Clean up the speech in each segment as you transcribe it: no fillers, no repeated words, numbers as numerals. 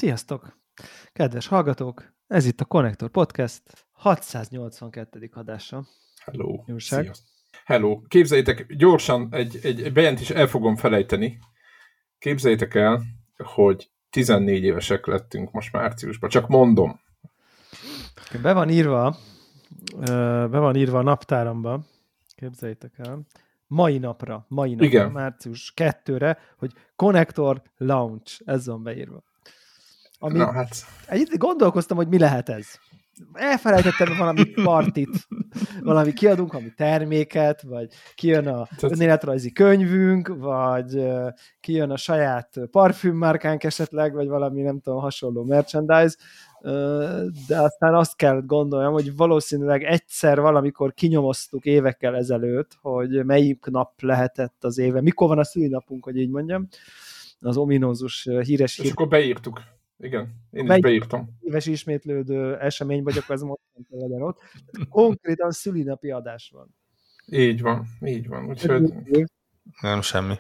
Sziasztok! Kedves hallgatók, ez itt a Konnektor Podcast 682. adása. Hello! Jóság. Sziasztok! Hello! Képzeljétek, gyorsan egy bejelentést el fogom felejteni. Képzeljétek el, hogy 14 évesek lettünk most márciusban. Csak mondom. Be van írva a naptáramba, képzeljétek el, mai napra, Igen. március 2-re, hogy Konnektor Launch, ez van beírva. Na, hát. Gondolkoztam, hogy mi lehet ez. Elfelejtettem valami partit, valami kiadunk, valami terméket, vagy kijön a önéletrajzi könyvünk, vagy kijön a saját parfümmárkánk esetleg, vagy valami nem tudom, hasonló merchandise, de aztán azt kell gondoljam, hogy valószínűleg egyszer valamikor kinyomoztuk évekkel ezelőtt, hogy melyik nap lehetett az éve, mikor van a szülinapunk, hogy így mondjam, az ominózus híres És akkor beírtuk. Igen, én is beírtam. Éves ismétlődő esemény vagy, akkor ez most legyen ott. Konkrétan szülinapi adás van. Így van. Úgyhogy... Nem semmi.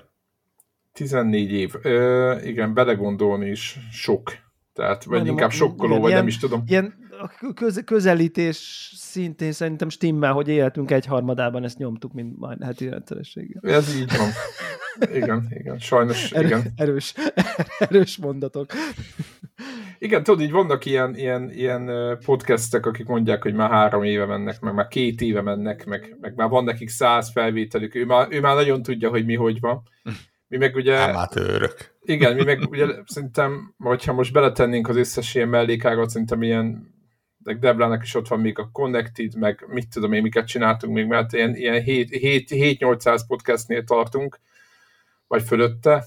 14 év. Igen, belegondolni is sok. Tehát, vagy inkább sokkoló, vagy nem is tudom. Ilyen közelítés szintén szerintem stimmel, hogy életünk egyharmadában ezt nyomtuk, mint majd heti rendszerességgel. Ez így van. Igen. Sajnos, igen. Erős mondatok. Igen, tudod, így vannak ilyen podcastek, akik mondják, hogy már 3 éve mennek, meg már 2 éve mennek, meg már van nekik 100 felvételük. Ő már nagyon tudja, hogy mi hogy van. Mi meg ugye... Amatőrök. Igen, mi meg ugye szerintem, hogyha most beletennénk az összes ilyen mellékágat, szerintem ilyen, Deblának is ott van még a Connected, meg mit tudom én, miket csináltunk még, mert ilyen 7-800 podcastnél tartunk, vagy fölötte.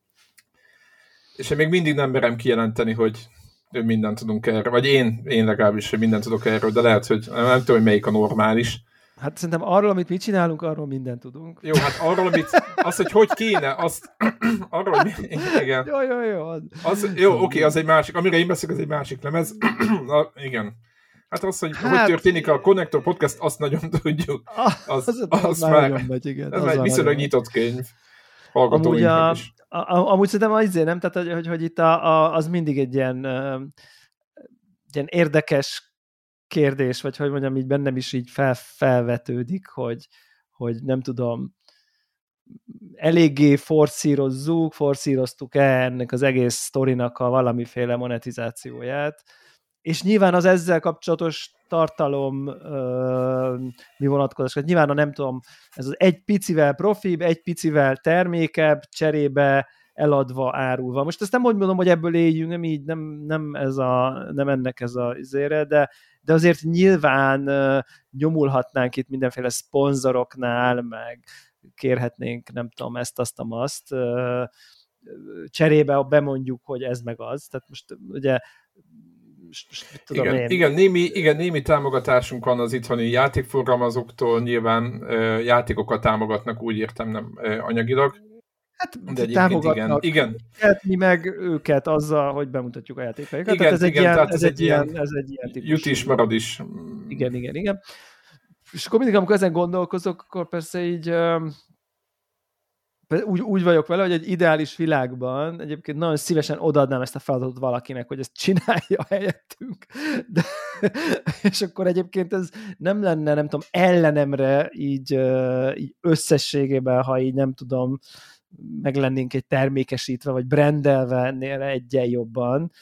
És én még mindig nem merem kijelenteni, hogy mindent tudunk erről, vagy én legalábbis, hogy mindent tudok erről, de lehet, hogy nem tudom, hogy melyik a normális. Hát szerintem arról, amit mi csinálunk, arról mindent tudunk. Jó, hát arról, hogy kéne, arról, igen. Jó. Oké, az egy másik, amire én beszélek, az egy másik lemez. Igen. Hát az, hogy történik a Konnektor Podcast, azt nagyon tudjuk. Az már nagyon megy, igen. Ez már viszonylag nyitott könyv. Hallgatóinknak is. Amúgy szerintem azért nem, tehát hogy itt az mindig egy ilyen érdekes kérdés, vagy hogy mondjam, így bennem is így felvetődik, hogy nem tudom, eléggé forszíroztuk-e ennek az egész sztorinak a valamiféle monetizációját, és nyilván az ezzel kapcsolatos tartalom mi vonatkozás, nyilván nem tudom, ez az egy picivel profibb, egy picivel termékebb, cserébe eladva, árulva. Most ezt nem úgy mondom, hogy ebből éljünk, nem így, nem ennek ez a izére, de azért nyilván nyomulhatnánk itt mindenféle szponzoroknál, meg kérhetnénk, nem tudom, ezt-azt, cserébe bemondjuk, hogy ez meg az. Tehát most ugye tudom némi támogatásunk van az itthoni játékforgalmazóktól, nyilván játékokat támogatnak, úgy értem, nem anyagilag. Hát de támogatnak igen. Mi meg őket azzal, hogy bemutatjuk a játékaikat. Igen, tehát ez egy ilyen típusú. Jut is, marad is. Igen. És akkor mindig, amikor ezen gondolkozok, akkor persze így úgy vagyok vele, hogy egy ideális világban egyébként nagyon szívesen odaadnám ezt a feladatot valakinek, hogy ezt csinálja helyettünk. És akkor egyébként ez nem lenne, nem tudom, ellenemre így összességében, ha így nem tudom, meg lennénk egy termékesítve, vagy brandelve ennél egyen jobban.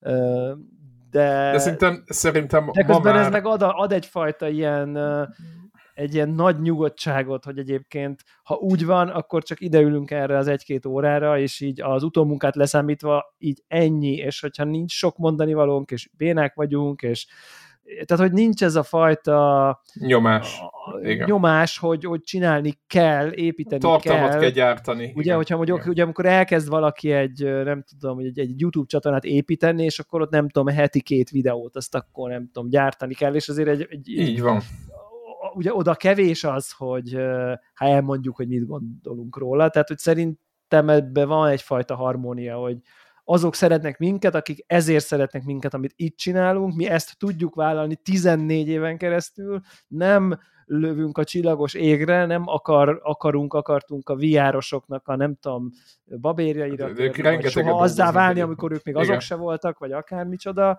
De szerintem de közben ez meg ad egyfajta egy ilyen nagy nyugodtságot, hogy egyébként, ha úgy van, akkor csak ideülünk erre az 1-2 órára, és így az utómunkát leszámítva így ennyi, és hogyha nincs sok mondani valónk, és bénák vagyunk, és tehát, hogy nincs ez a fajta nyomás, hogy csinálni kell, építeni tartalmat kell gyártani. Ugye, ugye, amikor elkezd valaki egy YouTube csatornát építeni, és akkor ott nem tudom, heti 2 videót, azt akkor nem tudom, gyártani kell, és azért így van. Ugye oda kevés az, hogy ha elmondjuk, hogy mit gondolunk róla, tehát, hogy szerintem ebben van egyfajta harmónia, hogy azok szeretnek minket, akik ezért szeretnek minket, amit itt csinálunk, mi ezt tudjuk vállalni 14 éven keresztül, nem lövünk a csillagos égre, nem akartunk a VR-osoknak a nem tudom, babérjaira törni, vagy soha azzá válni, amikor ők még azok se voltak, vagy akármicsoda.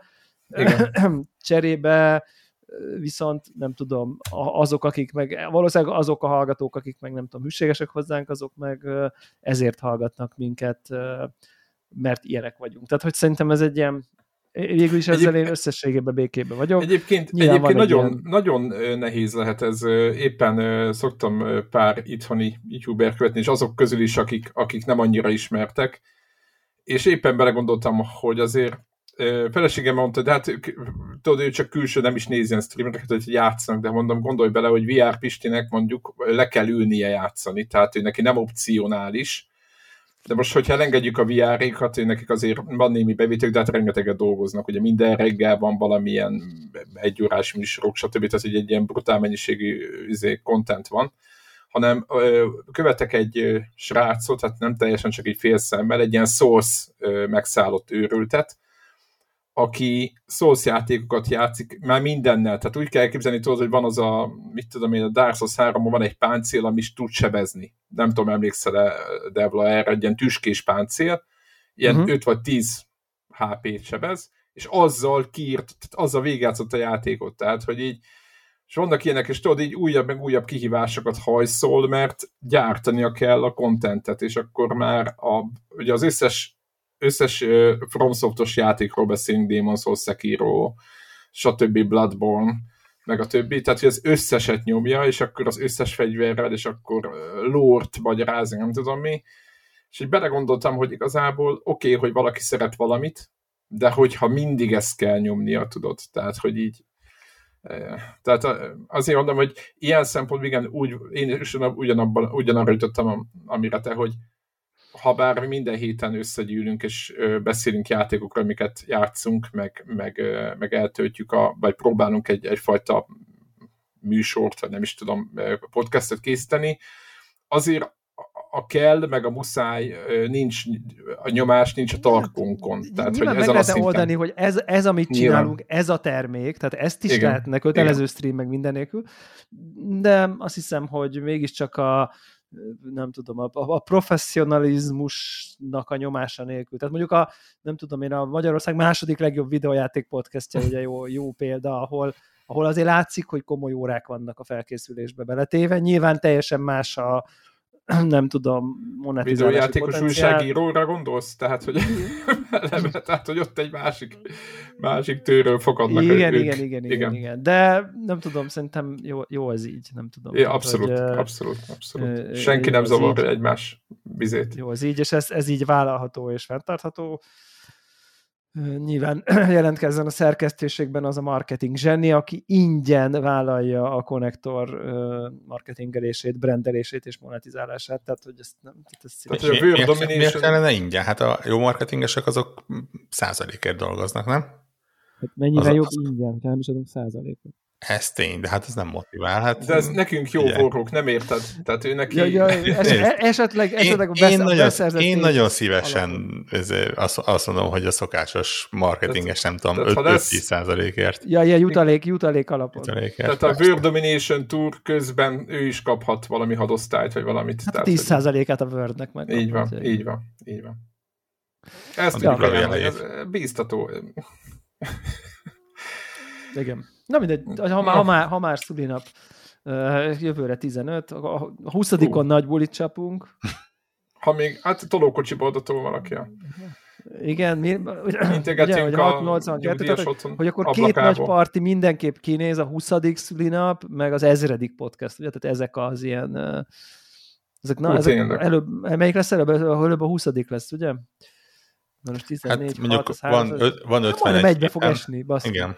Cserébe viszont nem tudom, azok, akik meg, valószínűleg azok a hallgatók, akik meg nem tudom, hűségesek hozzánk, azok meg ezért hallgatnak minket, mert ilyenek vagyunk. Tehát, hogy szerintem ez egy ilyen, végül is ezzel én összességében békében vagyok. Egyébként nagyon nehéz lehet ez. Éppen szoktam pár itthoni youtuber követni, és azok közül is, akik nem annyira ismertek, és éppen belegondoltam, hogy azért feleségem mondta, de hát tudod, ő csak külső nem is nézi ilyen streamereket, hogy játszanak, de mondom, gondolj bele, hogy VR Pistinek mondjuk le kell ülnie játszani, tehát ő neki nem opcionális, de most, hogyha elengedjük a VR-ékat, nekik azért van némi bevételük, de hát rengeteget dolgoznak, ugye minden reggel van valamilyen egyórás műsorok, stb. Tehát egy ilyen brutál mennyiségű content van, hanem követek egy srácot, hát nem teljesen csak egy fél szemmel, egy ilyen Souls megszállott őrültet, aki Souls játékokat játszik már mindennel, tehát úgy kell elképzelni, tudod, hogy van az a, mit tudom én, a Dark Souls 3-on van egy páncél, ami is tud sebezni. Nem tudom, emlékszel-e, Devla, erre egy ilyen tüskés páncél, ilyen 5 vagy 10 HP-t sebez, és azzal kiírt, azzal végigjátszott a játékot, tehát, hogy így, és vannak ilyenek, és tudod, így újabb meg újabb kihívásokat hajszol, mert gyártania kell a contentet, és akkor már ugye az összes FromSoftos játékról beszélünk, Demon's Souls, Sekiro, stb. Bloodborne, meg a többi, tehát hogy az összeset nyomja, és akkor az összes fegyverrel, és akkor lore-t magyarázni, nem tudom mi, és így belegondoltam, hogy igazából oké, hogy valaki szeret valamit, de hogyha mindig ezt kell nyomnia, tudod, tehát hogy így tehát azért mondom, hogy ilyen szempontból igen, én is ugyanarra jutottam, amire te, hogy ha bár mi minden héten összegyűlünk, és beszélünk játékokról, amiket játszunk, meg eltöltjük, vagy próbálunk egyfajta műsort, vagy nem is tudom, podcastot készíteni, azért a kell, meg a muszáj, nincs a nyomás, nincs a tarkónkon. Tehát, hogy meg lehetne oldani, hogy ez amit csinálunk, ez a termék, tehát ezt is lehetne kötelező stream, meg minden nélkül, de azt hiszem, hogy mégiscsak nem tudom, a professzionalizmusnak a nyomása nélkül. Tehát mondjuk nem tudom én, a Magyarország második legjobb videójáték podcastja, ugye jó példa, ahol azért látszik, hogy komoly órák vannak a felkészülésbe beletéve. Nyilván teljesen más nem tudom, monetizálási videójátékos potenciál. Újságíróra gondolsz? Tehát, hogy ott egy másik tőről fogadnak. Igen. De nem tudom, szerintem jó ez így, nem tudom. Ja, abszolút. Senki nem zavarja egymás vizét. Jó az így, és ez így vállalható és fenntartható. Nyilván jelentkezzen a szerkesztőségben az a marketing zseni, aki ingyen vállalja a konnektor marketingelését, brandelését és monetizálását, tehát hogy ezt nem... Miért kellene ingyen? Hát a jó marketingesek azok százalékért dolgoznak, nem? Hát mennyivel jobb ingyen, ha nem is adunk százalékot. Ez tény, de hát ez nem motivál. Hát, de ez nekünk jó forrók, nem érted? Tehát ő neki... Esetleg én nagyon szívesen azt mondom, hogy a szokásos marketinges, nem tudom, 5-10%-ért. Jutalék alapon. Tehát a World Domination Tour közben ő is kaphat valami hadosztályt, vagy valamit. Hát 10%-át a Wordnek meg. Így van. Ezt ez bíztató. Igen. Na mindegy, ha már szülinap, jövőre 15, a 20-on nagy bulit csapunk. Ha még, hát tolókocsiba adatol valaki. Igen, integetünk a nyugdíjas otthon hogy akkor két nagy parti mindenképp kinéz, a 20. szülinap, meg az 1000. podcast, ugye? Tehát ezek az ilyen... ezek előbb, melyik lesz előbb a 20. lesz, ugye? Na most 14, hát mondjuk 6, van 51. Egybe fog esni, basszus. Igen.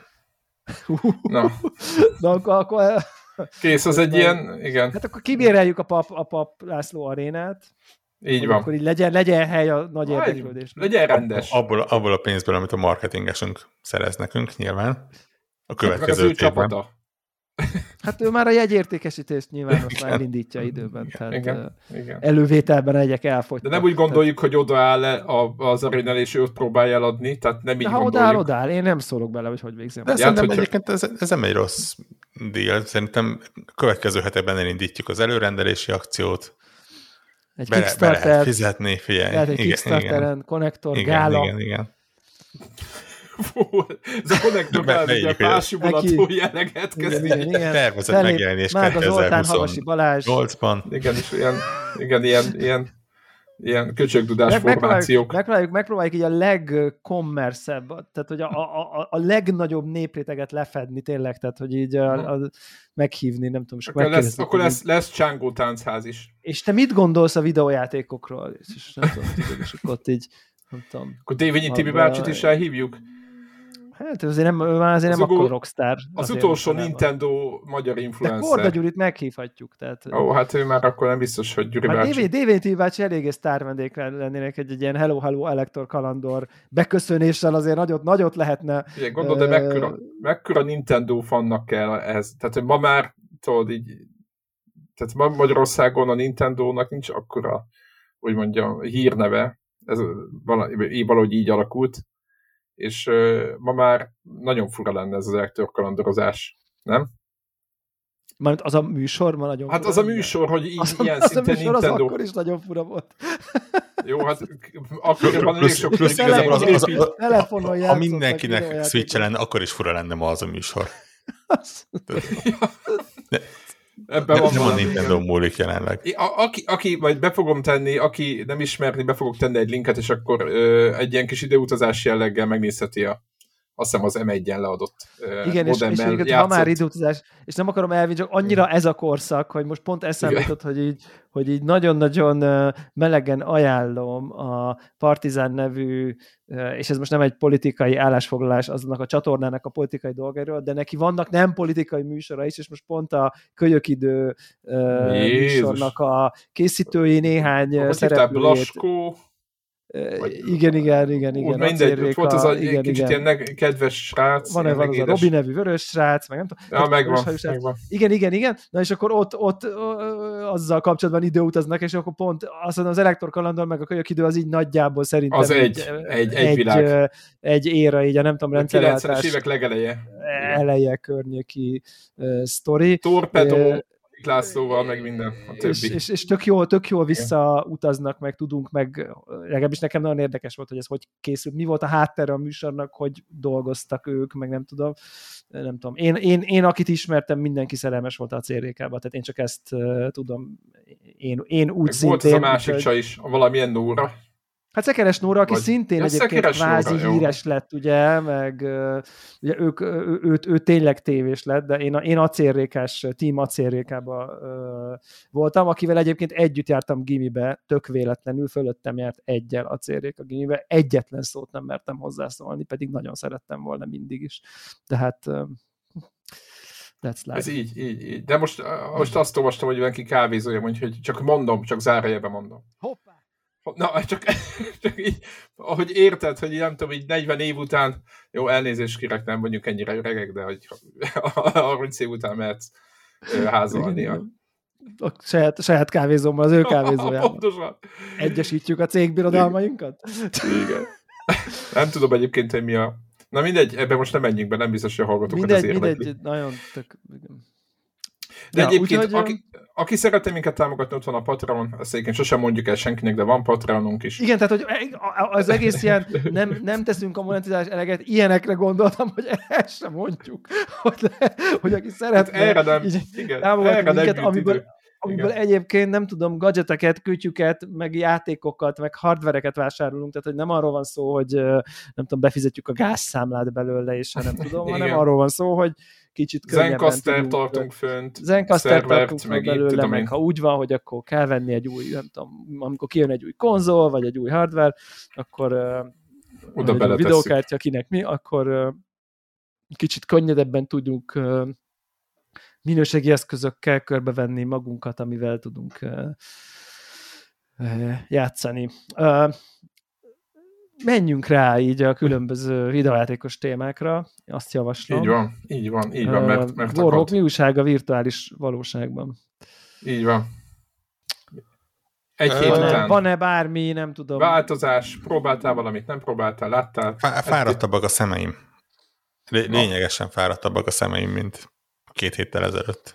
Na akkor... Kész, az egy ilyen, igen. Hát akkor kibéreljük a Pap László arénát. Így van. Akkor így legyen hely a nagy érdeklődésnek. Legyen rendes. Abból a pénzből, amit a marketingesünk szerez nekünk, nyilván. A következő évben. Hát ő már a jegyértékesítést nyilván most már indítja időben. Tehát igen. Elővételben a jegyek elfogytak. De nem úgy gondoljuk, hogy odaáll az arénál, és ő ott próbálja eladni, tehát nem így gondoljuk. Ha odaáll, én nem szólok bele, hogy végzem. De szerintem egyébként ez nem egy rossz deal. Szerintem következő hetekben elindítjuk az előrendelési akciót. Egy be lehet fizetni, figyelj. Lehet egy Kickstarteren, konnektor, gála. Igen. Ez a konnektor gála, ugye a pársubulató jelleget kezdi. Tervezett megjelenés 2028-ban. Igen, és ilyen köcsögdudás formációk. Megpróbáljuk így a legkommerszebb, tehát hogy a legnagyobb népréteget lefedni tényleg, tehát hogy így meghívni, nem tudom. Akkor lesz Csángó táncház is. És te mit gondolsz a videójátékokról? És nem tudom, és akkor ott így, nem tudom. Akkor Dévényi Tibi bácsit is elhívjuk? Hát azért nem akkor rockstar. Az utolsó Nintendo magyar influencer. De Korda Gyurit meghívhatjuk. Tehát... Ó, hát ő már akkor nem biztos, hogy Gyuri bácsi. Dévényi bácsi eléggé sztár vendég lennének, egy ilyen Hello Elector kalandor beköszönéssel azért nagyot lehetne. Igen, gondolod, de mekkora Nintendo fannak kell ez. Tehát ma már, tudod így, tehát ma Magyarországon a Nintendónak nincs akkora, hogy mondjam, hírneve. Ez valahogy így alakult. És ma már nagyon fura lenne ez az elektorkalandorozás, nem? Mert az a műsor ma nagyon hát fura. Hát az a műsor, hogy ilyen szinten Nintendo... Az akkor is nagyon fura volt. Jó, hát akkoriban elég sok... Ha mindenkinek Switch lenne, akkor is fura lenne ma az a műsor. Ebben nem a Nintendo múlik jelenleg. Aki majd be fogom tenni, aki nem ismerni, be fogok tenni egy linket, és akkor egy ilyen kis időutazás jelleggel megnézheti azt hiszem az M1-en leadott igen, és ha már időutazás, és nem akarom elvinni, csak annyira ez a korszak, hogy most pont eszembe jutott, hogy így nagyon-nagyon melegen ajánlom a Partizán nevű, és ez most nem egy politikai állásfoglalás azonnak a csatornának a politikai dolgairól, de neki vannak nem politikai műsora is, és most pont a Kölyökidő műsornak a készítői néhány szereplőjét. Igen. Mindegy, volt az egy kicsit ilyen kedves srác. Van az a Robi nevű vörös srác, meg nem tudom. Ja, megvan. Igen. Na és akkor ott azzal kapcsolatban időutaznak, és akkor pont azt mondom, az Elektor kalandor meg a Kölyökidő az így nagyjából szerintem az egy világ. Egy éra, így a nem tudom, rendszerváltás. 90-es évek legeleje. Eleje környéki sztori. Torpedó. Lászlóval, meg minden, a többi. És tök jól visszautaznak, meg tudunk, meg legalábbis nekem nagyon érdekes volt, hogy ez hogy készült, mi volt a háttere a műsornak, hogy dolgoztak ők, meg nem tudom. Én akit ismertem, mindenki szerelmes volt a CRK-ba, tehát én csak ezt tudom, én úgy meg szintén. Volt ez a másik csaj is, valamilyen Nóra. Hát Szekeres Nóra, aki szintén egyébként kvázi híres lett, ugye, meg ugye ő tényleg tévés lett, de én acélrékás, Team acélrékában voltam, akivel egyébként együtt jártam gimibe, tök véletlenül, fölöttem járt egyel acélréka gimibe, egyetlen szót nem mertem hozzászólni, pedig nagyon szerettem volna mindig is. Tehát that's life. Ez így. De most azt olvastam, hogy valaki kávézója mondja, hogy csak zárójelben mondom. Hoppá! Na, csak így, ahogy érted, hogy nem tudom, így 40 év után, jó, elnézést kérek, nem mondjuk ennyire öregek, de hogy 30 év után mehetsz házalni. A saját kávézómmal, az ő kávézójával. Pontosan. Egyesítjük a cégbirodalmainkat? Igen. Nem tudom egyébként, hogy mi a... Na mindegy, ebben most nem menjünk be, nem biztos, hogy a hallgatókat ez érdekli. Mindegy, nagyon tök... De egyébként, aki szeretne minket támogatni, ott van a Patreon, ezt egyébként sosem mondjuk el senkinek, de van Patreonunk is. Igen, tehát hogy az egész ilyen nem teszünk a monetizálás eleget, ilyenekre gondoltam, hogy ezt sem mondjuk, hogy aki szeretne hát támogatni minket, amiből egyébként nem tudom, gadgeteket, kütyüket, meg játékokat, meg hardvereket vásárolunk, tehát hogy nem arról van szó, hogy nem tudom, befizetjük a gázszámlát belőle, és nem tudom, hanem arról van szó, hogy kicsit könnyebben Zencaster tartunk fönt, Zencaster tartunk meg belőle, meg ha úgy van, hogy akkor kell venni egy új, nem tudom, amikor kijön egy új konzol, vagy egy új hardware, akkor oda egy videókártya, kinek mi, akkor kicsit könnyedebben tudjuk minőségi eszközökkel körbevenni magunkat, amivel tudunk játszani. menjünk rá így a különböző videójátékos témákra, azt javaslom. Így van, mert Warhawk, mi újság a virtuális valóságban? Így van. Egy hét után. Van-e bármi, nem tudom. Változás, próbáltál valamit, nem próbáltál, láttál? Fáradtabbak a szemeim. Lényegesen fáradtabbak a szemeim, mint 2 héttel ezelőtt.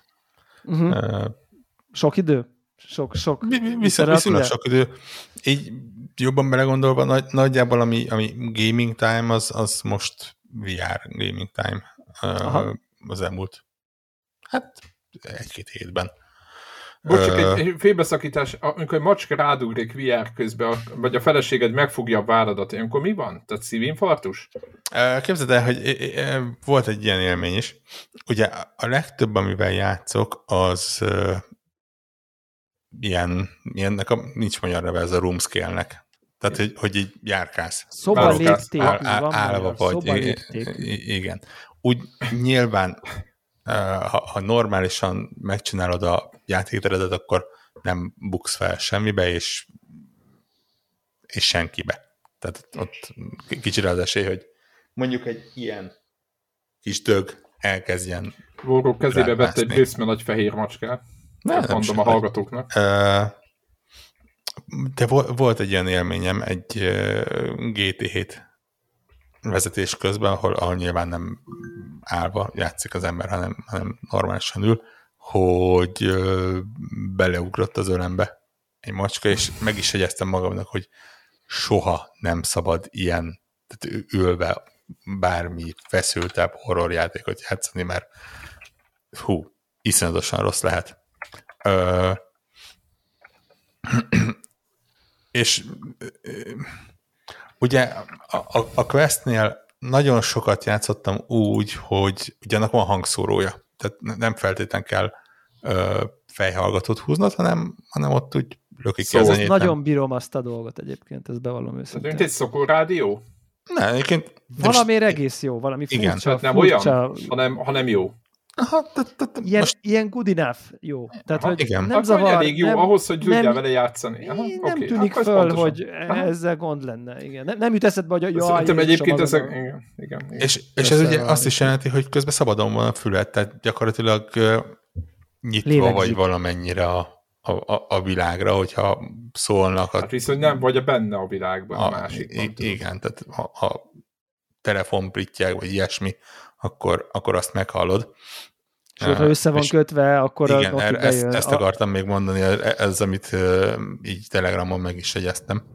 Sok idő? Sok viszonylag sok idő. Így jobban belegondolva, nagyjából ami gaming time, az most VR gaming time az elmúlt 1-2 hétben. Bocs, csak egy félbeszakítás, amikor egy macska rádugrik VR közben, vagy a feleséged megfogja a válladat, akkor mi van? Tehát szívinfarktus? Képzeld el, hogy volt egy ilyen élmény is. Ugye a legtöbb, amivel játszok, az ilyennek nincs magyar neve, ez a room scale-nek. Tehát, hogy így járkálsz. Szobalépték. Állva vagy. Igen. Úgy nyilván, ha normálisan megcsinálod a játékteredet, akkor nem buksz fel semmibe, és senkibe. Tehát ott kicsire az esély, hogy mondjuk egy ilyen kis dög elkezdjen Voró kezébe vett egy bőszme nagy fehér macskát. Mondom a hallgatóknak. De volt egy ilyen élményem egy GT7 vezetés közben, ahol nyilván nem állva játszik az ember, hanem normálisan ül, hogy beleugrott az ölembe egy macska, és meg is jegyeztem magamnak, hogy soha nem szabad ilyen, tehát ülve bármi feszültebb horrorjátékot játszani, mert iszonyatosan rossz lehet. És ugye a Questnél nagyon sokat játszottam úgy, hogy ugye annak van hangszórója, tehát nem feltétlenül kell fejhallgatót húznod, hanem ott úgy lökik ki az enyéten. Nagyon bírom azt a dolgot egyébként, ezt bevallom őszintén. Mint egy szokorrádió? Nem, egyébként... Valamiért egész jó, valami furcsa. Igen, tehát nem olyan, hanem jó. Aha, ilyen good enough jó. Tehát, hogy igen. nem zavar. Elég jó ahhoz, hogy tudjál vele játszani. Aha, nem tűnik föl, hogy ezzel gond lenne. Igen. Nem jut eszedbe, hogy szerintem egyébként ezek... Igen. És ez ugye azt is jelenti, hogy közben szabadon van a fület, tehát gyakorlatilag nyitva vagy valamennyire a világra, hogyha szólnak. Hát viszont nem vagy benne a világban a másik. Igen, tehát ha telefonprittyák, vagy ilyesmi, akkor azt meghallod. És ha össze van kötve, akkor igen, ezt akartam még mondani, ez amit így Telegramon meg is jegyeztem,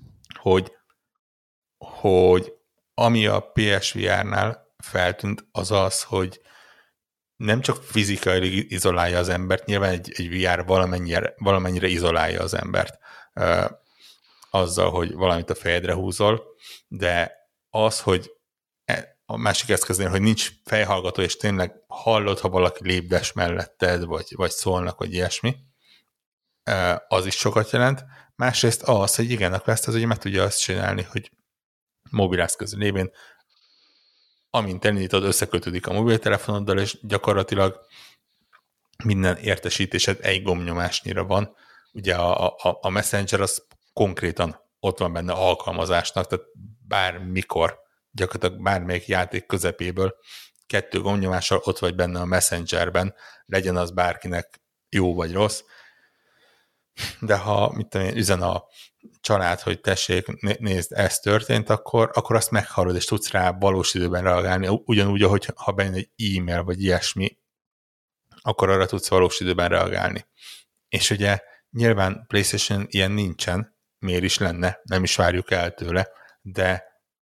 hogy ami a PSVR-nál feltűnt, az, hogy nem csak fizikailag izolálja az embert, nyilván egy VR valamennyire izolálja az embert azzal, hogy valamit a fejedre húzol, de az, hogy a másik eszköznél, hogy nincs fejhallgató, és tényleg hallod, ha valaki lépdes melletted, vagy szólnak, vagy ilyesmi, az is sokat jelent. Másrészt az, hogy igen, a Quest az ugye meg tudja azt csinálni, hogy mobileszköz lévén, amint elindítod, összekötődik a mobiltelefonoddal, és gyakorlatilag minden értesítésed egy gombnyomásnyira van. Ugye a Messenger az konkrétan ott van benne alkalmazásnak, tehát bármikor, gyakorlatilag bármelyik játék közepéből 2 gombnyomással ott vagy benne a Messengerben, legyen az bárkinek jó vagy rossz, de ha üzen a család, hogy tessék, nézd, ez történt, akkor azt meghallod, és tudsz rá valós időben reagálni, ugyanúgy, ahogy ha bejön egy e-mail, vagy ilyesmi, akkor arra tudsz valós időben reagálni. És ugye nyilván PlayStation ilyen nincsen, miért is lenne, nem is várjuk el tőle, de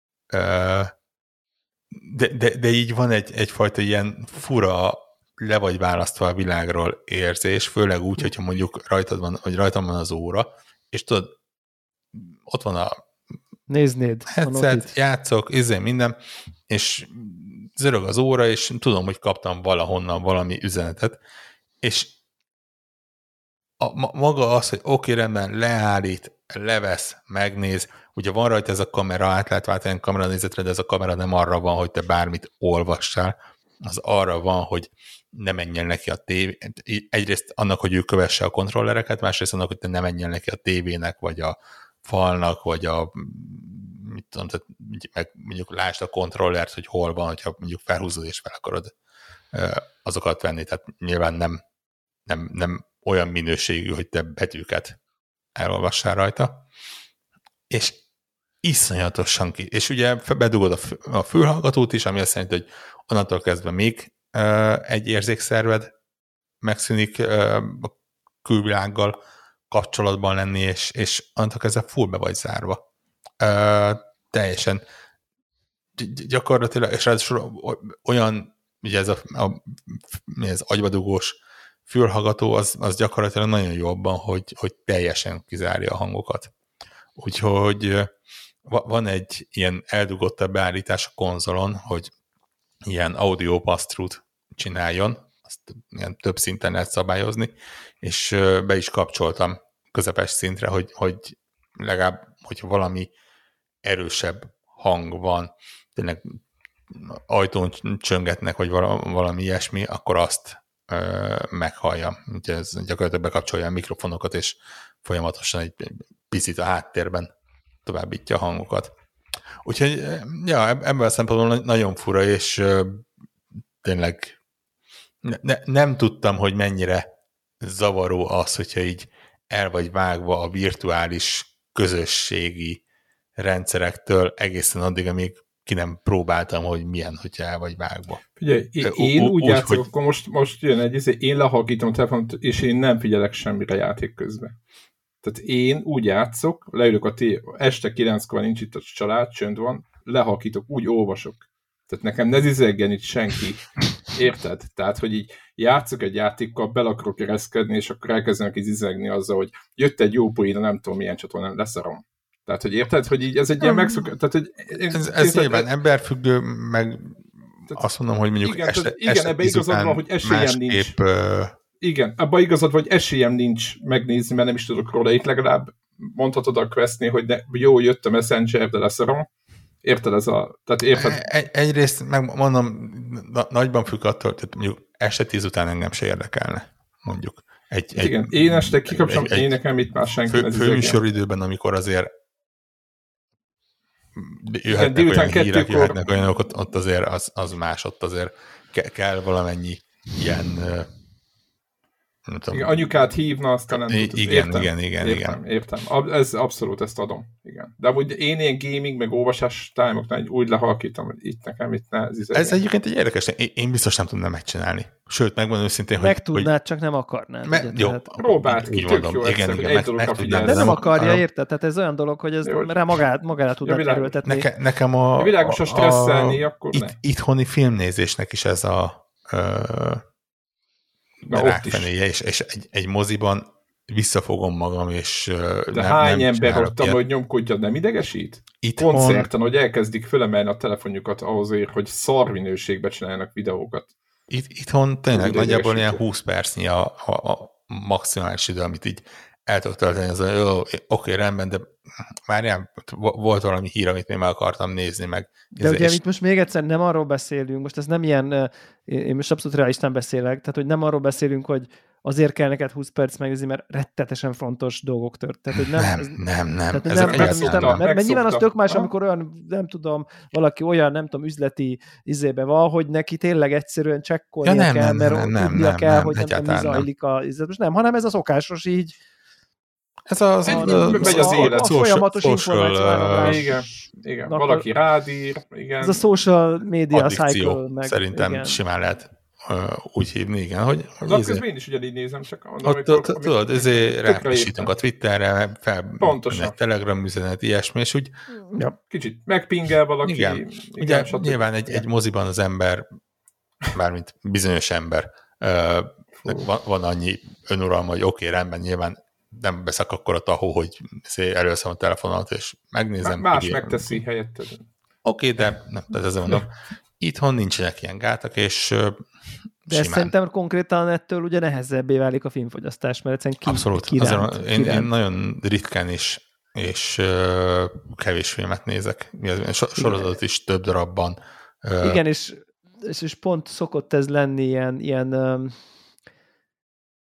így van egyfajta ilyen fura, le vagy választva a világról érzés, főleg úgy, hogyha mondjuk rajtam van az óra, és tudod, ott van a néznéd headset, játszok, minden, és zörög az óra, és tudom, hogy kaptam valahonnan valami üzenetet, és maga az, hogy oké, rendben, leállít, levesz, megnéz, ugye van rajta ez a kamera, át lehet váltani kamera nézetre, de ez a kamera nem arra van, hogy te bármit olvassál, az arra van, hogy ne menjen neki a tévé. Egyrészt annak, hogy ő kövesse a kontrollereket, másrészt annak, hogy te ne menjen neki a tévének, vagy a falnak, vagy a mit tudom, tehát meg mondjuk lásd a kontrollert, hogy hol van, hogyha mondjuk felhúzod és fel akarod azokat venni, tehát nyilván nem olyan minőségű, hogy te betűket elolvassál rajta, és iszonyatosan és ugye bedugod a fülhallgatót is, ami azt jelenti, hogy onnantól kezdve még egy érzékszerved megszűnik a külvilággal kapcsolatban lenni, és onnantól kezdve full be vagy zárva. Teljesen gyakorlatilag, és ráadásul olyan, ugye ez agybadugós fülhallgató, az gyakorlatilag nagyon jó abban, hogy teljesen kizárja a hangokat. Úgyhogy van egy ilyen eldugottabb beállítás a konzolon, hogy ilyen audio pass-through-t csináljon, azt ilyen több szinten lehet szabályozni, és be is kapcsoltam közepes szintre, hogy legalább, hogyha valami erősebb hang van, tényleg ajtón csöngetnek, vagy valami ilyesmi, akkor azt meghallja. Ugye ez gyakorlatilag bekapcsolja a mikrofonokat, és folyamatosan egy picit a háttérben továbbítja a hangokat. Úgyhogy ja, ebben a szempontból nagyon fura, és tényleg nem tudtam, hogy mennyire zavaró az, hogyha így el vagy vágva a virtuális közösségi rendszerektől egészen addig, amíg ki nem próbáltam, hogy milyen, hogyha el vagy vágva. Figyelj, én úgy játszok, akkor most jön én lehalkítom a telefont, és én nem figyelek semmire játék közben. Tehát én úgy játszok, leülök este 9-kor nincs itt a család, csönd van, lehalkítok, úgy olvasok. Tehát nekem ne zizegjen itt senki. Érted? Tehát, hogy így játszok egy játékkal, bele akarok ereszkedni, és akkor elkezdenek így zizegni azzal, hogy jött egy jó poén, nem tudom milyen csatornán, leszarom. Tehát, hogy érted, hogy így ez egy ilyen megszokás. Ez nyilván emberfüggő, meg azt mondom, hogy mondjuk igen, ebben igazad van, hogy esélyem nincs. Igen, abban igazad van, hogy esélyem nincs megnézni, mert nem is tudok róla. Itt legalább mondhatod a Questnél, hogy jó, jött a Messenger, de leszarom. Érted ez a... Tehát érted? Egyrészt megmondom, nagyban függ attól, tehát mondjuk este 10 után engem se érdekelne, mondjuk. Igen, én este kikapcsolom, én nekem itt már senki. Főműsoridőben, amikor azért jöhetnek olyan hírek, jöhetnek olyanok, ott azért az más, ott azért kell valamennyi ilyen... Igen, anyukát hívna, aztán nem tudod. Igen. Értem. Ez abszolút, ezt adom. Igen. De amúgy én ilyen gaming, meg olvasás tájmoknál úgy lehalkítom, hogy itt nekem itt ne zizegjen. Ez egyébként egy érdekes, én biztos nem tudnám megcsinálni. Sőt, megmondom őszintén, hogy... Megtudnád, csak nem akarnád. Jó, próbáld ki, tök jó igen, meg tudnád. De nem akarja, érted? Tehát ez olyan dolog, hogy ez rá magára tudnád erőltetni. Nekem világos a stresszelni, akkor ne. Itthoni filmnézésnek is ez a rákfenéje, és egy moziban visszafogom magam, és de hány ember ott, hogy nyomkodjad, nem idegesít? Koncerten, hogy elkezdik fölemelni a telefonjukat ahhozért, hogy szarminőségbe csináljanak videókat. Itthon tényleg nagyjából ilyen 20 percnyi a maximális idő, amit így el tudok tölteni, az oké, rendben, de várjál, volt valami hír, amit még meg akartam nézni, meg... De ugye itt most még egyszer nem arról beszélünk, most ez nem ilyen, én most abszolút realistán beszélek, tehát hogy nem arról beszélünk, hogy azért kell neked 20 perc megnézni, mert rettetesen fontos dolgok történnek. Nem. Mert nyilván az tök más, amikor olyan, nem tudom, valaki olyan, nem tudom, üzleti izébe van, hogy neki tényleg egyszerűen csekkolnia kell, mert tudnia kell, hogy nem mi zajlik a izébe. Most nem, hanem ez a szokásos így. Ez az élet. Folyamatos információ. Igen. Valaki rádír. Igen. Ez a social media cycle. Meg, szerintem igen. Simán lehet úgy hívni, igen, hogy de közben én is ugyanígy nézem, csak tudod, ezért rápisítünk a Twitterre, fel egy Telegram üzenet, ilyesmi, és úgy... Ja. Kicsit megpingel valaki. Igen. Ugye nyilván egy moziban az ember, bármint bizonyos ember, van annyi önuralma, hogy oké, rendben, nyilván nem veszek akkor a tahó, hogy előszem a telefonomat, és megnézem. Más megteszi helyetted. Oké, de nem, tehát ezzel mondom, itthon nincsenek ilyen gátak, és de ez szerintem konkrétan ettől ugye nehezebbé válik a filmfogyasztás, mert egyszerűen abszolút. Én nagyon ritkán és kevés filmet nézek. Sorozat is több darabban. Igen, és pont szokott ez lenni ilyen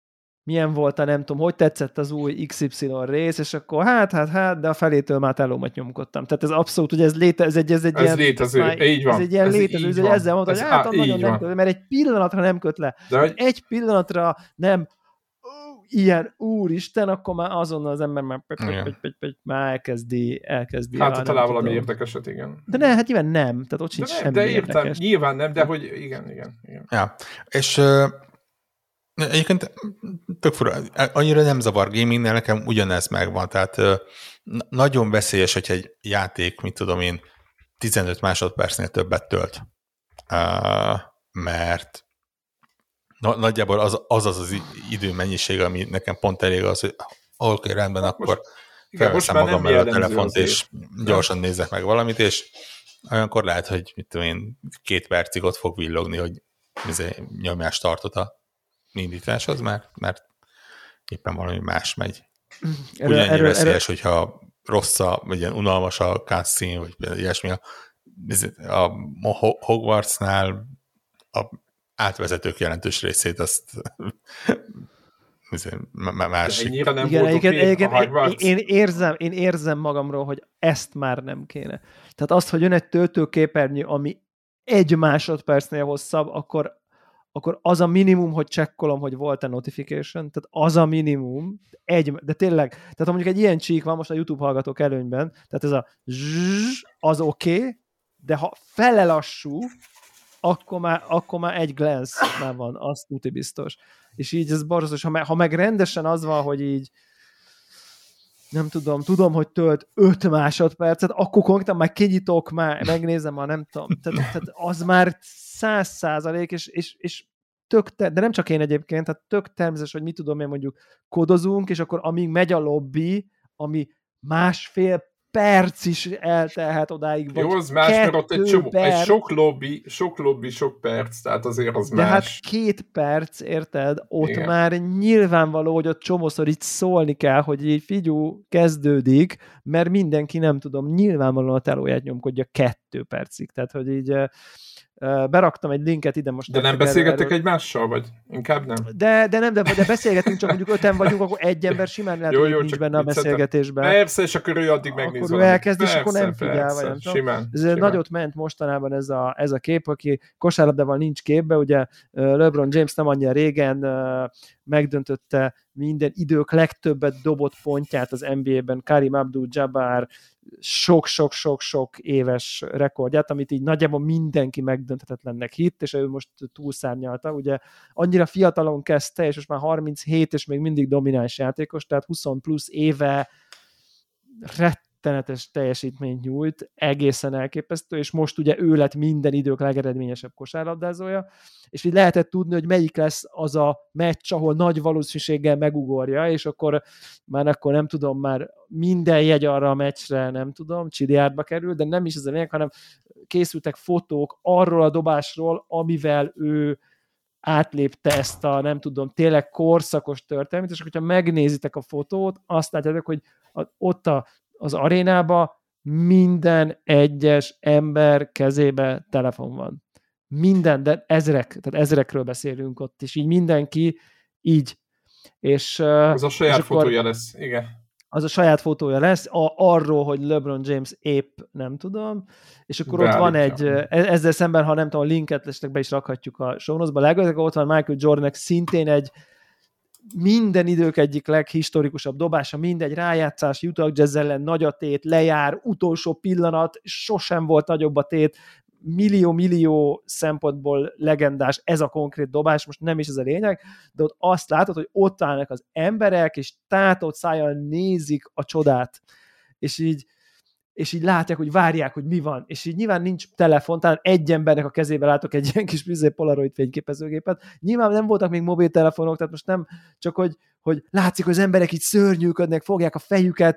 milyen volt a nem tudom, hogy tetszett az új XY rész, és akkor hát, de a felétől már telómat nyomkodtam. Tehát ez abszolút, ugye ez egy ilyen... Létező, így van. Ez egy ilyen létező, hogy ezzel mondta, hogy hát nagyon nem köt, mert egy pillanatra nem köt le. De hogy... Egy pillanatra nem ilyen úristen, akkor már azonnal az ember már elkezdi hát talál valami érdekeset, igen. De ne, hát nyilván nem. Tehát ott sincs semmi érdekes. Nyilván nem, de hogy igen. Ja, és egyébként tök fura, annyira nem zavar gamingnél, nekem ugyanez megvan, tehát nagyon veszélyes, hogy egy játék, mit tudom én, 15 másodpercnél többet tölt. Mert nagyjából az időmennyiség, ami nekem pont elég az, hogy oké, rendben, akkor felveszem magam mellett a telefont, és gyorsan nézzek meg valamit, és olyankor lehet, hogy mit tudom én, 2 percig ott fog villogni, hogy nyomás tartott a indításhoz, mert éppen valami más megy. Ugyanennyi veszélyes, hogyha rossz vagy ilyen unalmas a cutscene, vagy ilyesmi a Hogwartsnál a átvezetők jelentős részét azt másik. Igen, én érzem magamról, hogy ezt már nem kéne. Tehát azt, hogy jön egy töltőképernyő, ami 1 másodpercnél hosszabb, akkor az a minimum, hogy csekkolom, hogy volt-e notification, tehát az a minimum, de tényleg, tehát ha mondjuk egy ilyen csík van most a YouTube hallgatók előnyben, tehát ez a zzzz, az oké, de ha fele lassú, akkor már egy glance már van, az tuti biztos. És így ez borzasztó, ha meg rendesen az van, hogy így nem tudom, hogy tölt 5 másodpercet, akkor konkrétan már kinyitok, már megnézem, már nem tudom. Tehát az már 100%, és de nem csak én egyébként, tehát tök természetes, hogy mit tudom én mondjuk kodozunk, és akkor amíg megy a lobby, ami 1,5 perc is eltelhet odáig. Jó, az más, mert ott egy csomó, sok lobby, sok perc, tehát azért az de más. Hát 2 perc, érted? Ott igen. Már nyilvánvaló, hogy ott csomószor így szólni kell, hogy így figyú, kezdődik, mert mindenki nem tudom, nyilvánvalóan a telóját nyomkodja 2 percig. Tehát, hogy így beraktam egy linket ide most. De nem beszélgettek egymással, vagy inkább nem? De beszélgetünk, csak mondjuk 5-en vagyunk, akkor egy ember simán lehet, hogy nincs benne a beszélgetésben. Persze, és akkor ő addig megnéz valamit. Akkor ő elkezd, és akkor nem figyel. Vagy, simán. Nagyot ment mostanában ez a kép, aki kosárlabdával nincs képbe, ugye LeBron James nem annyira régen megdöntötte minden idők legtöbbet dobott pontját az NBA-ben, Kareem Abdul-Jabbar sok éves rekordját, amit így nagyjából mindenki megdönthetetlennek hitt, és ő most túlszárnyalta. Ugye annyira fiatalon kezdte, és most már 37, és még mindig domináns játékos, tehát 20 plusz éve rettenetes teljesítményt nyújt, egészen elképesztő, és most ugye ő lett minden idők legeredményesebb kosárlabdázója, és így lehetett tudni, hogy melyik lesz az a meccs, ahol nagy valószínűséggel megugorja, és akkor nem tudom, már minden jegy arra a meccsre, nem tudom, csiliárdba kerül, de nem is ez a lényeg, hanem készültek fotók arról a dobásról, amivel ő átlépte ezt a, nem tudom, tényleg korszakos történelmet, és akkor, hogyha megnézitek a fotót, azt látjátok, hogy ott az arénában minden egyes ember kezébe telefon van. Minden, de ezrekről beszélünk ott, és így mindenki így. És, az a saját fotója lesz, igen. Az a saját fotója lesz, arról, hogy LeBron James épp nem tudom, és akkor ott van egy, ezzel szemben, ha nem tudom, a linket lestek be is rakhatjuk a show notes-ba, legalább ott van Michael Jordannek szintén egy minden idők egyik leghistorikusabb dobása, mindegy rájátszás, Utah Jazz ellen nagy a tét, lejár, utolsó pillanat, sosem volt nagyobb a tét, millió szempontból legendás ez a konkrét dobás, most nem is ez a lényeg, de ott azt látod, hogy ott állnak az emberek, és tátott szájjal nézik a csodát, és így látják, hogy várják, hogy mi van, és így nyilván nincs telefon, talán egy embernek a kezébe látok egy ilyen kis Polaroid fényképezőgépet, nyilván nem voltak még mobiltelefonok, tehát most nem csak, hogy látszik, hogy az emberek így szörnyűködnek, fogják a fejüket,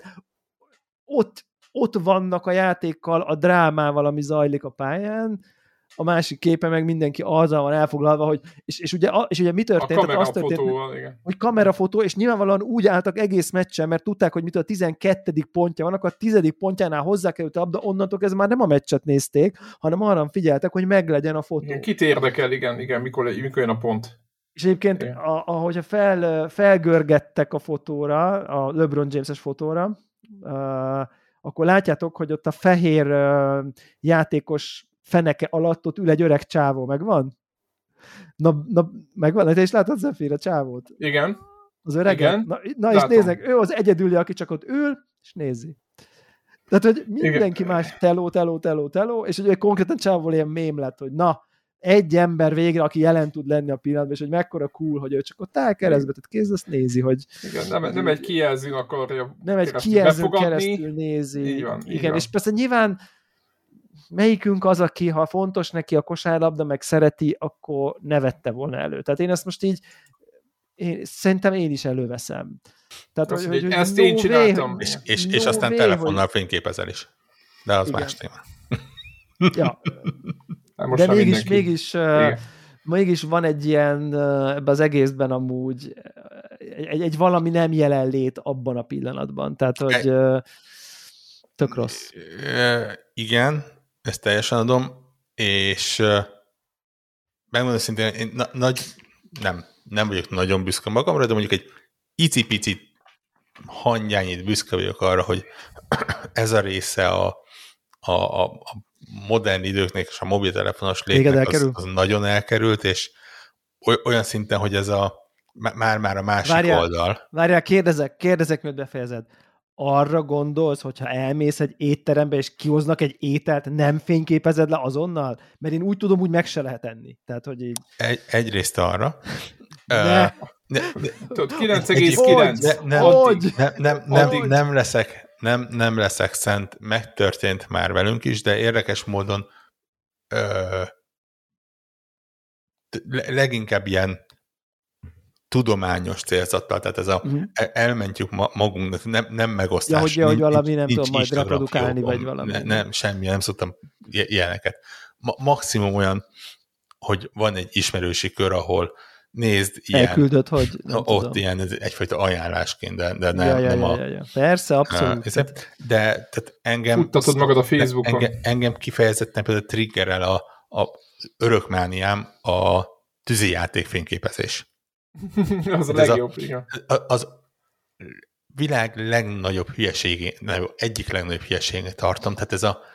ott vannak a játékkal, a drámával, ami zajlik a pályán, a másik képe meg mindenki azzal van elfoglalva, hogy, és ugye mi történt? A kamerafotóval, igen. Hogy kamerafotó, és nyilvánvalóan úgy álltak egész meccsen, mert tudták, hogy mitől a 12. pontja van, akkor a 10. pontjánál hozzákerült a labda, onnantól ez már nem a meccset nézték, hanem arra figyeltek, hogy meglegyen a fotó. Igen, kit érdekel, igen, mikor jön a pont. És egyébként, ahogyha felgörgettek a fotóra, a LeBron James-es fotóra, akkor látjátok, hogy ott a fehér játékos feneke alatt ott ül egy öreg csávó, megvan? Na megvan? Te is látod, Zephyr, a csávót? Igen. Az öreget? Na és néznek, ő az egyedüli, aki csak ott ül, és nézi. Tehát, hogy mindenki más teló, és hogy konkrétan csávóval ilyen mém lett, hogy na, egy ember végre, aki jelen tud lenni a pillanatban, és hogy mekkora cool, hogy ő csak ott áll keresztbe, tehát kézz, azt nézi, hogy... Igen, nem egy kijelzőn akarja nem egy kijelzőn keresztül nézi. Így van, igen, és persze nyilván melyikünk az, aki, ha fontos neki a kosárlabda, meg szereti, akkor ne vette volna elő. Tehát én ezt most így szerintem én is előveszem. Tehát, hogy ezt én csináltam. És aztán telefonnal fényképezel is. De az igen. Más téma. Ja. De mégis van egy ilyen ebben az egészben amúgy egy valami nem jelenlét abban a pillanatban. Tehát, hogy tök rossz. Igen, ezt teljesen adom, és megmondom szintén, én nem vagyok nagyon büszke magamra, de mondjuk egy icipici hangyányit büszke vagyok arra, hogy ez a része a modern időknek és a mobiltelefonos létnek az nagyon elkerült, és olyan szinten, hogy ez már a másik oldal. Várjál, kérdezek, mert befejezed. Arra gondolsz, hogyha elmész egy étterembe, és kihoznak egy ételt, nem fényképezed le azonnal? Mert én úgy tudom, úgy meg se lehet enni. Tehát, hogy így... Egyrészt arra. 9,9. Nem leszek szent, megtörtént már velünk is, de érdekes módon leginkább ilyen tudományos célzattal, tehát ez elmentjük magunknak, nem megosztás. Ja, hogy valami nem tudom majd reprodukálni, vagy valami. Nem, semmi, nem szoktam ilyeneket. Maximum olyan, hogy van egy ismerősi kör, ahol nézd, ilyen, elküldött, hogy ott tudom. Ilyen egyfajta ajánlásként, de nem a... Persze, abszolút. De tehát engem... Futtatod magad a Facebookon. Engem kifejezetten például triggerel a örökmániám a tűzijáték fényképezés. Az a legjobb, igen. Az világ legnagyobb egyik legnagyobb hülyeségét tartom, tehát ez a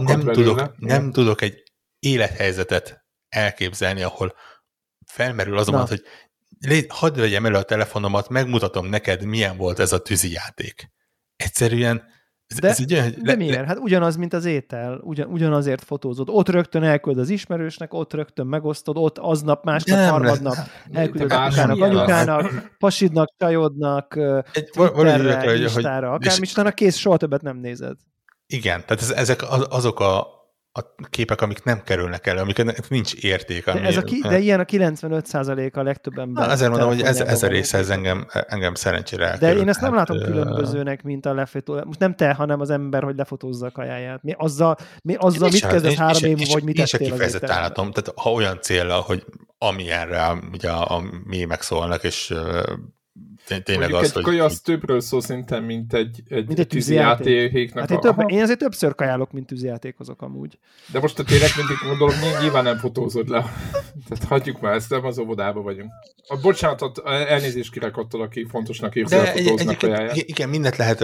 nem tudok egy élethelyzetet elképzelni, ahol felmerül azonban, hogy hadd vegyem elő a telefonomat, megmutatom neked, milyen volt ez a tűzijáték. Egyszerűen de miért? Hát ugyanaz, mint az étel. Ugyanazért fotózod. Ott rögtön elküld az ismerősnek, ott rögtön megosztod, ott aznap, másnap, harmadnap elküldöd apukának, anyukának, pasidnak, csajodnak, Twitterre, Instára, akármicsodának, kész, soha többet nem nézed. Igen, tehát ezek azok a képek, amik nem kerülnek elő, amiknek nincs érték. De ilyen a 95% a legtöbb ember. Azért mondom, hogy ez a része engem szerencsére elkerül. De én ezt nem látom különbözőnek, mint a lefotó. Most nem te, hanem az ember, hogy lefotózza a kajáját. Mi azzal mit kezdesz 3 év, vagy mit tettél az kifejezett állatom. Tehát ha olyan céllal, hogy amilyenre ugye a mémek szólnak, és tényleg az, hogy... az többről szó szerintem, mint egy tűzijátéknak. Hát én azért többször kajálok, mint tűzijátékozok amúgy. De most tényleg mindig gondolom, nyilván nem fotózod le. Tehát hagyjuk már, ezt nem az óvodában vagyunk. Bocsánat, elnézést kérek attól, aki fontosnak érzi a fotóznak kajáját. Igen, mindent lehet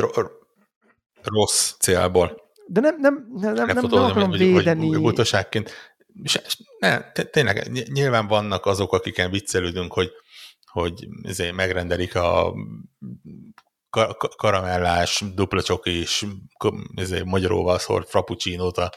rossz célból. De nem akarom védeni. Vagy butaságként. Tényleg, nyilván vannak azok, akiken viccelődünk, hogy megrendelik a karamellás, dupla csokis, magyaróval szólt frappuccinót a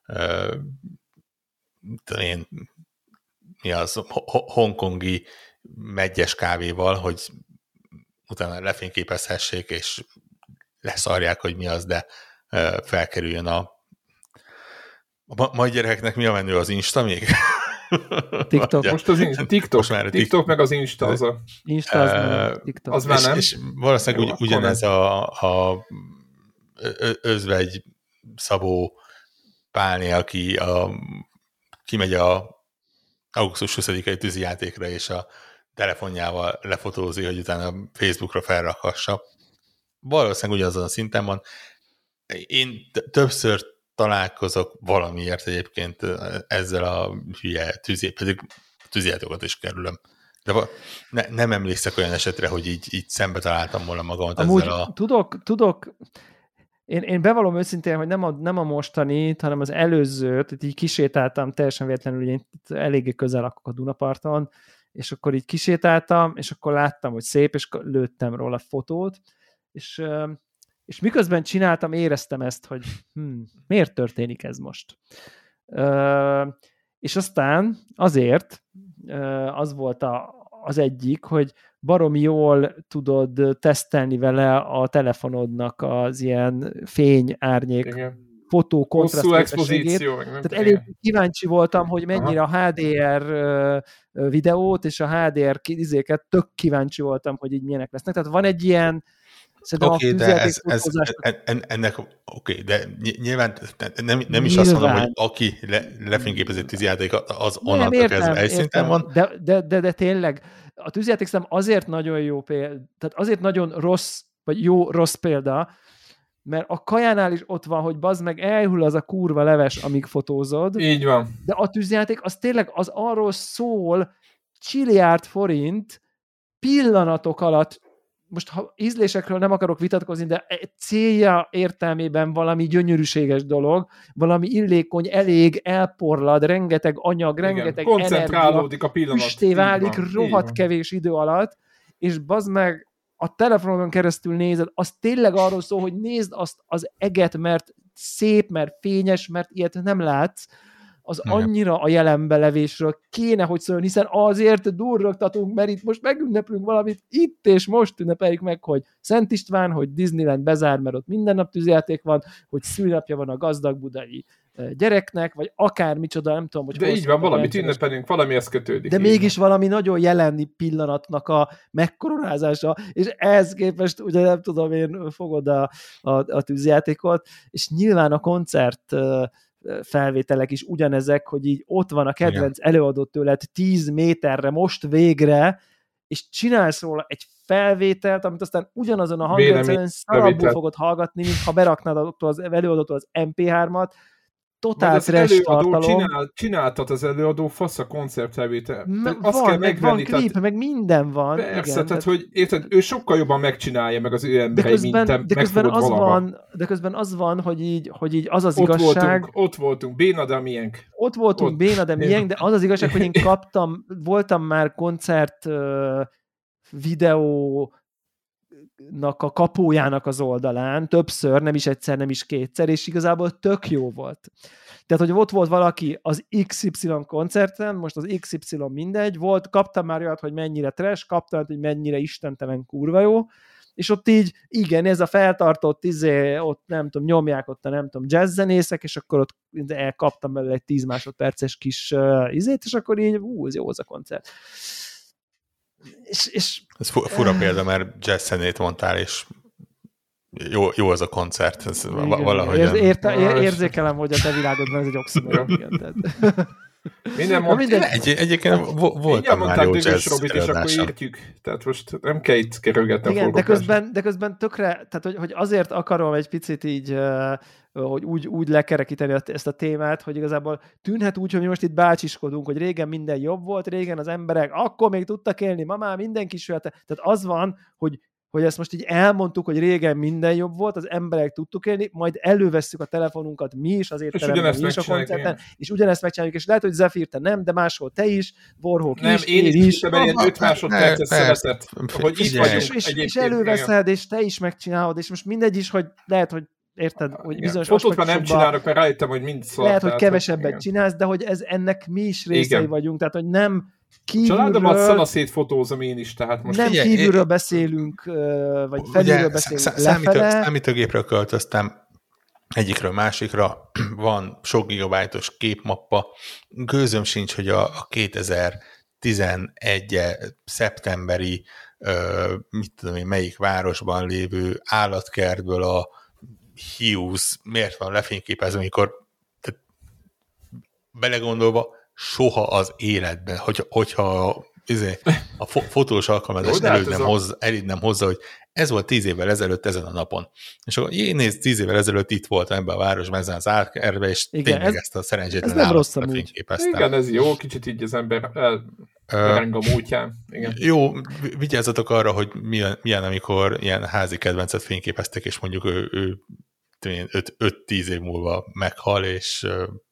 hongkongi meggyes kávéval, hogy utána lefényképezhessék, és leszarják, hogy mi az, de felkerüljön a mai gyerekeknek mi a menő, az Insta még? TikTok. Most az TikTok meg az Insta az a... Insta az TikTok. Az már nem. És valószínűleg ugyanez a özvegy Szabó Pálné, aki kimegy a augusztus 20-ai tűzijátékra, és a telefonjával lefotózi, hogy utána Facebookra felrakhassa. Valószínűleg ugyanazon a szinten van. Én többször találkozok valamiért egyébként ezzel a hülye pedig tűzijátékokat is kerülöm. De nem emlékszek olyan esetre, hogy így szembe találtam volna magamat amúgy ezzel a... Tudok, én bevallom őszintén, hogy nem a mostanit, hanem az előzőt, így kisétáltam teljesen véletlenül, hogy én eléggé közel lakok a Dunaparton, és akkor így kisétáltam, és akkor láttam, hogy szép, és lőttem róla fotót, és miközben csináltam, éreztem ezt, hogy miért történik ez most? És aztán azért az volt az egyik, hogy baromi jól tudod tesztelni vele a telefonodnak az ilyen fény-árnyék fotó kontrasztképességét. Tehát elég kíváncsi voltam, hogy mennyire a HDR videót és a HDR izéket tök kíváncsi voltam, hogy így milyenek lesznek. Tehát van egy ilyen Oké, de ennek de nyilván nem is azt mondom, hogy aki lefényképezett tűzjáték, az onnantól kezdve egyszinten van. De tényleg, a tűzjáték szerintem azért nagyon jó példa, tehát azért nagyon rossz, vagy jó-rossz példa, mert a kajánál is ott van, hogy bazd meg, elhull az a kurva leves, amíg fotózod. Így van. De a tűzjáték az tényleg az arról szól, csilliárd forint pillanatok alatt, most ha ízlésekről nem akarok vitatkozni, de célja értelmében valami gyönyörűséges dolog, valami illékony, elég, elporlad, rengeteg anyag, rengeteg koncentrálódik a pillanat. Füsté válik rohadt kevés idő alatt, és bazd meg, a telefonodon keresztül nézed, az tényleg arról szól, hogy nézd azt az eget, mert szép, mert fényes, mert ilyet nem látsz, az annyira a jelenbelevésről kéne, hogy szóljon, hiszen azért durrogtatunk, mert itt most megünneplünk valamit, itt és most ünnepeljük meg, hogy Szent István, hogy Disneyland bezár, mert ott minden nap tűzjáték van, hogy szülnapja van a gazdag budai gyereknek, vagy akár micsoda, nem tudom, hogy... De így van, valamit ünnepelünk, valamihez kötődik. De mégis valami nagyon jeleni pillanatnak a megkoronázása, és ehhez képest, ugye nem tudom, én fogod a tűzjátékot, és nyilván a koncert felvételek is ugyanezek, hogy így ott van a kedvenc előadó tőled 10 méterre most végre, és csinálsz róla egy felvételt, amit aztán ugyanazon a hangrendszeren szarabból fogod hallgatni, mintha beraknád az előadótól az MP3-at, totál trash tartalom. Csináltat az előadó, fasz a koncertfelvétel. Azt kell megvenni. Van klip, meg minden van. Persze, igen, tehát hogy érted, ő sokkal jobban megcsinálja meg az ő emberei, mint te megfogod valaha. De közben az van, hogy így az az igazság. Ott voltunk, béna, de miénk. Ott voltunk, béna, de miénk, de az az igazság, hogy én voltam már koncert videó a kapójának az oldalán, többször, nem is egyszer, nem is kétszer, és igazából tök jó volt. Tehát, hogy ott volt valaki az XY koncerten, most az XY mindegy, kaptam már olyat, hogy mennyire trash, kaptam olyat, hogy mennyire istentelen kurva jó, és ott így, igen, ez a feltartott ott nem tudom, nyomják ott a nem tudom, jazzzenészek, és akkor ott elkaptam belőle egy 10 másodperces kis izét, és akkor így, ez jó az a koncert. És ez fura példa, mert jazz zenét mondtál, és jó az a koncert. Ez valahogy érzékelem, hogy a te világodban ez egy oximoron. Egyébként voltam már jó jazz Robit, és akkor értjük. Tehát most nem kell itt kerülgetni a forgatást. De közben tökre, tehát hogy azért akarom egy picit így, hogy úgy lekerekíteni ezt a témát, hogy igazából tűnhet úgy, hogy mi most itt bácsiskodunk, hogy régen minden jobb volt, régen az emberek akkor még tudtak élni, ma már mindenki sülte. Tehát az van, hogy ezt most így elmondtuk, hogy régen minden jobb volt, az emberek tudtuk élni, majd elővesszük a telefonunkat mi is, az étteremben, mi is a koncerten, és ugyanezt megcsináljuk, és lehet, hogy Zephyr, te nem, de máshol te is, Borhók nem, is, én is. Nem, én 5 másodpercet szeretett, hogy itt vagyunk. És előveszed, és te is megcsinálod, és most mindegy is, hogy lehet, hogy érted, hogy bizonyos fotót már nem csinálok, mert rájöttem, hogy mind szar. Lehet, hogy kevesebbet csinálsz, de hogy ennek mi is részei vagyunk, tehát hogy nem családomat szanaszét fotózom én is, tehát most... Nem kívülről beszélünk, vagy felülről beszélünk lefele. Számítógépről költöztem egyikről másikra, van sok gigabájtos képmappa, gőzöm sincs, hogy a 2011 szeptemberi mit tudom én, melyik városban lévő állatkertből a hiúz miért van lefényképezve, amikor belegondolva soha az életben, hogyha a fotós alkalmazás előbb nem hozza, hogy ez volt 10 évvel ezelőtt ezen a napon. És akkor én nézd, 10 évvel ezelőtt itt voltam ebben a városban, ezen az árkerbe, és igen, tényleg ezt a szerencsétlen állatot fényképeztem. Igen, ez jó, kicsit így az ember elreng a múltján. Igen. Jó, vigyázzatok arra, hogy milyen, amikor ilyen házi kedvencet fényképeztek, és mondjuk ő 5-10 év múlva meghal, és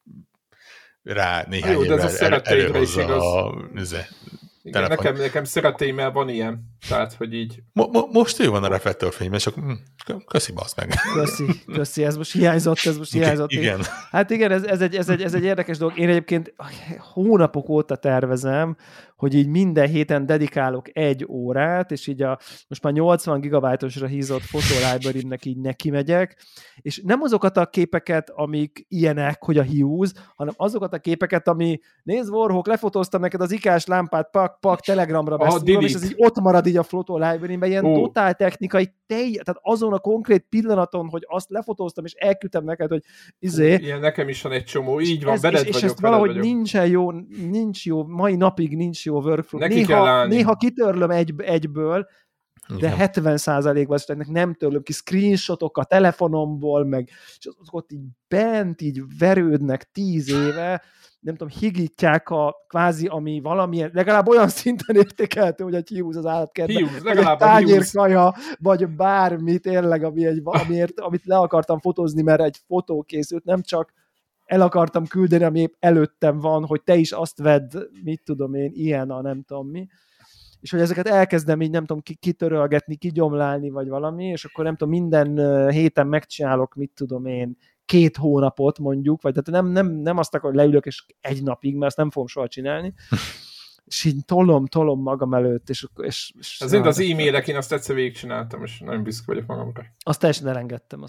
rá néhány évvel előhozza a igen, nekem szeretteimmel van ilyen. Tehát, hogy így... Most ő van a reflektorfényben, csak köszi, basz meg. Köszi, ez most hiányzott. Igen. Hát igen, ez egy érdekes dolog. Én egyébként hónapok óta tervezem, hogy így minden héten dedikálok 1 órát, és így most már 80 gigabájtosra hízott Photo Library-nek így neki megyek, és nem azokat a képeket, amik ilyenek, hogy a hiúz, hanem azokat a képeket, ami nézd, Warhawk, lefotóztam neked az ikás lámpát, pak, Telegramra beszélem, és ez így ott marad így a Photo Library-ben, ilyen totál technikai, tehát azon a konkrét pillanaton, hogy azt lefotóztam, és elküldtem neked, hogy ilyen nekem is van egy csomó, így van, veled vagyok. És ezt valahogy nincs jó, mai napig nincs jó workflow. Néha kitörlöm egyből, de 70%-ban nem törlöm ki screenshotok a telefonomból, meg és azok ott így bent, így verődnek 10 éve, nem tudom, higítják kvázi, ami valamilyen, legalább olyan szinten értékelhető, hogy egy hiúz az állatkertben, vagy egy tányérkaja, vagy bármi tényleg, amit le akartam fotózni, mert egy fotó készült, nem csak el akartam küldeni, ami épp előttem van, hogy te is azt vedd, mit tudom én, ilyen a nem tudom mi, és hogy ezeket elkezdem így, nem tudom, kitörölgetni, kigyomlálni, vagy valami, és akkor nem tudom, minden héten megcsinálok, mit tudom én, 2 hónapot mondjuk, vagy tehát nem azt akarom, hogy leülök, és 1 napig, mert azt nem fogom soha csinálni, és így tolom magam előtt, és ezért az e-mailek, én azt egyszer végigcsináltam, és nagyon büszke vagyok magamra. Azt teljesen elengedtem,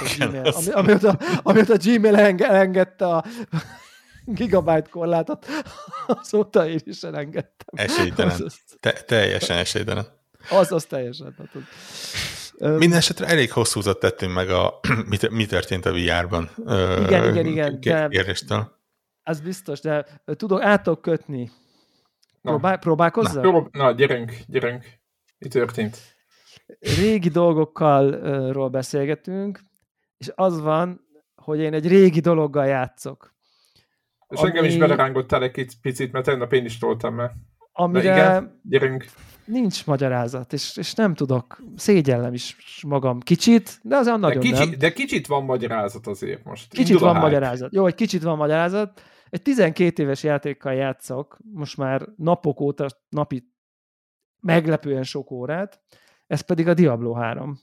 amióta a Gmail elengedte a gigabyte korlátot, azóta én is elengedtem. Esélytelen. Teljesen esélytelen. Az teljesen. Mindenesetre elég hosszú utat tettünk meg mi történt a VR-ban. Igen. Kérdéstől. Az biztos, de át tudok kötni. Próbálkozzak? Na, gyerünk. Mi történt? Régi dolgokkal beszélgetünk, és az van, hogy én egy régi dologgal játszok. És engem is belerángottál egy picit, mert tegnap én is toltam már. Amire igen, gyerünk. Nincs magyarázat, és nem tudok, szégyellem is magam kicsit, de azért nagyon nem. De kicsit van magyarázat azért most. Kicsit van magyarázat. Jó, egy kicsit van magyarázat. Egy 12 éves játékkal játszok, most már napok óta, napi meglepően sok órát, ez pedig a Diablo 3.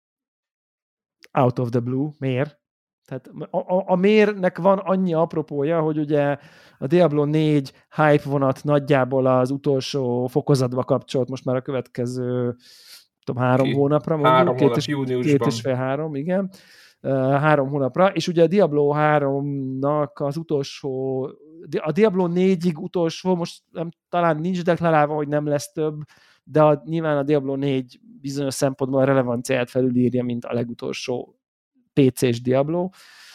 Out of the blue. Miért? Tehát a miérnek van annyi apropója, hogy ugye a Diablo 4 hype vonat nagyjából az utolsó fokozatba kapcsolt, most már a következő 3 hónapra mondjuk. 3 hónap, júniusban. 2,5-3, igen. 3 hónapra, és ugye a Diablo 3-nak az utolsó, a Diablo 4-ig utolsó, most talán nincs deklarálva, hogy nem lesz több, de nyilván a Diablo 4 bizonyos szempontból a relevanciáját felülírja, mint a legutolsó PC-s Diablo.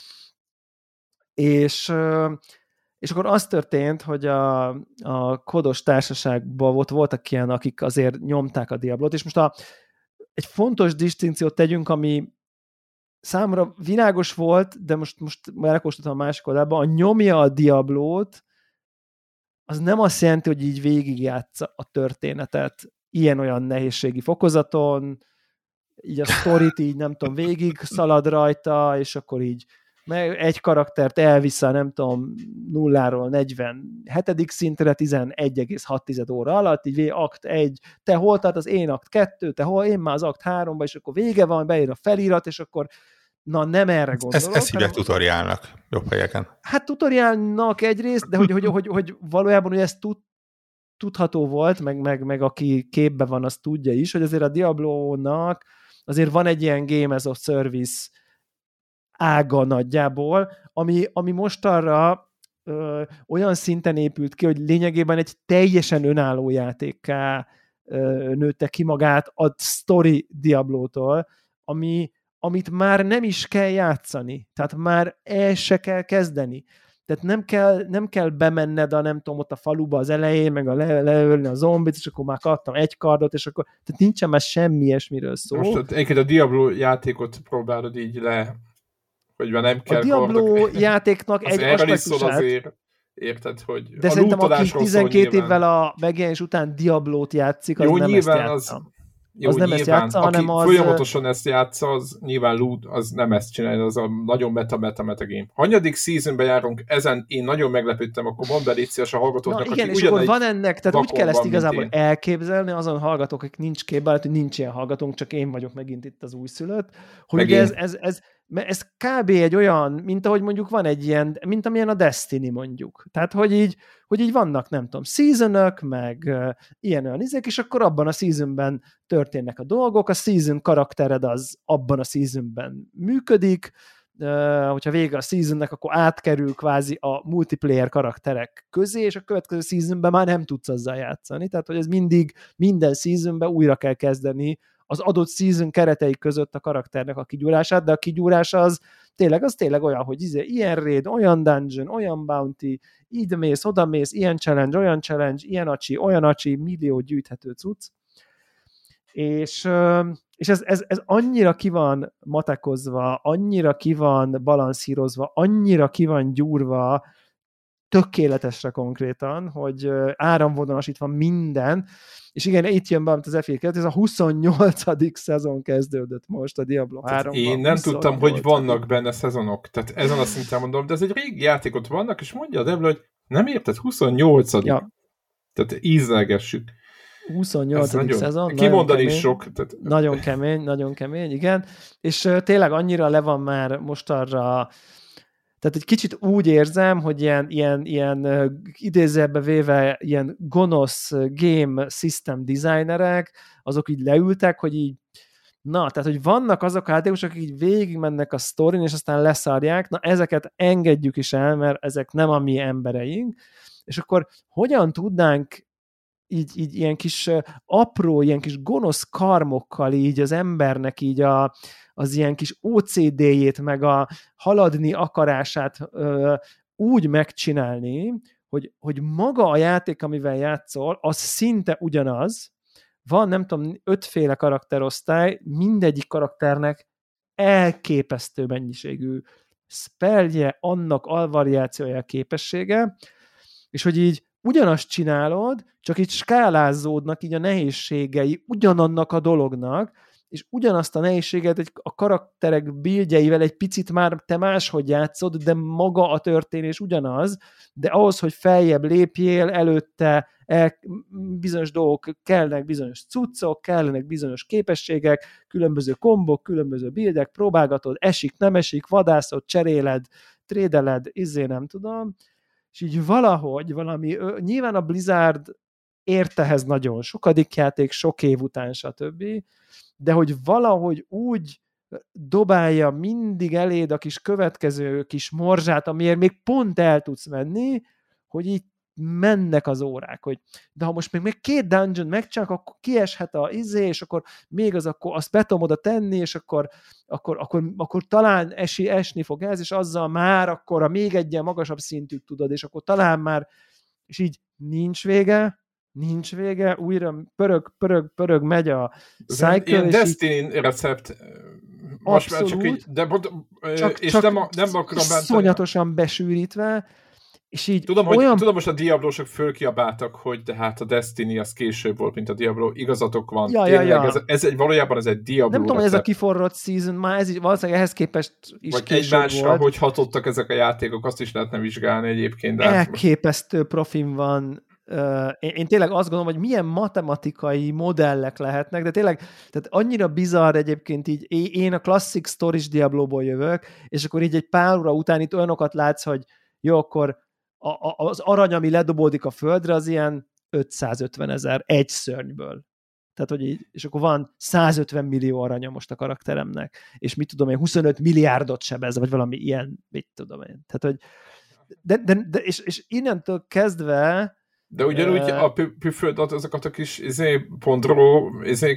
És akkor az történt, hogy a kodos társaságban voltak ilyen, akik azért nyomták a Diablót, és most egy fontos disztinkciót tegyünk, ami számomra világos volt, de most elkóstoltam a másik oldalba, a nyomja a Diablót, az nem azt jelenti, hogy így végigjátsza a történetet ilyen-olyan nehézségi fokozaton, így a sztorit így nem tudom, végig szalad rajta, és akkor így egy karaktert elvisz a nem tudom 0-ról 47. szintre 11,6 óra alatt, így akt 1, te hol tart az én akt 2, te hol, én már az akt 3-ba, és akkor vége van, beír a felirat, és akkor nem erre gondolok. Ezt hívják tutoriálnak jobb helyeken. Hát tutoriálnak egyrészt, de hogy valójában hogy ez tudható volt, meg aki képben van, az tudja is, hogy azért a Diablónak azért van egy ilyen Game as a Service ága nagyjából, ami mostanra olyan szinten épült ki, hogy lényegében egy teljesen önálló játékká nőtte ki magát a Story Diablótól, amit már nem is kell játszani. Tehát már el se kell kezdeni. Tehát nem kell bemenned a nem tudom, ott a faluba az elején, meg leölni a zombit, és akkor már kaptam egy kardot, és akkor tehát nincsen már semmi ilyesmiről szó. Most egyébként a Diablo játékot próbálod így le, hogy már nem kell a Diablo kardok. játéknak egy aspektusát. Azért, érted, hogy de szerintem aki 12 évvel a megjelenés után Diablót játszik, az jó, nem ezt játsza. Jó, az nem nyilván, ezt játsza, hanem az... folyamatosan ezt játsza, az nyilván loot, az nem ezt csinálja, az a nagyon meta game. Hanyadik seasonbe járunk, ezen én nagyon meglepődtem, akkor mondd be légy szíves a hallgatóknak, na, igen, és akkor van ennek, tehát úgy kell ezt igazából én. elképzelni, azon hallgatók, akik nincs képben, lehet, hogy nincs ilyen hallgatónk, csak én vagyok megint itt az újszülött, hogy ugye ez kb. Egy olyan, mint ahogy mondjuk van egy ilyen, mint amilyen a Destiny mondjuk. Tehát, hogy így vannak, nem tudom, seasonök, meg ilyen-olyan izék, és akkor abban a seasonben történnek a dolgok, a season karaktered az abban a seasonben működik, hogyha vége a seasonnek, akkor átkerül kvázi a multiplayer karakterek közé, és a következő seasonben már nem tudsz azzal játszani. Tehát, hogy ez mindig, minden seasonben újra kell kezdeni az adott season keretei között a karakternek a kigyúrását, de a kigyúrás az tényleg olyan, hogy ilyen raid, olyan dungeon, olyan bounty, így mész, oda mész, ilyen challenge, olyan challenge, ilyen acsi, olyan acsi, millió gyűjthető cucc. És ez annyira ki van matekozva, annyira ki van balanszírozva, annyira ki van gyúrva, tökéletesre konkrétan, hogy áramvonalasítva minden, és igen, itt jön be, amit az F1 ez a 28. szezon kezdődött most a Diablo 3-ban. Én nem tudtam, hogy vannak benne szezonok, tehát ezen a szinten mondom, de ez egy régi játékot vannak, és mondja a Diablo, hogy nem érted, 28. Ja. Tehát ízlelgessük. 28. szezon. Kimondani is sok. Tehát... Nagyon kemény, igen. És tényleg annyira le van már most arra. Tehát egy kicsit úgy érzem, hogy ilyen idézőjelbe véve ilyen gonosz game system designerek, azok így leültek, hogy így tehát, hogy vannak azok a játékosok, akik így végigmennek a sztorin, és aztán leszarják, na ezeket engedjük is el, mert ezek nem a mi embereink, és akkor hogyan tudnánk így ilyen kis apró, ilyen kis gonosz karmokkal így az embernek így az ilyen kis OCD-jét, meg a haladni akarását úgy megcsinálni, hogy maga a játék, amivel játszol, az szinte ugyanaz. Van, nem tudom, 5 féle karakterosztály, mindegyik karakternek elképesztő mennyiségű spellje, annak alvariációja, képessége, és hogy így ugyanazt csinálod, csak így skálázódnak így a nehézségei ugyanannak a dolognak, és ugyanazt a nehézséget a karakterek buildjeivel egy picit már te máshogy játszod, de maga a történés ugyanaz, de ahhoz, hogy feljebb lépjél, előtte bizonyos dolgok, kellnek bizonyos cuccok, kellenek bizonyos képességek, különböző kombok, különböző buildek, próbálgatod, esik, nem esik, vadászod, cseréled, trédeled, nem tudom, és így valami, nyilván a Blizzard ért ehhez nagyon sokadik játék, sok év után, stb., de hogy valahogy úgy dobálja mindig eléd a kis következő kis morzsát, amiért még pont el tudsz menni, hogy így mennek az órák, hogy de ha most még 2 dungeon megcsinálok, akkor kieshet és akkor még akkor azt be tudom oda tenni, és akkor talán esni fog ez, és azzal már akkor a még egyen magasabb szintűt tudod, és akkor talán már, és így nincs vége, újra pörög, megy a cycle. Ilyen Destiny recept. Most abszolút, már csak így, de és csak nem akarom bántani. Szonyatosan besűrítve, és így tudom, hogy most a Diablósok fölkiabáltak, hogy de hát a Destiny az később volt, mint a Diablo. Igazatok van. Tényleg, valójában ez egy Diablo nem tudom, hogy ez a kiforrott season, már ez így, valószínűleg ehhez képest is vagy később egymásra, volt. hogy hatottak ezek a játékok, azt is lehetne vizsgálni egyébként. Elképesztő profim van. Én tényleg azt gondolom, hogy milyen matematikai modellek lehetnek, de tényleg tehát annyira bizarr egyébként így, én a klasszik stories Diablo-ból jövök, és akkor így egy pár óra után itt olyanokat látsz, hogy jó, akkor az arany, ami ledobódik a földre, az ilyen 550 000 egy szörnyből. Tehát, hogy így, és akkor van 150 millió aranya most a karakteremnek, és mit tudom én, 25 milliárdot sebez, vagy valami ilyen, mit tudom én. Tehát, hogy és innentől kezdve De ugyanúgy a püföld azokat a kis pondró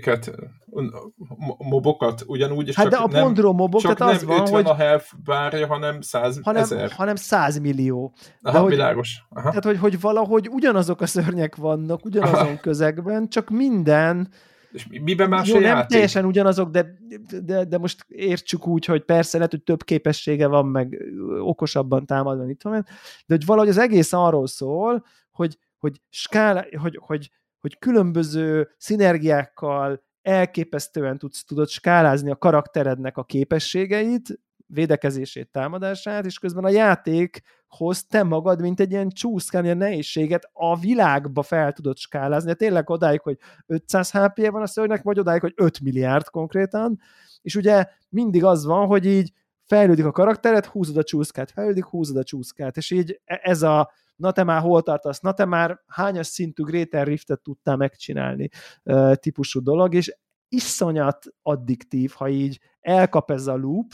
mobokat ugyanúgy, és hát de a pondró mobok, csak tehát az nem van, 50 hogy a health bárja, hanem 100 000. Hanem 100 millió. Aha, világos. Aha. Tehát, hogy valahogy ugyanazok a szörnyek vannak, ugyanazon közegben, csak minden... És miben más jó, a nem játék? teljesen ugyanazok, de most értsük úgy, hogy persze lehet, hogy több képessége van, meg okosabban támadva, itt van, de hogy valahogy az egész arról szól, hogy különböző szinergiákkal elképesztően tudod skálázni a karakterednek a képességeit, védekezését, támadását, és közben a játékhoz te magad, mint egy ilyen csúszkán, ilyen nehézséget a világba fel tudod skálázni, de tényleg odáig, hogy 500 HP-je van a szörnynek, vagy odáig, hogy 5 milliárd konkrétan, és ugye mindig az van, hogy így fejlődik a karaktered, húzod a csúszkát, fejlődik, húzod a csúszkát, és így ez a na te már hol tartasz, na te már hányas szintű Greater Riftet tudtál megcsinálni típusú dolog, és iszonyat addiktív, ha így elkap ez a loop,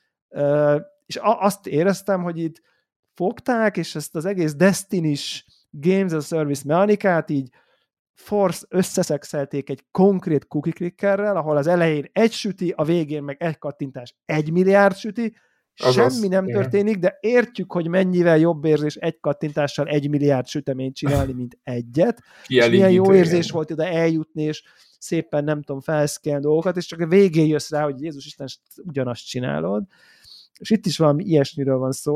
és azt éreztem, hogy itt fogták, és ezt az egész Destiny-s Games as a Service mechanikát így összeszexelték egy konkrét cookie clickerrel, ahol az elején egy süti, a végén meg egy kattintás 1 milliárd süti, semmi nem történik, de értjük, hogy mennyivel jobb érzés egy kattintással 1 milliárd süteményt csinálni, mint egyet, és milyen jó érzés volt oda eljutni, és szépen nem tudom, felszkélni dolgokat, és csak a végén jössz rá, hogy Jézus Isten, ugyanazt csinálod. És itt is valami ilyesmiről van szó.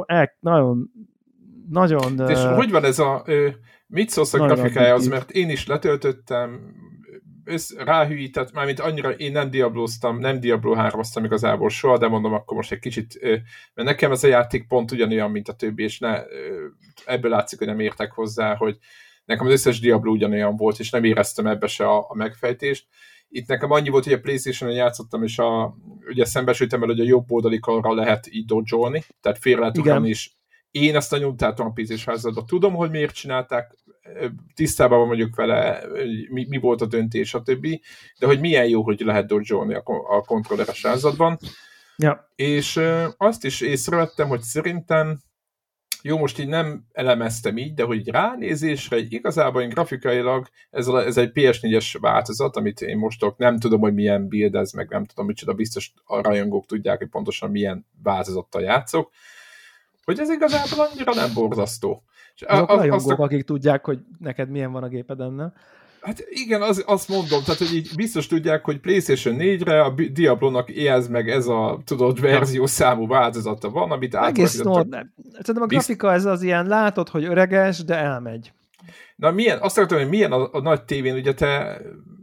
Nagyon... És hogy van ez a... mit szólsz a grafikájához? Mert én is letöltöttem, ráhűített, mármint annyira én nem Diablóztam, nem Diablo 3-oztam igazából soha, de mondom akkor most egy kicsit, mert nekem ez a játék pont ugyanolyan, mint a többi, és ebből látszik, hogy nem értek hozzá, hogy nekem az összes Diablo ugyanolyan volt, és nem éreztem ebbe se a megfejtést. Itt nekem annyi volt, hogy a PlayStation-on játszottam, és ugye szembesültem el, hogy a jobb oldali karra lehet így dodge-olni, tehát félre lehet ugrani, és én ezt nagyon utáltam a PC-s házadban. Tudom, hogy miért csinálták, tisztában van mondjuk vele, mi volt a döntés, stb. De hogy milyen jó, hogy lehet dodge-olni a kontrolleres házadban. Ja. És azt is észrevettem, hogy szerintem jó, most így nem elemeztem így, de hogy ránézésre, igazából én grafikailag ez egy PS4-es változat, amit én most nem tudom, hogy milyen build ez, meg nem tudom micsoda, biztos a rajongók tudják, hogy pontosan milyen változattal játszok, hogy ez igazából annyira nem borzasztó. Azok rajongók, akik tudják, hogy neked milyen van a gépeden, nem? Hát igen, azt mondom, tehát hogy így biztos tudják, hogy PlayStation 4-re a Diablo-nak ez meg ez a verzió számú változata van, amit átalakítottak. Szerintem a grafika ez az ilyen, látod, hogy öreges, de elmegy. Na milyen, azt akartam, hogy milyen a nagy tévén, ugye te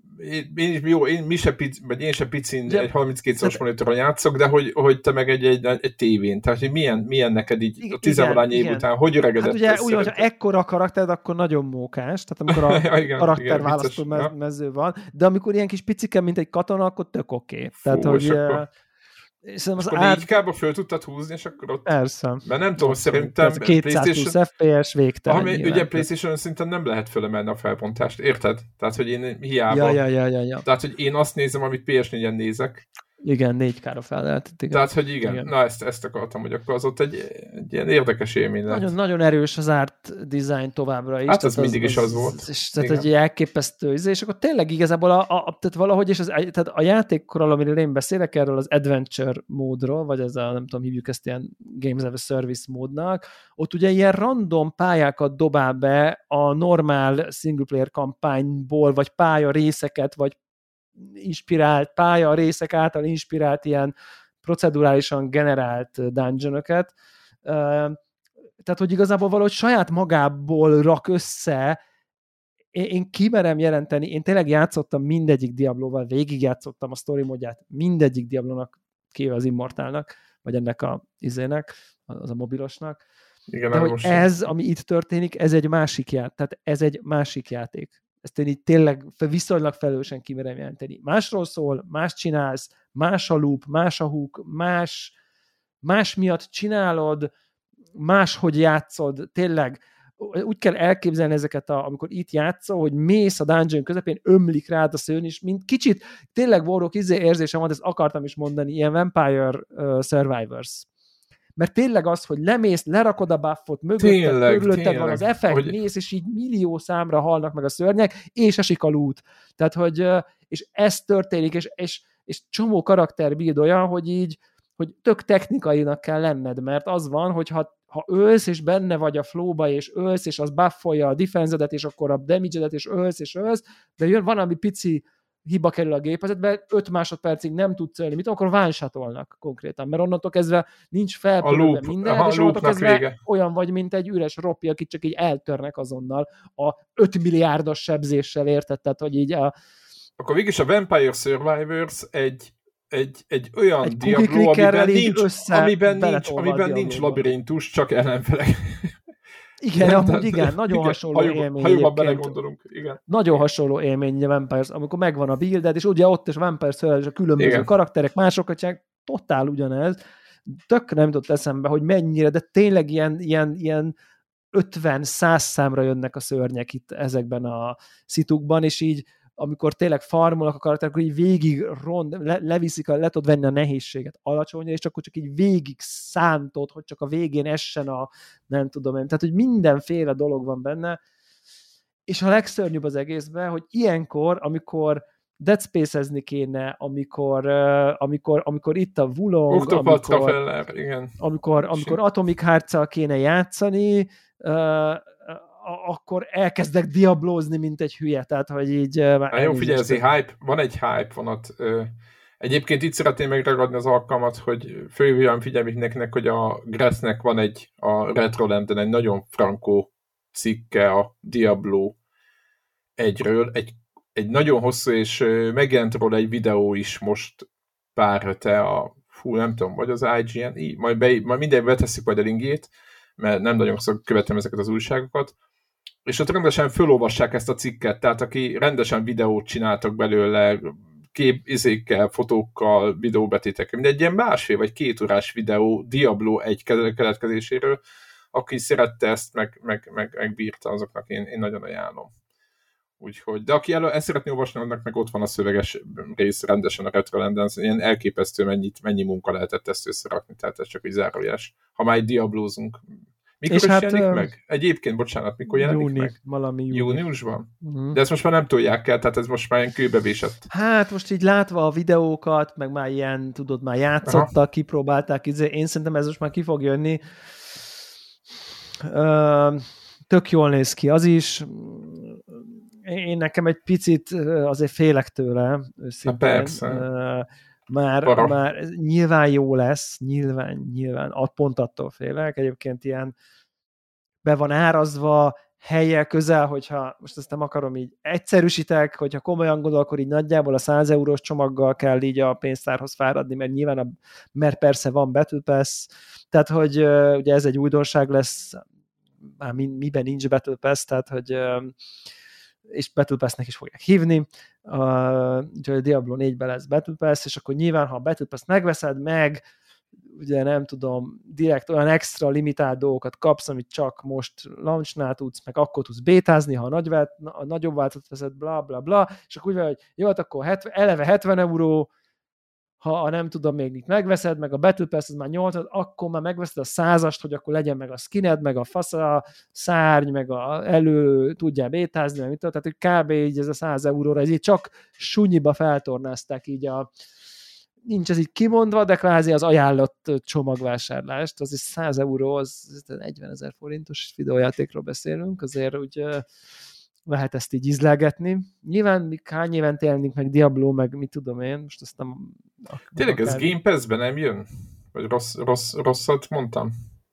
én se picin egy 32-szoros monitoron játszok, de hogy te meg egy tévén, tehát hogy milyen neked így a 10-valány év után, hogy öregedett? Hát ugye úgy, hogyha ekkora a karaktered, akkor nagyon mókás, tehát amikor a karakterválasztó mező van, de amikor ilyen kis picike, mint egy katona, akkor tök oké. Tehát, hogy... És akkor 4K-ba föl tudtad húzni, és akkor ott... Persze. Mert nem tudom, szerintem 220 FPS végtelen. Ugye PlayStation szinten nem lehet fölemelni a felbontást, érted? Tehát, hogy én hiába... Ja. Tehát, hogy én azt nézem, amit PS4-en nézek. Igen, 4K-ra fel lehet. Igen. Tehát, hogy igen. Na, ezt akartam, hogy akkor az ott egy ilyen érdekes élmény lett. Nagyon erős az art design továbbra is. Hát ez mindig is az volt. És tehát egy elképesztő, és akkor tényleg igazából tehát valahogy, és tehát a játékkorral, amiről én beszélek, erről az adventure módról, vagy ez a, nem tudom, hívjuk ezt ilyen Games as a Service módnak, ott ugye ilyen random pályákat dobál be a normál single player kampányból, vagy pálya részeket, vagy inspirált pálya részek által inspirált ilyen procedurálisan generált dungeonöket. Tehát, hogy igazából valahogy saját magából rak össze. Én kimerem jelenteni, én tényleg játszottam mindegyik Diablóval, végigjátszottam a story módját mindegyik Diablónak, kivéve az Immortálnak, vagy ennek a izének, az a mobilosnak. Igen, de hogy ez, ami itt történik, ez egy másik játék. Tehát ez egy másik játék. Ezt én így tényleg viszonylag felelősen kimerem jelenteni. Másról szól, más csinálsz, más a loop, más a hook, más miatt csinálod, máshogy játszod, tényleg úgy kell elképzelni ezeket, amikor itt játszol, hogy mész a dungeon közepén, ömlik rád a szőn, és mint kicsit tényleg Warrock érzésem van, ezt akartam is mondani, ilyen Vampire Survivors. mert tényleg az, hogy lemész, lerakod a buffot, mögötted, körülötted van az effekt, hogy... mész, és így millió számra halnak meg a szörnyek, és esik a loot. Tehát, hogy és ez történik, és csomó karakterbuild olyan, hogy így, hogy tök technikainak kell lenned, mert az van, hogy ha ölsz, és benne vagy a flowba, és ölsz, és az buffolja a defense-edet, és akkor a damage-edet, és ölsz, de jön valami pici hiba kerül a gépezetbe, 5 másodpercig nem tudsz ölni, mit akkor one-shotolnak konkrétan, mert onnantól kezdve nincs felpörülve minden, és onnantól kezdve vége. Olyan vagy, mint egy üres roppi, akit csak így eltörnek azonnal a 5 milliárdos sebzéssel, érted? Tehát, hogy így Akkor végig a Vampire Survivors egy olyan Diablo, amiben nincs labirintus, csak ellenfelek. Igen, amúgy igen, nagyon hasonló élmény. Hajóban belegondolunk, igen. Nagyon hasonló élmény a Vampires, amikor megvan a builded, és ugye ott is Vampire Survivors, a különböző igen. karakterek, másokat csinálják, totál ugyanez. Tök nem jutott eszembe, hogy mennyire, de tényleg ilyen 50-100 számra jönnek a szörnyek itt ezekben a szitukban, és így amikor tényleg farmolnak a karakterek, akkor így végig leviszik, le tudod venni a nehézséget alacsonyra, és akkor csak így végig szántod, hogy csak a végén essen nem tudom én. Tehát, hogy mindenféle dolog van benne, és a legszörnyűbb az egészben, hogy ilyenkor, amikor Dead Space-ezni kéne, amikor itt a Wulong, amikor Atomic Hearts-al kéne játszani, akkor elkezdek diablózni, mint egy hülye, tehát, hogy így... Jó, figyelj, ez egy hype, van egy hype vonat. Egyébként itt szeretném megragadni az alkalmat, hogy fölhívjam figyelmüknek, hogy a Grassnek van a Retrolanden egy nagyon frankó cikke a Diablo 1-ről, egy nagyon hosszú, és megjelent róla egy videó is most pár hete nem tudom, vagy az IGN, majd mindenki beteszik majd a linkjét, mert nem nagyon követem ezeket az újságokat, és ott rendesen fölolvassák ezt a cikket, tehát aki rendesen videót csináltak belőle, izékkel, fotókkal, videóbetétekkel, mindegy ilyen 1,5 vagy 2 órás videó Diablo 1 keletkezéséről, aki szerette ezt, meg bírta, azoknak én nagyon ajánlom. Úgyhogy, de aki ezt szeretné olvasni, annak meg ott van a szöveges rész rendesen a Retrolanden, ilyen elképesztő mennyi munka lehetett ezt összerakni, tehát ez csak egy zárójás. Ha már diablózunk. Mikor is jelenik meg? Egyébként, bocsánat, mikor jelenik meg? Valami júniusban? De ezt most már nem tolják el, tehát ez most már ilyen kőbevésett. Hát most így látva a videókat, meg már ilyen, tudod, már játszottak, kipróbálták, én szerintem ez most már ki fog jönni. Tök jól néz ki az is. Én nekem egy picit azért félek tőle, őszintén. Persze. Már nyilván jó lesz, nyilván, pont attól félek. Egyébként ilyen be van árazva, helye közel, hogyha most ezt nem akarom így egyszerűsítek, hogyha komolyan gondol, akkor így nagyjából a 100 eurós csomaggal kell így a pénztárhoz fáradni, mert nyilván mert persze van Battle Pass, tehát hogy ugye ez egy újdonság lesz, már miben nincs Battle Pass, tehát hogy és Battle Pass-nek is fogják hívni, úgyhogy a Diablo 4-ben lesz Battle Pass, és akkor nyilván, ha a Battle Pass megveszed, meg ugye nem tudom, direkt olyan extra limitált dolgokat kapsz, amit csak most launchnál tudsz, meg akkor tudsz bétázni, ha a nagyobb változatot veszed, bla bla bla, és akkor úgy van, hogy jó, hát akkor eleve 70 euró, ha nem tudom, még itt megveszed, meg a Battle Pass az már 80, akkor már megveszed a 100-ast, hogy akkor legyen meg a skined, meg a fasza, szárny, meg tudjál bétázni, meg mit tudom, tehát hogy kb. Így ez a 100 euróra, ez így csak sunyiba feltornázták így nincs ez így kimondva, de kvázi az ajánlott csomagvásárlást, az is 100 euró, az 40 000 forintos videójátékról beszélünk, azért úgy lehet ezt így ízlelgetni. Nyilván hány évente jelenik meg Diablo, meg mit tudom én, most azt nem... Tényleg ez Game Pass-ben nem jön? Vagy rosszat mondtam?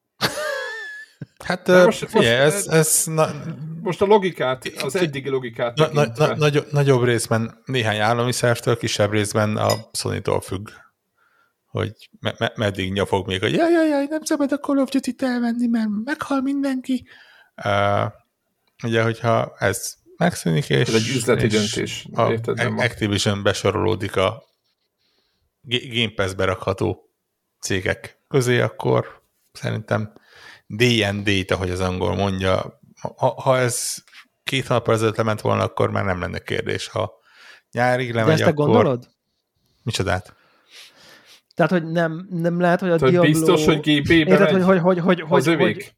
Hát most a logikát, az eddigi logikát nagyobb részben néhány állami szervtől, kisebb részben a Sony-tól függ, hogy meddig nyafog még, hogy jaj, nem szabad a Call of Duty-t elvenni, mert meghal mindenki. Ugye, hogyha ez megszűnik, és... Ez egy üzleti döntés. Activision besorolódik a Game Pass-be rakható cégek közé, akkor szerintem D&D-t, ahogy az angol mondja, ha ez 2 hónappal ezelőtt lement volna, akkor már nem lenne kérdés. Ha nyárig lemegy, akkor... De ezt te gondolod? Micsodát? Tehát, hogy nem lehet, hogy a tehát Diablo... biztos, hogy GP-be megy az övék?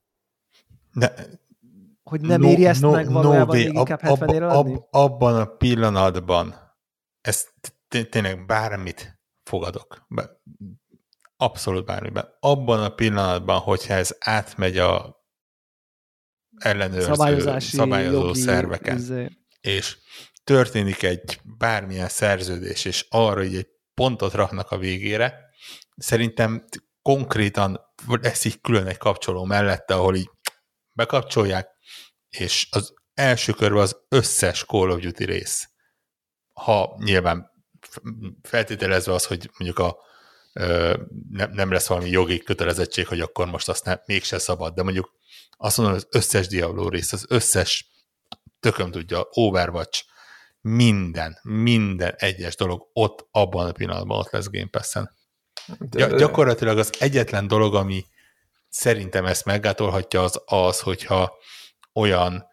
Hogy nem éri ezt meg valójában még inkább 70-ére adni? Abban a pillanatban ez tényleg bármit fogadok. Abszolút bármiben. Abban a pillanatban, hogyha ez átmegy a ellenőrző, szabályozó szerveken, és történik egy bármilyen szerződés, és arra így egy pontot raknak a végére, szerintem konkrétan lesz így külön egy kapcsoló mellette, ahol így bekapcsolják, és az első körben az összes Call of Duty rész, ha nyilván feltételezve az, hogy mondjuk nem lesz valami jogi kötelezettség, hogy akkor most azt mégse szabad, de mondjuk azt mondom, az összes Diablo rész, az összes tököm tudja, Overwatch, minden egyes dolog ott, abban a pillanatban ott lesz Game Pass-en. Gyakorlatilag az egyetlen dolog, ami szerintem ezt meggátolhatja, az hogyha olyan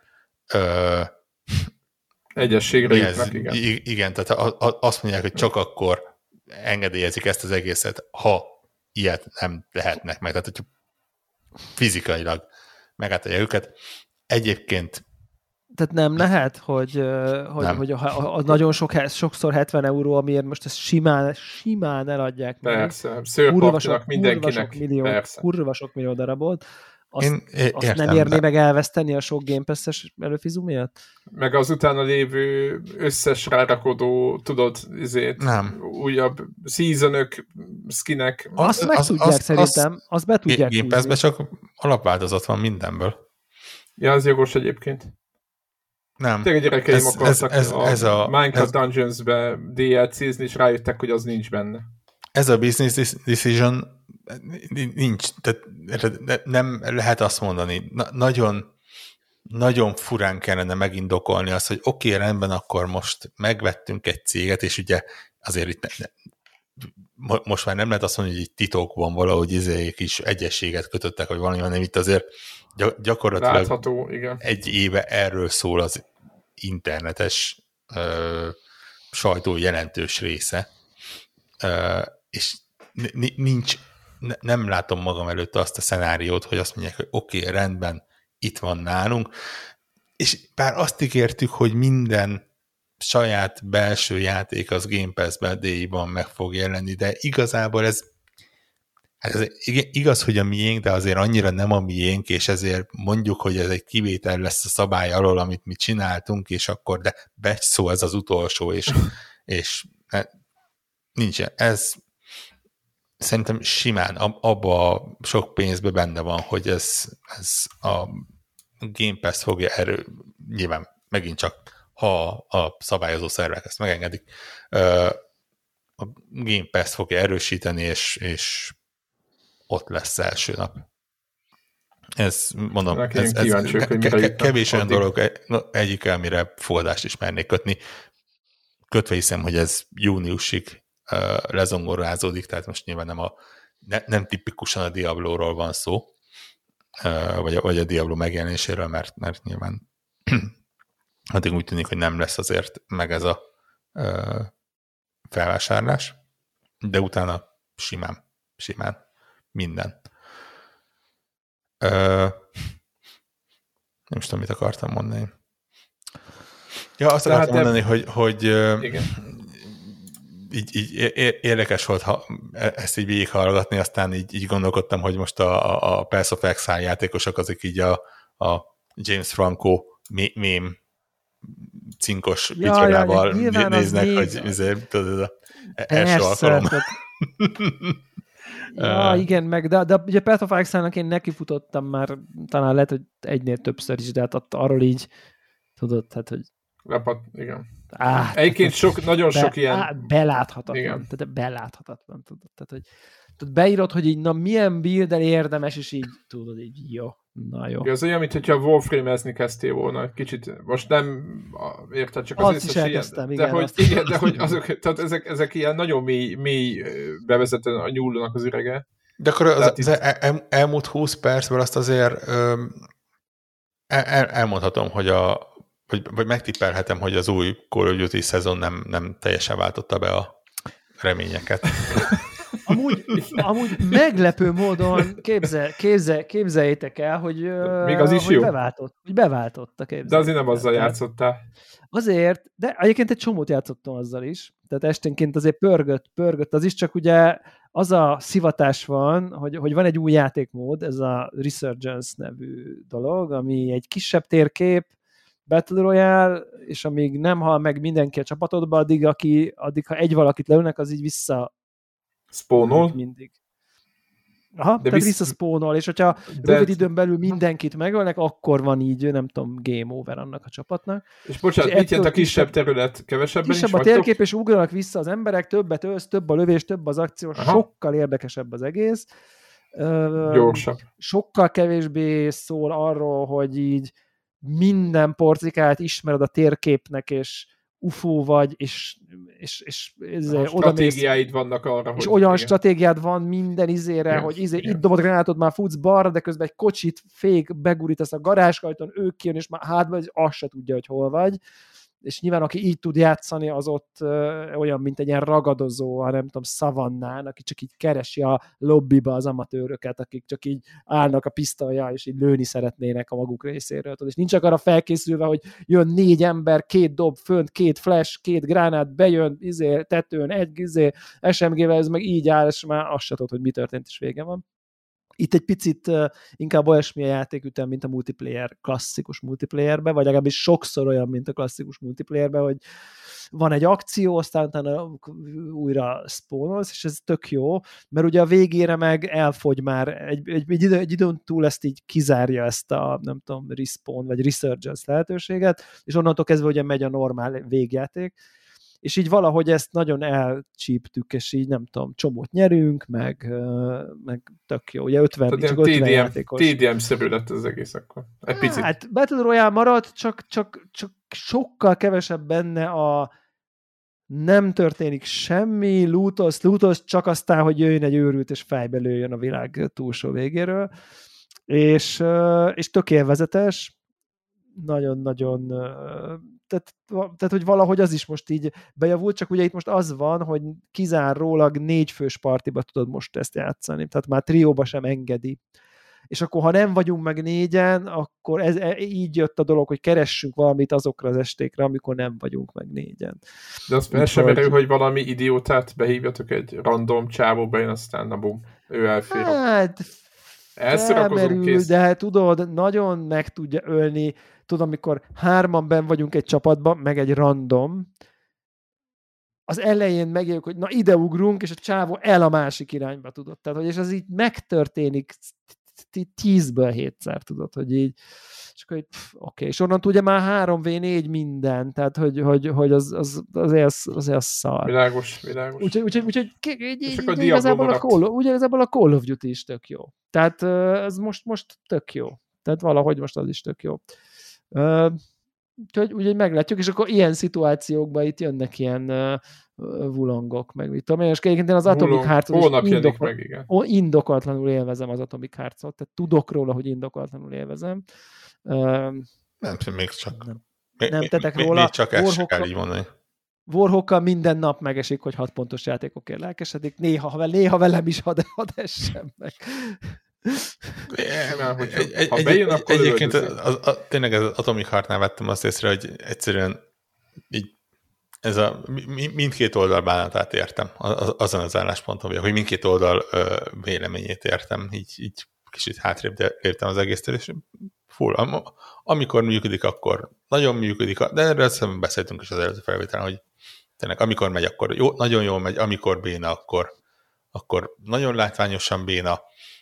egyességre jutnak, igen. Igen, tehát azt mondják, hogy csak akkor engedélyezik ezt az egészet, ha ilyet nem lehetnek meg. Tehát, hogyha fizikailag megáltalja őket. Egyébként tehát nem lehet, hogy a nagyon sokszor 70 euró, amiért most ezt simán eladják meg. Persze, szőrpapnak mindenkinek. Kurva sok millió darabot. Azt nem érné meg elveszteni a sok Game Pass-es előfizú miatt? Meg az utána lévő összes rárakodó, tudod, újabb seasonök, skinek. Azt meg tudják szerintem, azt be tudják Game Pass-ben csak alapváltozat van mindenből. Ja, az jogos egyébként. Nem. Tényleg gyerekeim akartak a Minecraft Dungeons-be DLC-zni, és rájöttek, hogy az nincs benne. Ez a business decision nincs, tehát nem lehet azt mondani. Nagyon furán kellene megindokolni azt, hogy oké, rendben, akkor most megvettünk egy céget, és ugye azért itt most már nem lehet azt mondani, hogy itt titokban valahogy kis egyességet kötöttek, vagy valami, hanem itt azért gyakorlatilag látható, igen. Egy éve erről szól az internetes sajtó jelentős része, és nem látom magam előtt azt a szenáriót, hogy azt mondják, hogy oké, rendben, itt van nálunk, és bár azt ígértük, hogy minden saját belső játék az Game Pass-ben DI-ban meg fog jelenni, de igazából ez igaz, hogy a miénk, de azért annyira nem a miénk, és ezért mondjuk, hogy ez egy kivétel lesz a szabály alól, amit mi csináltunk, és akkor, de batch szó ez az utolsó, és nincs. Ez szerintem simán abba a sok pénzbe benne van, hogy ez a Game Pass fogja nyilván megint csak, ha a szabályozó szervek ezt megengedik, a Game Pass fogja erősíteni, és ott lesz első nap. Ez, mondom, ez kevés olyan dolog egyik, amire fogadást is mernék kötni. Kötve hiszem, hogy ez júniusig lezongorázódik, tehát most nyilván nem tipikusan a Diablo-ról van szó, vagy a Diablo megjelenéséről, mert nyilván addig úgy tűnik, hogy nem lesz azért meg ez a felvásárlás, de utána simán minden. Nem is tudom, mit akartam mondani. Ja, azt akartam mondani, hogy így érdekes volt ezt így végighallgatni, aztán így gondolkodtam, hogy most a Pass of Exile játékosok azok így a James Franco mém cinkos ügyfelával néznek, hogy ezért tudod, első alkalom. Ja, igen, meg, de ugye Path of Exile-nak én nekifutottam már, talán lehet, hogy egynél többször is, de hát arról így tudod, hát, hogy igen. Egyébként nagyon sok ilyen... Beláthatatlan. Igen. Tehát beláthatatlan. Tudod. Tehát, hogy beírod, hogy így, na milyen build-el érdemes, és így tudod, így jó. Na jó. Ez olyan, mintha Warframe-ezni kezdtél volna. Kicsit, most nem érted, csak az összes ilyen. De hogy azok, tehát ezek ilyen nagyon mély bevezetően nyúlnak az ürege. De akkor az elmúlt 20 percből azt azért elmondhatom, hogy vagy megtippelhetem, hogy az új Call of Duty szezon nem teljesen váltotta be a reményeket. Amúgy meglepő módon képzeljétek el, hogy, még az is hogy jó. beváltott a képzelés. De azért nem azzal játszottál. Azért, de egyébként egy csomót játszottam azzal is. Tehát esténként azért pörgött az is, csak ugye az a szivatás van, hogy van egy új játékmód, ez a Resurgence nevű dolog, ami egy kisebb térkép, Battle Royale, és amíg nem hal meg mindenki a csapatodba, addig ha egy valakit leülnek, az így vissza spawnol? Mindig. Aha, tehát visszaszpónol, és hogyha rövid időn belül mindenkit megölnek, akkor van így, nem tudom, game over annak a csapatnak. És bocsánat, mit jelent a kisebb terület? Kevesebben kisebb is a térkép, és ugranak vissza az emberek, többet ölsz, több a lövés, több az akció, sokkal érdekesebb az egész. Gyorsabb. Sokkal kevésbé szól arról, hogy így minden porcikát ismered a térképnek, és UFO vagy, és stratégiáid vannak arra, és hogy olyan stratégiád van minden izére, hogy itt dobod gránátod, már futsz balra, de közben egy kocsit begurítasz a garázskajton, ő kijön, és már hátba, azt se tudja, hogy hol vagy. És nyilván aki így tud játszani, az ott olyan, mint egy ilyen ragadozó, nem tudom, szavannán, aki csak így keresi a lobbiba az amatőröket, akik csak így állnak a pisztollyal, és így lőni szeretnének a maguk részéről. És nincs arra felkészülve, hogy jön 4 ember, 2 dob fönt, 2 flash, 2 gránát, bejön tetőn, egy SMG-vel, ez meg így áll, és már azt se tudod, hogy mi történt, és vége van. Itt egy picit inkább olyasmi a játékütem, mint a klasszikus multiplayerben, vagy legalábbis sokszor olyan, mint a klasszikus multiplayerben, hogy van egy akció, aztán utána újra spawnolsz, és ez tök jó, mert ugye a végére meg elfogy már, egy időn túl ezt így kizárja ezt a, nem tudom, respawn, vagy resurgence lehetőséget, és onnantól kezdve ugye megy a normál végjáték, és így valahogy ezt nagyon elcsíptük, és így nem tudom, csomót nyerünk, meg tök jó. Ugye 50 játékos. TDM-szerű lett az egész akkor. Egy picit. Hát Battle Royale maradt, csak sokkal kevesebb benne a nem történik semmi, lootolsz, csak aztán, hogy jöjjön egy őrült, és fejbe lőjön a világ túlsó végéről. És tök élvezetes, nagyon-nagyon tehát, hogy valahogy az is most így bejavult, csak ugye itt most az van, hogy kizárólag 4 fős partiba tudod most ezt játszani, tehát már trióba sem engedi. És akkor, ha nem vagyunk meg 4-en, akkor így jött a dolog, hogy keressünk valamit azokra az estékre, amikor nem vagyunk meg 4-en. De az fel sem merül, hogy valami idiótát behívjatok, egy random csávó bejön, aztán na bum, ő elfér. Hát felmerül, de tudod, nagyon meg tudja ölni. Tudod, amikor 3-an benn vagyunk egy csapatban, meg egy random, az elején megjelenik, hogy na ide ugrunk, és a csávó el a másik irányba, tudod. Tehát, hogy és az így megtörténik 10-ből 7-szer, tudod, hogy így, és akkor oké. És onnantól ugye már 3v4 minden, tehát, hogy az szar. Világos. Úgyhogy igazából a Call of Duty is tök jó. Tehát ez most tök jó. Tehát valahogy most az is tök jó. Úgyhogy meglátjuk, és akkor ilyen szituációkban itt jönnek ilyen vulongok, meg mit tudom én, és egyébként én az Atomic Heartot indokolatlanul élvezem az Atomic Heartot, tehát tudok róla, hogy indokolatlanul élvezem. Nem, még csak. Nem tettek róla. Még csak ezt kell így mondani. Warhawkkal minden nap megesik, hogy 6 pontos játékokért lelkesedik. Néha velem is, hadd essem meg. Ha bejön, akkor egyébként tényleg az Atomic Heartnál vettem azt észre, hogy egyszerűen így ez a mindkét oldal bánatát értem. Azon az állásponton vagyok, hogy mindkét oldal véleményét értem. Így kicsit hátrébb értem az egésztől, és full. Amikor működik, akkor nagyon működik, de erről beszéltünk is az előző felvételen, hogy tényleg amikor megy, akkor jó, nagyon jól megy, amikor béna, akkor nagyon látványosan béna.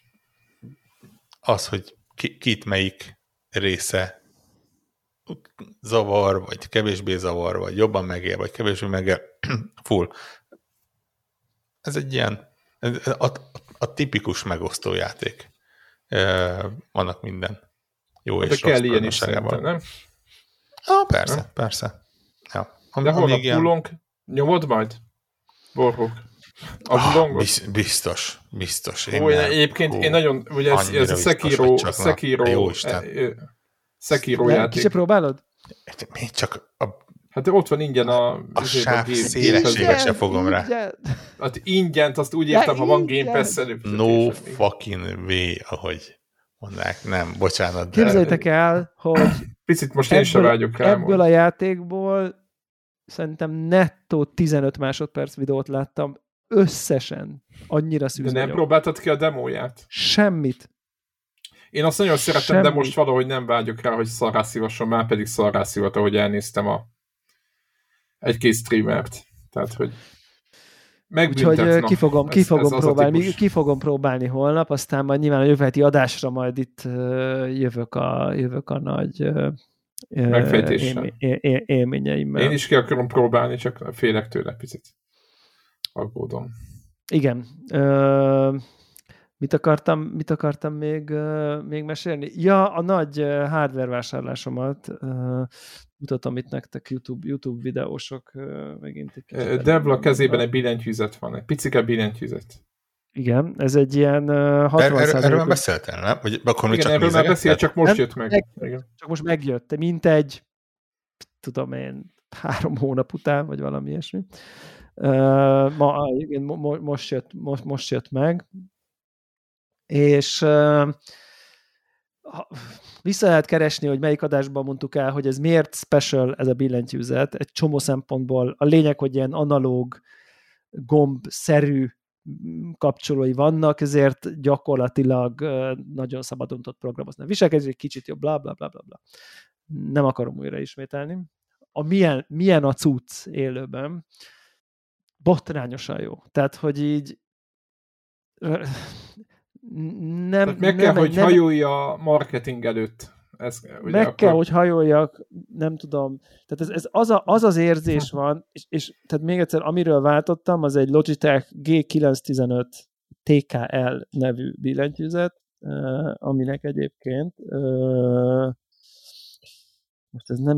Az, hogy kit melyik része zavar, vagy kevésbé zavar, vagy jobban megél, vagy kevésbé megél, full. Ez egy ilyen a tipikus megosztó játék. Vannak minden jó és rossz tulajdonságában. Nem? Persze. Ja. De hol a pulónk? Nyomod majd? Borhók. Biztos. Én nagyon, ugye ez a Sekiro játék. Ki se próbálod? Még csak Hát ott van ingyen a sáv szélességet se fogom rá. Hát ingyent, azt úgy értem, ha van Game Pass előfizetés. No fucking way, ahogy mondják. Nem, bocsánat. Képzeljétek el, hogy picit most én sem vágyok rá. Ebből a játékból szerintem nettó 15 másodperc videót láttam összesen. Annyira szűz De nem próbáltad ki a demóját? Semmit. Én azt nagyon szeretem, de most valahogy nem vágyok rá, hogy szarrászívasson, már pedig szarrászívat, ahogy elnéztem egy-két streamert. Tehát, hogy úgyhogy ki fogom próbálni holnap, aztán majd nyilván a jövő heti adásra majd itt jövök a nagy élményeimmel. Én is ki akarom próbálni, csak félek tőle picit. Aggódom. Igen. Mit akartam még mesélni? Ja, a nagy hardware vásárlásomat mutatom itt nektek YouTube videósok megint egy kicsit. Devla kezében egy billentyűzet van, egy picike billentyűzet. Igen, ez egy ilyen 60%... Erről már beszéltél, nem? Vagy akkor igen, erről már beszélt, csak most jött meg. Csak most megjött, mint egy, tudom én, 3 hónap után, vagy valami ilyesmi. Most jött meg, és vissza lehet keresni, hogy melyik adásban mondtuk el, hogy ez miért special ez a billentyűzet, egy csomó szempontból. A lényeg, hogy ilyen analóg, gomb-szerű kapcsolói vannak, ezért gyakorlatilag nagyon szabadon tudott programozni. A viselkedés egy kicsit jobb, bla, bla, bla, bla, bla. Nem akarom újra ismételni. Milyen a cucc élőben, botrányosan jó. Tehát, hogy így meg kell, hogy hajolj a marketing előtt. Hogy hajoljak, nem tudom. Tehát ez az érzés van, és tehát még egyszer, amiről váltottam, az egy Logitech G915 TKL nevű billentyűzet, aminek egyébként most ez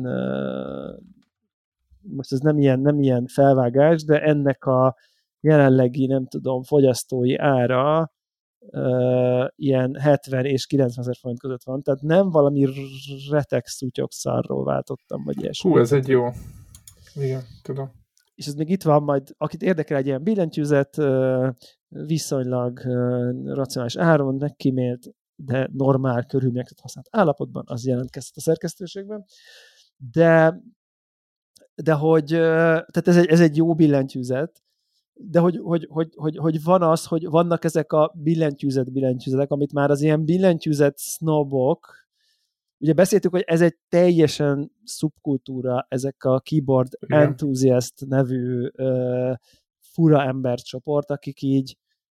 nem ilyen felvágás, de ennek a jelenlegi, nem tudom, fogyasztói ára ilyen 70 és 90 ezer forint között van, tehát nem valami retek szutyok szarról váltottam, vagy ilyesmi. Hú, ez egy jó. Igen, tudom. És ez még itt van majd, akit érdekel egy ilyen billentyűzet, viszonylag racionális áron, megkímélt, de normál körülményeket használt állapotban, az jelentkezett a szerkesztőségben. De hogy, tehát ez egy jó billentyűzet, de hogy van az, hogy vannak ezek a billentyűzetek, amit már az ilyen billentyűzet sznobok, ugye beszéltük, hogy ez egy teljesen szubkultúra, ezek a keyboard enthusiast nevű fura embercsoport, akik így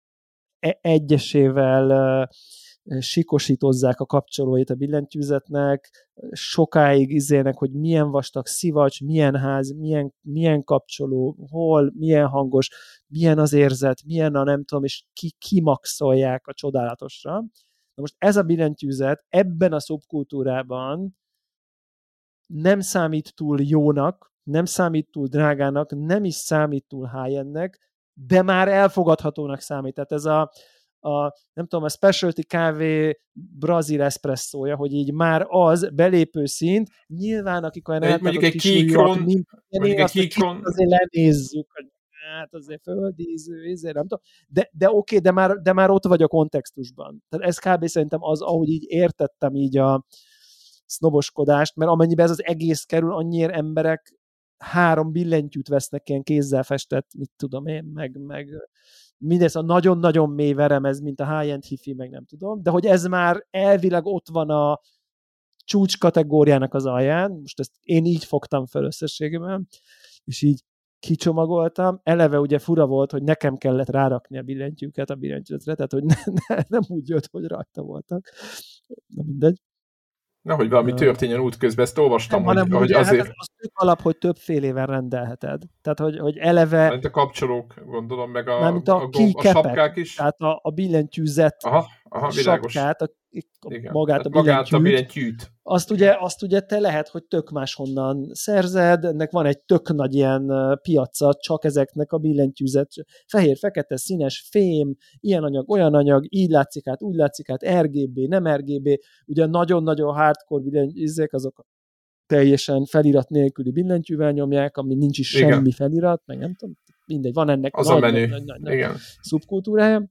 egyesével sikosítozzák a kapcsolóit a billentyűzetnek, sokáig izélnek, hogy milyen vastag szivacs, milyen ház, milyen kapcsoló, hol, milyen hangos, milyen az érzet, milyen a nem tudom, és kimaxolják a csodálatosra. Na most ez a billentyűzet ebben a szubkultúrában nem számít túl jónak, nem számít túl drágának, nem is számít túl high-endnek, de már elfogadhatónak számít. Tehát ez nem tudom, a specialty kávé brazil eszpresszója, hogy így már az belépő szint, nyilván akik olyan mondjuk egy Keychron, azért lenézzük, hogy hát azért földíző, ezért nem tudom, de oké, de már ott vagy a kontextusban. Tehát ez kb. Szerintem az, ahogy így értettem így a sznoboskodást, mert amennyiben ez az egész kerül, annyira emberek 3 billentyűt vesznek ilyen kézzel festett, mit tudom én, meg mindez a nagyon-nagyon mély veremez, mint a high-end hifi, meg nem tudom, de hogy ez már elvileg ott van a csúcs kategóriának az alján, most ezt én így fogtam fel összességében, és így kicsomagoltam. Eleve ugye fura volt, hogy nekem kellett rárakni a billentyűket a billentyűzetre, tehát hogy nem úgy jött, hogy rajta voltak. Na mindegy. Nehogy valami történjen útközben, ezt olvastam, nem, hogy azért... Hát az tök alap, hogy többfélével rendelheted. Tehát, hogy eleve... Mint a kapcsolók, gondolom, meg a sapkák is. Tehát a billentyűzet sapkát, magát a billentyűt. Azt ugye te lehet, hogy tök máshonnan szerzed, ennek van egy tök nagy ilyen piaca, csak ezeknek a billentyűzet, fehér, fekete, színes, fém, ilyen anyag, olyan anyag, így látszik át, úgy látszik át, RGB, nem RGB, ugye nagyon-nagyon hardcore billentyűzek, azok teljesen felirat nélküli billentyűvel nyomják, ami nincs is semmi felirat, meg nem tudom, mindegy, van ennek az nagy szubkultúrája.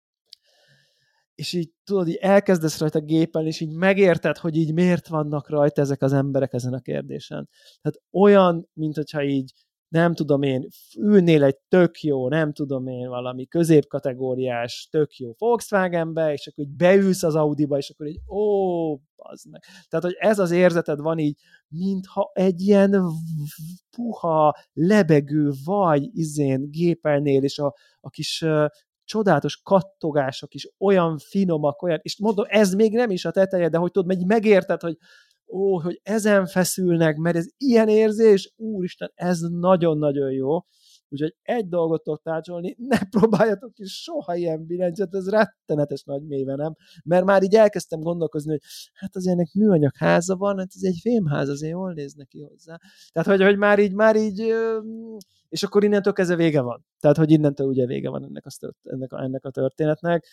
És így tudod, így elkezdesz rajta gépelni, és így megérted, hogy így miért vannak rajta ezek az emberek ezen a kérdésen. Tehát olyan, mint hogyha így, nem tudom én, ülnél egy tök jó, nem tudom én, valami középkategóriás, tök jó Volkswagenbe, és akkor így beülsz az Audiba, és akkor így, bazd meg. Tehát, hogy ez az érzeted van így, mintha egy ilyen puha, lebegő vaj gépelnél, és a kis csodálatos kattogások is olyan finomak, olyan, és mondom, ez még nem is a teteje, de hogy tudod, megérted, hogy hogy ezen feszülnek, mert ez ilyen érzés, úristen, ez nagyon-nagyon jó. Úgyhogy egy dolgot tudok tárcsolni, ne próbáljatok ki soha ilyen billentyűt, ez rettenetes nagy mélyvenem, mert már így elkezdtem gondolkozni, hogy hát azért ennek műanyag háza van, hát ez egy fémház, azért jól néz neki hozzá. Tehát, hogy már így és akkor innentől kezdve vége van. Tehát, hogy innentől ugye vége van ennek a történetnek.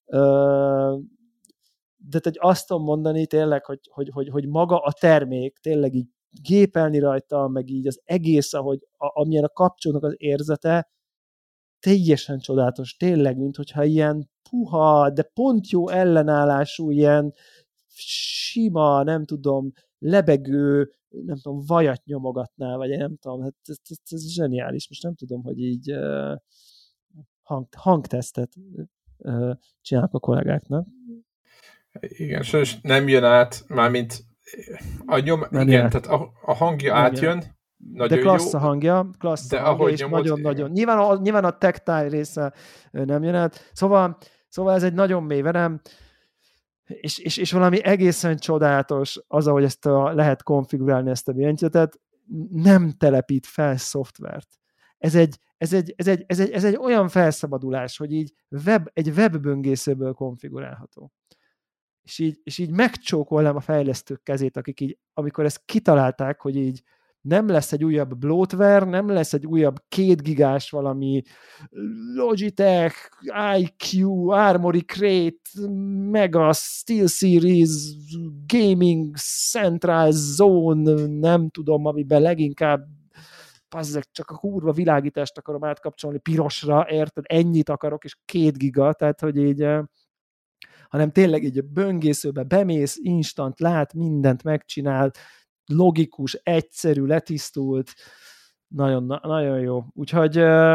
De azt tudom mondani tényleg, hogy maga a termék tényleg így gépelni rajta, meg így az egész, amilyen a kapcsolódnak az érzete, teljesen csodálatos, tényleg, mint hogyha ilyen puha, de pont jó ellenállású, ilyen sima, nem tudom, lebegő, nem tudom, vajat nyomogatnál, vagy nem tudom, hát ez zseniális. Most nem tudom, hogy így hangtesztet csinálnak a kollégáknak. Igen, sajnos nem jön át, mármint tehát a hangja nem átjön, jön. Nagyon de klassz a hangja, és nagyon-nagyon. Nyilván a tactile része nem jön át. Szóval ez egy nagyon mély verem, és valami egészen csodálatos az, ahogy ezt lehet konfigurálni ezt a billentyűzetet, nem telepít fel szoftvert. Ez egy olyan felszabadulás, hogy így egy webböngészőből konfigurálható. És így megcsókolnám a fejlesztők kezét, akik így, amikor ezt kitalálták, hogy így nem lesz egy újabb bloatware, nem lesz egy újabb 2 gigás valami Logitech, IQ, Armoury Crate, Mega, SteelSeries, Gaming, Central Zone, nem tudom, amiben leginkább csak a kurva világítást akarom átkapcsolni pirosra, érted? Ennyit akarok, és 2 giga, tehát hogy így hanem tényleg így a böngészőbe bemész, instant lát, mindent megcsinál, logikus, egyszerű, letisztult, nagyon, nagyon jó. Úgyhogy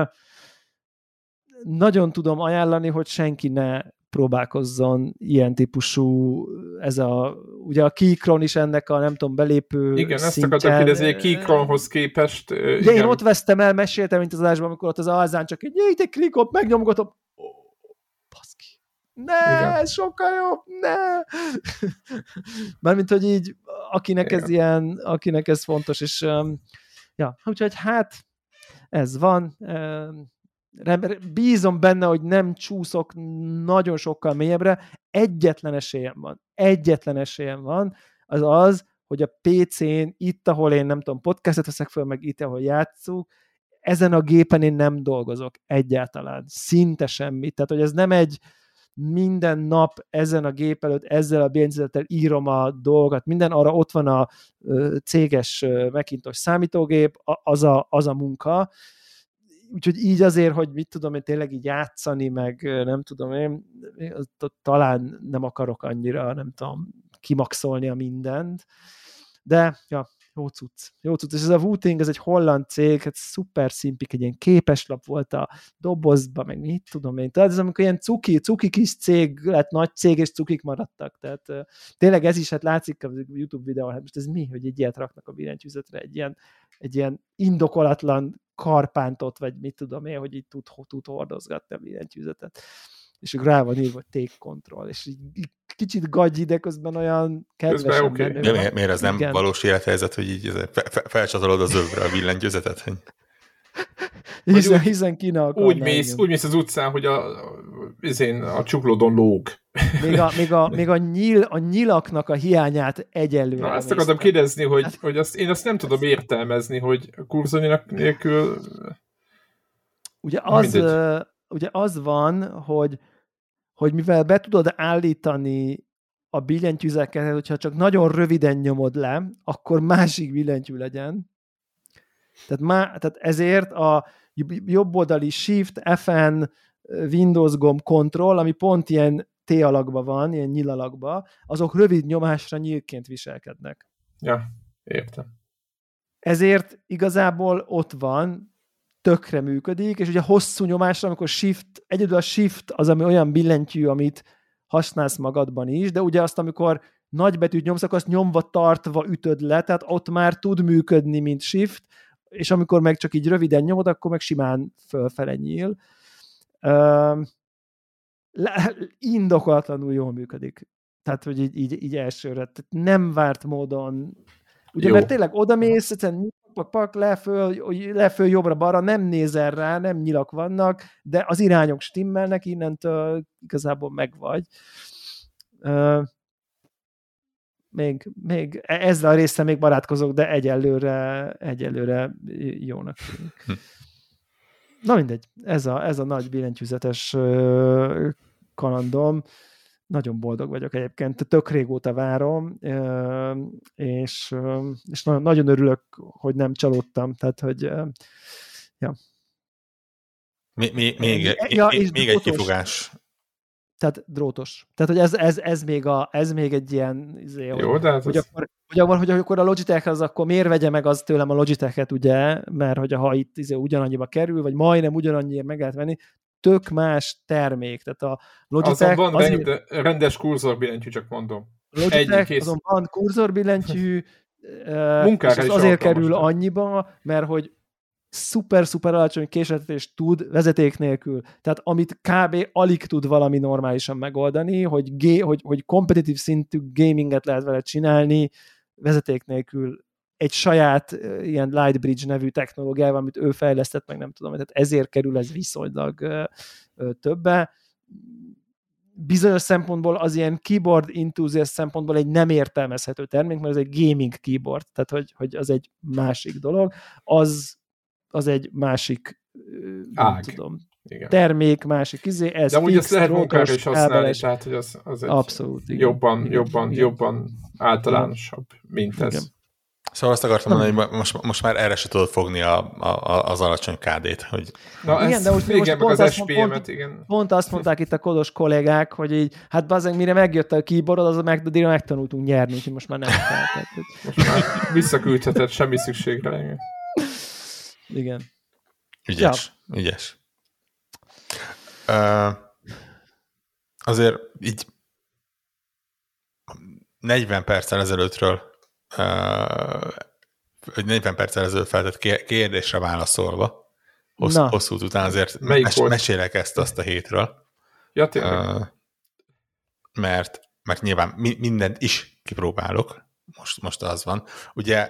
nagyon tudom ajánlani, hogy senki ne próbálkozzon ilyen típusú, ugye a Keychron is ennek a nem tudom, belépő igen, szintján. ezt akartam kérdezni, a Keychronhoz képest. Igen. Én ott vesztem el, meséltem, mint az adásban, amikor ott az alzán csak egy klikot megnyomgatom, baszki. Ne, igen. Ez sokkal jobb, ne! Mármint, hogy így, akinek ez fontos, és úgyhogy hát ez van. Bízom benne, hogy nem csúszok nagyon sokkal mélyebbre. Egyetlen esélyem van, az, hogy a PC-n, itt, ahol én nem tudom, podcastet veszek föl, meg itt, ahol játszunk, ezen a gépen én nem dolgozok egyáltalán. Szinte semmit. Tehát, hogy ez nem egy minden nap ezen a gép előtt, ezzel a billentyűzettel írom a dolgokat, minden arra ott van a céges Macintosh számítógép, az a munka. Úgyhogy így azért, hogy mit tudom én tényleg így játszani, meg nem tudom én, talán nem akarok annyira, nem tudom, kimaxolni a mindent, de jó cucc. És ez a Wooting, ez egy holland cég, hát szuper szimpik, egy ilyen képeslap volt a dobozban, meg mit tudom én. Tehát ez amikor ilyen cuki kis cég lett nagy cég, és cukik maradtak. Tehát tényleg ez is, hát látszik a YouTube videó, hát most ez mi, hogy egy ilyet raknak a billentyűzetre, egy ilyen indokolatlan karpántot, vagy mit tudom én, hogy így tud hordozgatni a billentyűzetet. És ők rá van írva, hogy take control, és így kicsit gagyi, de közben olyan kedvesen. Okay. Miért ez nem valós élethelyzet, hogy így felcsatolod az övre a billentyűzetet? Hiszen ki ne akarná. Úgy mész az utcán, hogy a csuklódon lóg. Még a nyilaknak a hiányát egyelőre. Na, ezt akartam kérdezni, hogy én azt nem tudom értelmezni, hogy kurzornyinak nélkül... Ugye az van, hogy mivel be tudod állítani a billentyűzeket, hogyha csak nagyon röviden nyomod le, akkor másik billentyű legyen. Tehát ezért a jobboldali Shift, FN, Windows gomb Control, ami pont ilyen T alakban van, ilyen nyíl alakban, azok rövid nyomásra nyílként viselkednek. Ja, értem. Ezért igazából ott van, tökre működik, és ugye hosszú nyomásra, amikor egyedül a Shift az, ami olyan billentyű, amit használsz magadban is, de ugye azt, amikor nagybetűt nyomsz, akkor azt nyomva tartva ütöd le, tehát ott már tud működni, mint Shift, és amikor meg csak így röviden nyomod, akkor meg simán fölfele nyíl. Indokolatlanul jól működik. Tehát, hogy így elsőre. Tehát nem várt módon. Ugye, mert tényleg odamész, egyszerűen pak, le föl jobbra-balra, nem nézel rá, nem nyilak vannak, de az irányok stimmelnek, innentől igazából megvagy. Még ezzel a résszel még barátkozok, de egyelőre jónak tűnik. Na mindegy, ez a nagy billentyűzetes kalandom. Nagyon boldog vagyok egyébként, tök régóta várom, és nagyon örülök, hogy nem csalódtam, tehát, hogy ja. Még egy kifogás. Tehát drótos. Tehát, hogy ez még egy ilyen jó, de hogy akkor a Logitech az, akkor miért vegye meg az tőlem a Logitech-et, ugye, mert ha itt ugyanannyiba kerül, vagy majdnem ugyanannyiért meg lehet venni, tök más termék. Tehát a Logitech... Azon van rendes kurzorbillentyű, csak mondom. Logitech azon van kurzorbillentyű, és az azért kerül annyiba, mert hogy szuper alacsony késletetés tud vezeték nélkül. Tehát amit kb. Alig tud valami normálisan megoldani, hogy kompetitív szintű gaminget lehet vele csinálni, vezeték nélkül egy saját ilyen Lightbridge nevű technológiával, amit ő fejlesztett, meg nem tudom, tehát ezért kerül ez viszonylag többe. Bizonyos szempontból az ilyen keyboard enthusiast szempontból egy nem értelmezhető termék, mert ez egy gaming keyboard, tehát hogy az egy másik dolog, az egy másik nem tudom, igen. Termék, másik ez de úgy ezt lehet munkára is használni, tehát hogy az egy abszolút, jobban általánosabb, mint ez. Igen. Szóval azt akartam mondani, hogy most már erre se tudod fogni az alacsony KD-t. Hogy... Na, igen, de most pont az SPM-et, igen. Pont azt mondták itt a kodos kollégák, hogy így, hát bazdmeg, mire megjött a keyboardod, az megtanultunk nyerni, úgyhogy most már nem kell. Most már visszaküldheted, semmi szükségre. Igen. Ügyes. Azért így 40 perccel ezelőttről 40 perccel ezelőtt feltett kérdésre válaszolva, hosszú után azért mesélek azt a hétről. Ja, tényleg. Mert nyilván mindent is kipróbálok, most az van. Ugye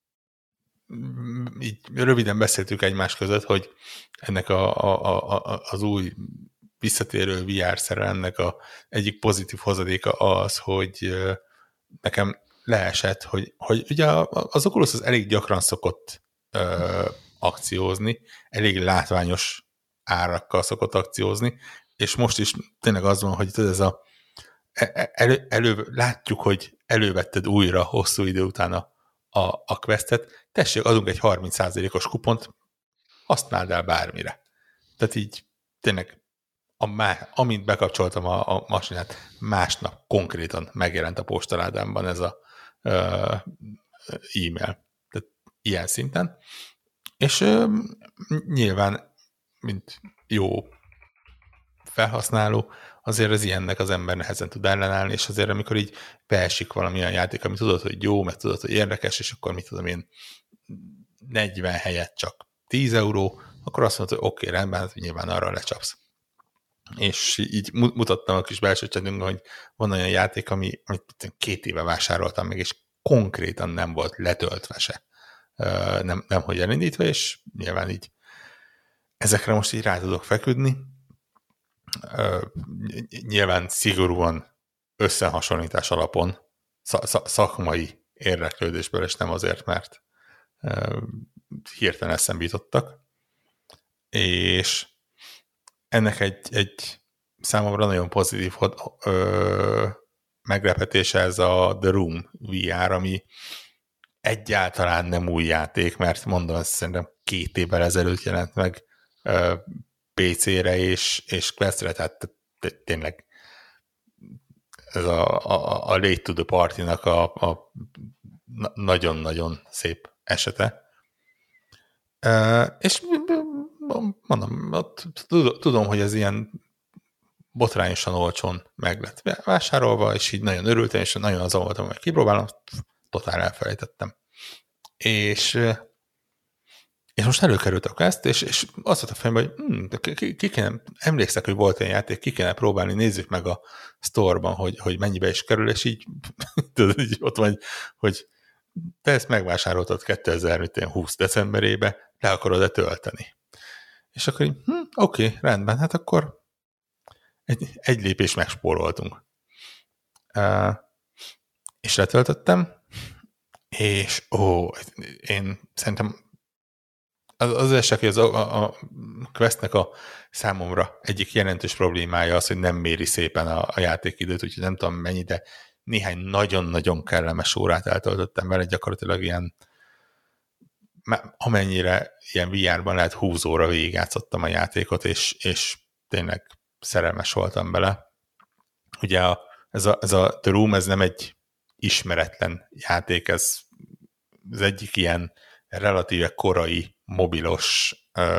így röviden beszéltük egymás között, hogy ennek az új visszatérő VR szerelemnek egyik pozitív hozadéka az, hogy nekem leesett, hogy ugye az Oculus az elég gyakran szokott akciózni, elég látványos árakkal szokott akciózni, és most is tényleg az van, hogy ez látjuk, hogy elővetted újra hosszú idő után a Questet, tessék, adunk egy 30%-os kupont, használd el bármire. Tehát így tényleg amint bekapcsoltam a masinát, másnap konkrétan megjelent a postaládámban ez a e-mail. Tehát ilyen szinten. És nyilván, mint jó felhasználó, azért az ilyennek az ember nehezen tud ellenállni, és azért amikor így beesik valamilyen játék, ami tudod, hogy jó, mert tudod, hogy érdekes, és akkor mit tudom én 40 helyett csak 10 euró, akkor azt mondod, hogy oké, rendben, hát nyilván arra lecsapsz. És így mutattam a kis belső csetünkben, hogy van olyan játék, amit 2 éve vásároltam meg, és konkrétan nem volt letöltve se. Nem hogy elindítva, és nyilván így ezekre most így rá tudok feküdni. Nyilván szigorúan összehasonlítás alapon szakmai érdeklődésből, és nem azért, mert hirtelen eszembe jutottak. És ennek egy számomra nagyon pozitív meglepetése ez a The Room VR, ami egyáltalán nem új játék, mert mondom, ez szerintem 2 évvel ezelőtt jelent meg PC-re és Quest-re, tehát tényleg ez a Late to the Party-nak a nagyon-nagyon szép esete. És mondom, tudom, hogy ez ilyen botrányosan olcsón meg lett vásárolva, és így nagyon örültem, és nagyon azon voltam, hogy kipróbálom, totál elfelejtettem. És most előkerült a Quest, és azt mondta fejembe, hogy ki kéne, emlékszek, hogy volt egy játék, ki kéne próbálni, nézzük meg a store-ban, hogy mennyibe is kerül, és így, tudod, így ott van, hogy te ezt megvásároltad 2020 decemberébe, le akarod-e tölteni? És akkor így, oké, rendben, hát akkor egy lépés megspóroltunk. És letöltöttem, és én szerintem az eset, hogy a Questnek a számomra egyik jelentős problémája az, hogy nem méri szépen a játékidőt, úgyhogy nem tudom mennyi, de néhány nagyon-nagyon kellemes órát eltöltöttem vele, gyakorlatilag ilyen, amennyire ilyen VR-ban lehet 20 óra végigjátszottam a játékot, és tényleg szerelmes voltam bele. Ugye ez a The Room, ez nem egy ismeretlen játék, ez az egyik ilyen relatíve korai, mobilos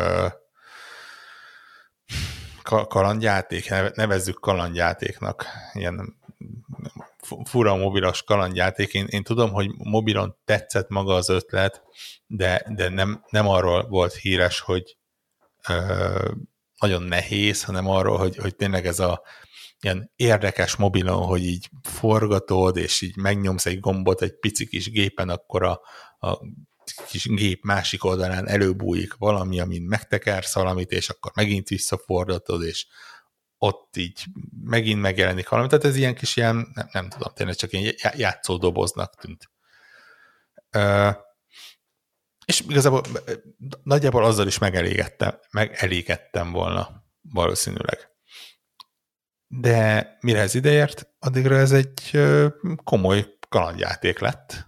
kalandjáték, nevezzük kalandjátéknak, ilyen fura mobilos kalandjáték. Én tudom, hogy mobilon tetszett maga az ötlet, de nem arról volt híres, hogy nagyon nehéz, hanem arról, hogy tényleg ez a ilyen érdekes mobilon, hogy így forgatod, és így megnyomsz egy gombot egy pici kis gépen, akkor a kis gép másik oldalán előbújik valami, amin megtekersz valamit, és akkor megint visszafordatod, és ott így megint megjelenik valami. Tehát ez ilyen kis ilyen, nem tudom, tényleg csak ilyen játszódoboznak tűnt. És igazából nagyjából azzal is megelégedtem volna valószínűleg. De mire ez ideért, addigra ez egy komoly kalandjáték lett.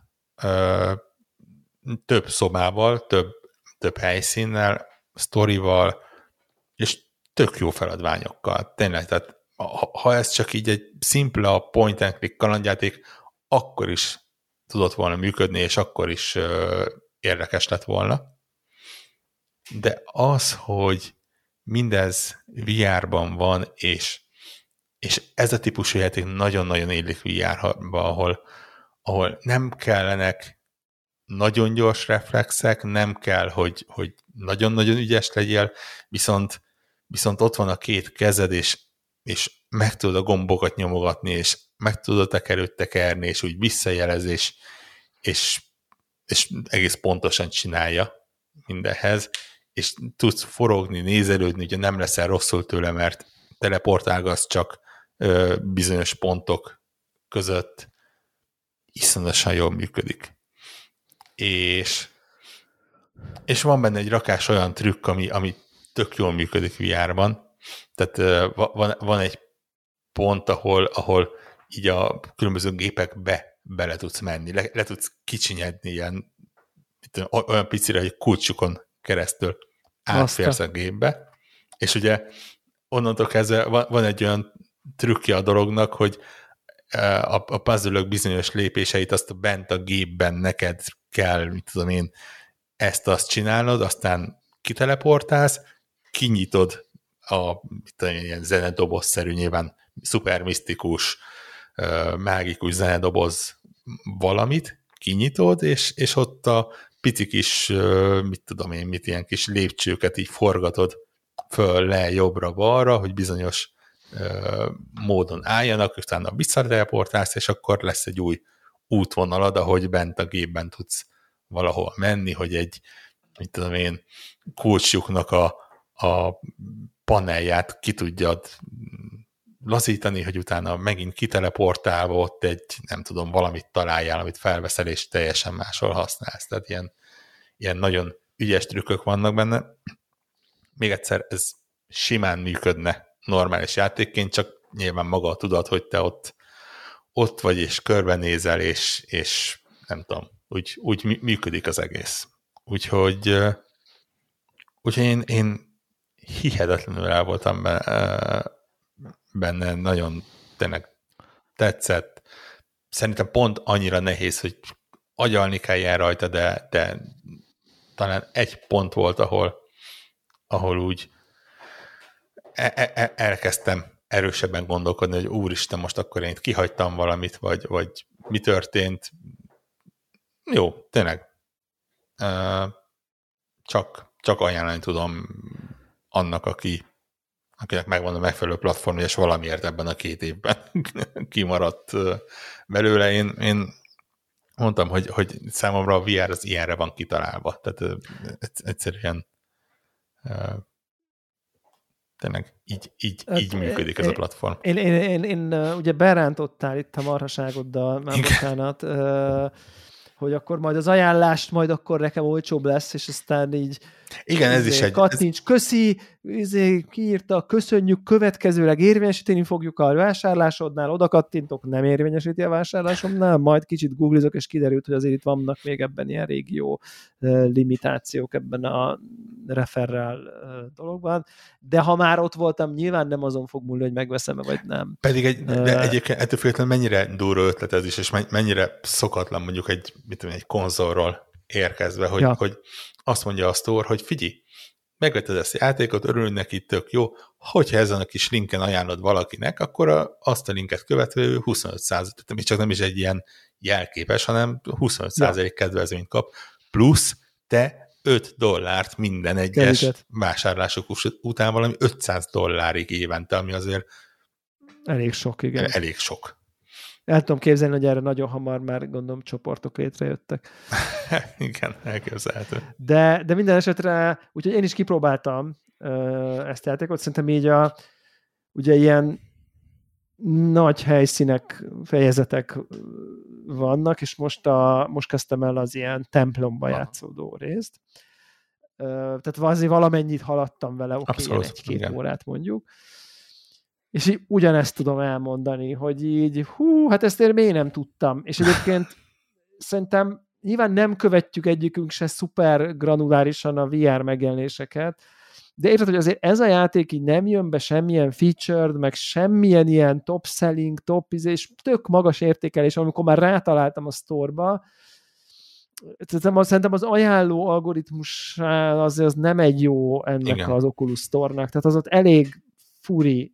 Több szobával, több helyszínnel, sztorival, és tök jó feladványokkal. Tényleg, tehát ha ez csak így egy szimpla point and click kalandjáték, akkor is tudott volna működni, és akkor is érdekes lett volna. De az, hogy mindez VR-ban van, és ez a típusú játék nagyon-nagyon illik VR-ba, ahol nem kellenek nagyon gyors reflexek, nem kell, hogy nagyon-nagyon ügyes legyél, viszont ott van a 2 kezed, és meg tudod a gombokat nyomogatni, és meg tudod tekerni, és úgy visszajelez, és egész pontosan csinálja mindenhez, és tudsz forogni, nézelődni, ugye nem leszel rosszul tőle, mert teleportálgatsz csak bizonyos pontok között, iszonyatosan jól működik. És van benne egy rakás olyan trükk, ami tök jól működik VR-ban. Tehát van egy pont, ahol így a különböző gépekbe bele tudsz menni, le tudsz kicsinyedni ilyen olyan picire, hogy kulcsukon keresztül átférsz a gépbe. És ugye onnantól kezdve van egy olyan trükkje a dolognak, hogy a puzzle-ök bizonyos lépéseit azt bent a gépben neked kell, mit tudom én, ezt-azt csinálod, aztán kiteleportálsz, kinyitod ilyen zenedobozszerű, nyilván szupermisztikus, mágikus zenedoboz valamit, kinyitod, és ott a pici kis, mit tudom én, ilyen kis lépcsőket így forgatod föl, le, jobbra-balra, hogy bizonyos módon álljanak, utána visszateleportálsz, és akkor lesz egy új útvonalad, ahogy bent a gépben tudsz valahol menni, hogy egy, mit tudom én, kulcsjuknak a panelját ki tudjad lazítani, hogy utána megint kiteleportálva ott egy, nem tudom, valamit találjál, amit felveszel, és teljesen máshol használsz. Tehát ilyen nagyon ügyes trükkök vannak benne. Még egyszer, ez simán működne normális játékként, csak nyilván maga tudod, hogy te ott ott vagy, és körbenézel, és nem tudom, úgy működik az egész. Úgyhogy én hihetetlenül el voltam benne, nagyon tényleg tetszett. Szerintem pont annyira nehéz, hogy agyalni kell rajta, de talán egy pont volt, ahol úgy elkezdtem erősebben gondolkodni, hogy úristen, most akkor én itt kihagytam valamit, vagy mi történt. Jó, tényleg. Csak ajánlani tudom annak, akinek megvan a megfelelő platformja, és valamiért ebben a 2 évben kimaradt belőle. Én mondtam, hogy számomra a VR az ilyenre van kitalálva. Tehát egyszerűen tényleg így működik ez a platform. Én ugye berántottál itt a marhaságoddal, már bocsánat, hogy akkor majd az ajánlást majd akkor nekem olcsóbb lesz, és aztán így igen, ez is egy... Kattints, köszi, kiírta, köszönjük, következőleg érvényesíteni fogjuk a vásárlásodnál, oda kattintok, nem érvényesíti a vásárlásomnál, majd kicsit googlizok, és kiderült, hogy azért itt vannak még ebben ilyen régió limitációk ebben a referrál dologban, de ha már ott voltam, nyilván nem azon fog múlni, hogy megveszem-e, vagy nem. Pedig de egyébként ettől függetlenül mennyire durva ötlet ez is, és mennyire szokatlan mondjuk egy konzolról érkezve, hogy azt mondja a store, hogy figyelj, megvetted ezt a játékot, örülünk neki, tök jó, hogyha ezen a kis linken ajánlod valakinek, akkor azt a linket követve 25%, csak nem is egy ilyen jelképes, hanem 25% kedvezményt kap, plusz te $5 minden egyes vásárlások után valami $500 évente, ami azért elég sok, igen. Elég sok. El tudom képzelni, hogy erre nagyon hamar már gondolom csoportok létrejöttek. Igen, elképzelhető. De minden esetre, úgyhogy én is kipróbáltam ezt a játékot, szerintem így ugye ilyen nagy helyszínek, fejezetek vannak, és most kezdtem el az ilyen templomba játszódó részt. Tehát azért valamennyit haladtam vele, ilyen 1-2 órát mondjuk. És így ugyanezt tudom elmondani, hogy így, hát ezt én még nem tudtam. És egyébként szerintem nyilván nem követjük egyikünk se szuper granulárisan a VR megjelenéseket, de érted, hogy azért ez a játék így nem jön be semmilyen featured, meg semmilyen ilyen top selling, és tök magas értékelés, amikor már rátaláltam a sztorba. Szerintem az ajánló algoritmus az nem egy jó ennek igen. Az Oculus Store-nak, tehát az ott elég furi,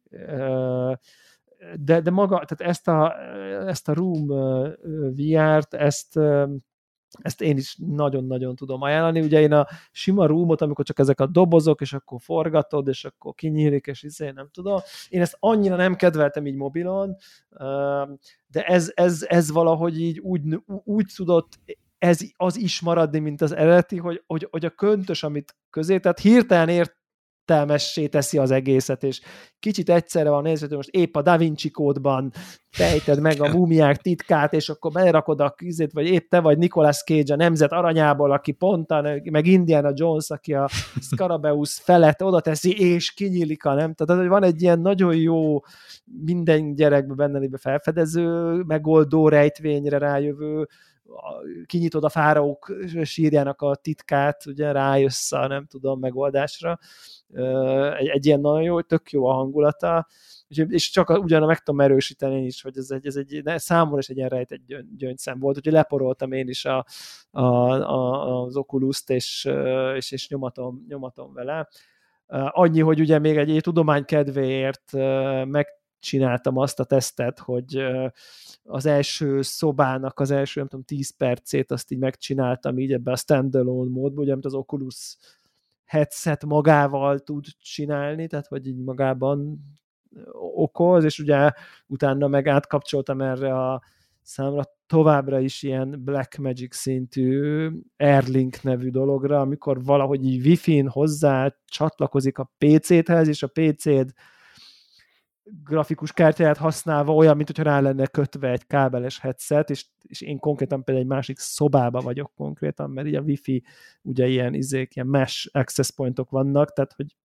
de maga, tehát ezt a Room VR-t, ezt én is nagyon-nagyon tudom ajánlani. Ugye én a sima Roomot, amikor csak ezek a dobozok, és akkor forgatod, és akkor kinyílik, és nem tudom. Én ezt annyira nem kedveltem így mobilon, de ez valahogy így úgy tudott az is maradni, mint az eredeti, hogy a köntös, amit közé, tehát hirtelen értelmessé teszi az egészet, és kicsit egyszerre van nézve, hogy most épp a Da Vinci kódban fejted meg a múmiák titkát, és akkor belerakod a kizét, vagy épp te vagy Nicolas Cage a nemzet aranyából, aki pontan, meg Indiana Jones, aki a Scarabeus felett oda teszi, és kinyílik a nem. Tehát, hogy van egy ilyen nagyon jó, minden gyerekben benne lévő felfedező, megoldó rejtvényre rájövő, kinyitod a fáraók sírjának a titkát, ugye rájössz a nem tudom megoldásra. Egy ilyen nagyon jó, tök jó a hangulata, és csak ugyan meg tudom erősíteni én is, hogy ez egy számomra is egy ilyen rejtett gyöngyszem volt, úgyhogy leporoltam én is az Oculus-t, és nyomatom vele. Annyi, hogy ugye még egy tudomány kedvéért megcsináltam azt a tesztet, hogy az első szobának az első, nem tudom, 10 percét azt így megcsináltam így ebbe a standalone módba, ugye, amit az Oculus headset magával tud csinálni, tehát hogy így magában okoz, és ugye utána meg átkapcsoltam erre a számra továbbra is ilyen Blackmagic szintű Airlink nevű dologra, amikor valahogy így Wi-Fi-n hozzá csatlakozik a PC-hez, és a PC-d grafikus kártyáját használva olyan, mint hogyha rá lenne kötve egy kábeles headset, és én konkrétan például egy másik szobába vagyok konkrétan, mert így a Wi-Fi ugye ilyen mesh access pointok vannak, tehát hogy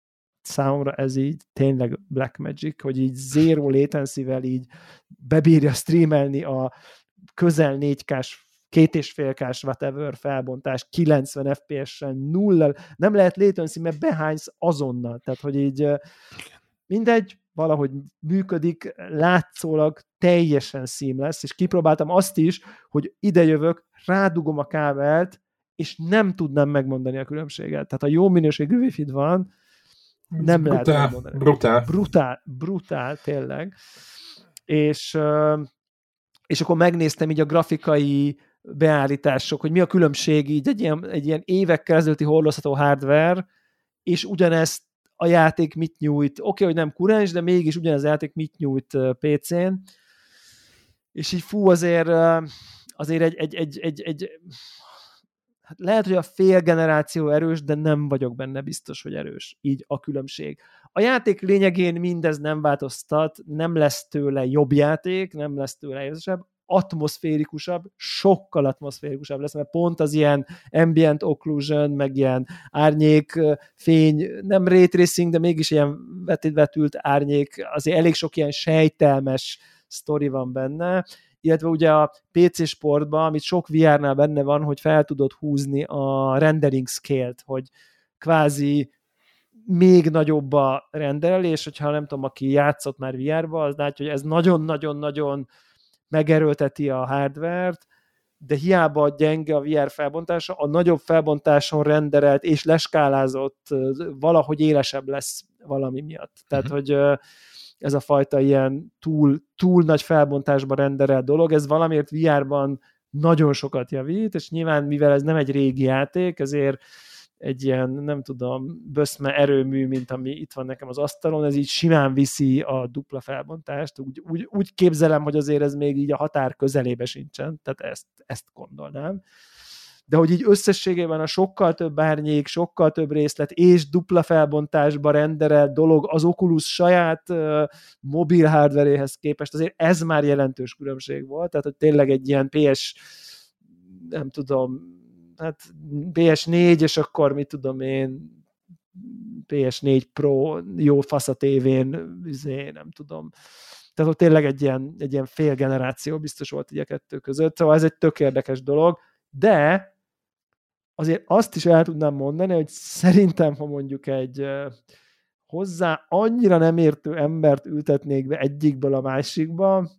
számomra ez így tényleg Black Magic, hogy így zero latency-vel így bebírja streamelni a közel 4K-s 2,5K-s whatever felbontás 90 FPS-en, nullal, nem lehet latency, mert behánysz azonnal, tehát hogy így mindegy, valahogy működik, látszólag teljesen seamless, és kipróbáltam azt is, hogy idejövök, rádugom a kábelt, és nem tudnám megmondani a különbséget. Tehát a jó minőségű wifi-d van, nem lehet megmondani. Brutál, tényleg. És akkor megnéztem így a grafikai beállítások, hogy mi a különbség így egy ilyen évekkel ezelőtti hordozható hardware, és ugyanezt a játék mit nyújt. Oké, hogy nem kurens, de mégis ugyanez a játék mit nyújt PC-n. És így azért egy hát lehet, hogy a fél generáció erős, de nem vagyok benne biztos, hogy erős. Így a különbség. A játék lényegén mindez nem változtat, nem lesz tőle jobb játék, nem lesz tőle érzésebb, atmoszférikusabb, sokkal atmoszférikusabb lesz, mert pont az ilyen ambient occlusion, meg ilyen árnyék, fény, nem ray tracing, de mégis ilyen vetült árnyék, azért elég sok ilyen sejtelmes sztori van benne, illetve ugye a PC sportban, amit sok VR-nál benne van, hogy fel tudod húzni a rendering scale-t, hogy kvázi még nagyobb a renderelés, hogyha nem tudom, aki játszott már VR-ba, az látja, hogy ez nagyon-nagyon-nagyon megerőlteti a hardware-t, de hiába gyenge a VR felbontása, a nagyobb felbontáson renderelt és leskálázott valahogy élesebb lesz valami miatt. Tehát, hogy ez a fajta ilyen túl nagy felbontásban renderelt dolog, ez valamiért VR-ban nagyon sokat javít, és nyilván mivel ez nem egy régi játék, ezért egy ilyen, nem tudom, böszme erőmű, mint ami itt van nekem az asztalon, ez így simán viszi a dupla felbontást. Úgy képzelem, hogy azért ez még így a határ közelébe sincsen, tehát ezt gondolnám. De hogy így összességében a sokkal több árnyék, sokkal több részlet és dupla felbontásba renderelt dolog az Oculus saját mobil hardveréhez képest, azért ez már jelentős különbség volt, tehát hogy tényleg egy ilyen nem tudom, hát PS4, és akkor mit tudom én, PS4 Pro jó fasz a tévén, nem tudom. Tehát ott tényleg egy ilyen fél generáció biztos volt így a kettő között, szóval ez egy tök érdekes dolog, de azért azt is el tudnám mondani, hogy szerintem, ha mondjuk egy hozzá annyira nem értő embert ültetnék be egyikből a másikba,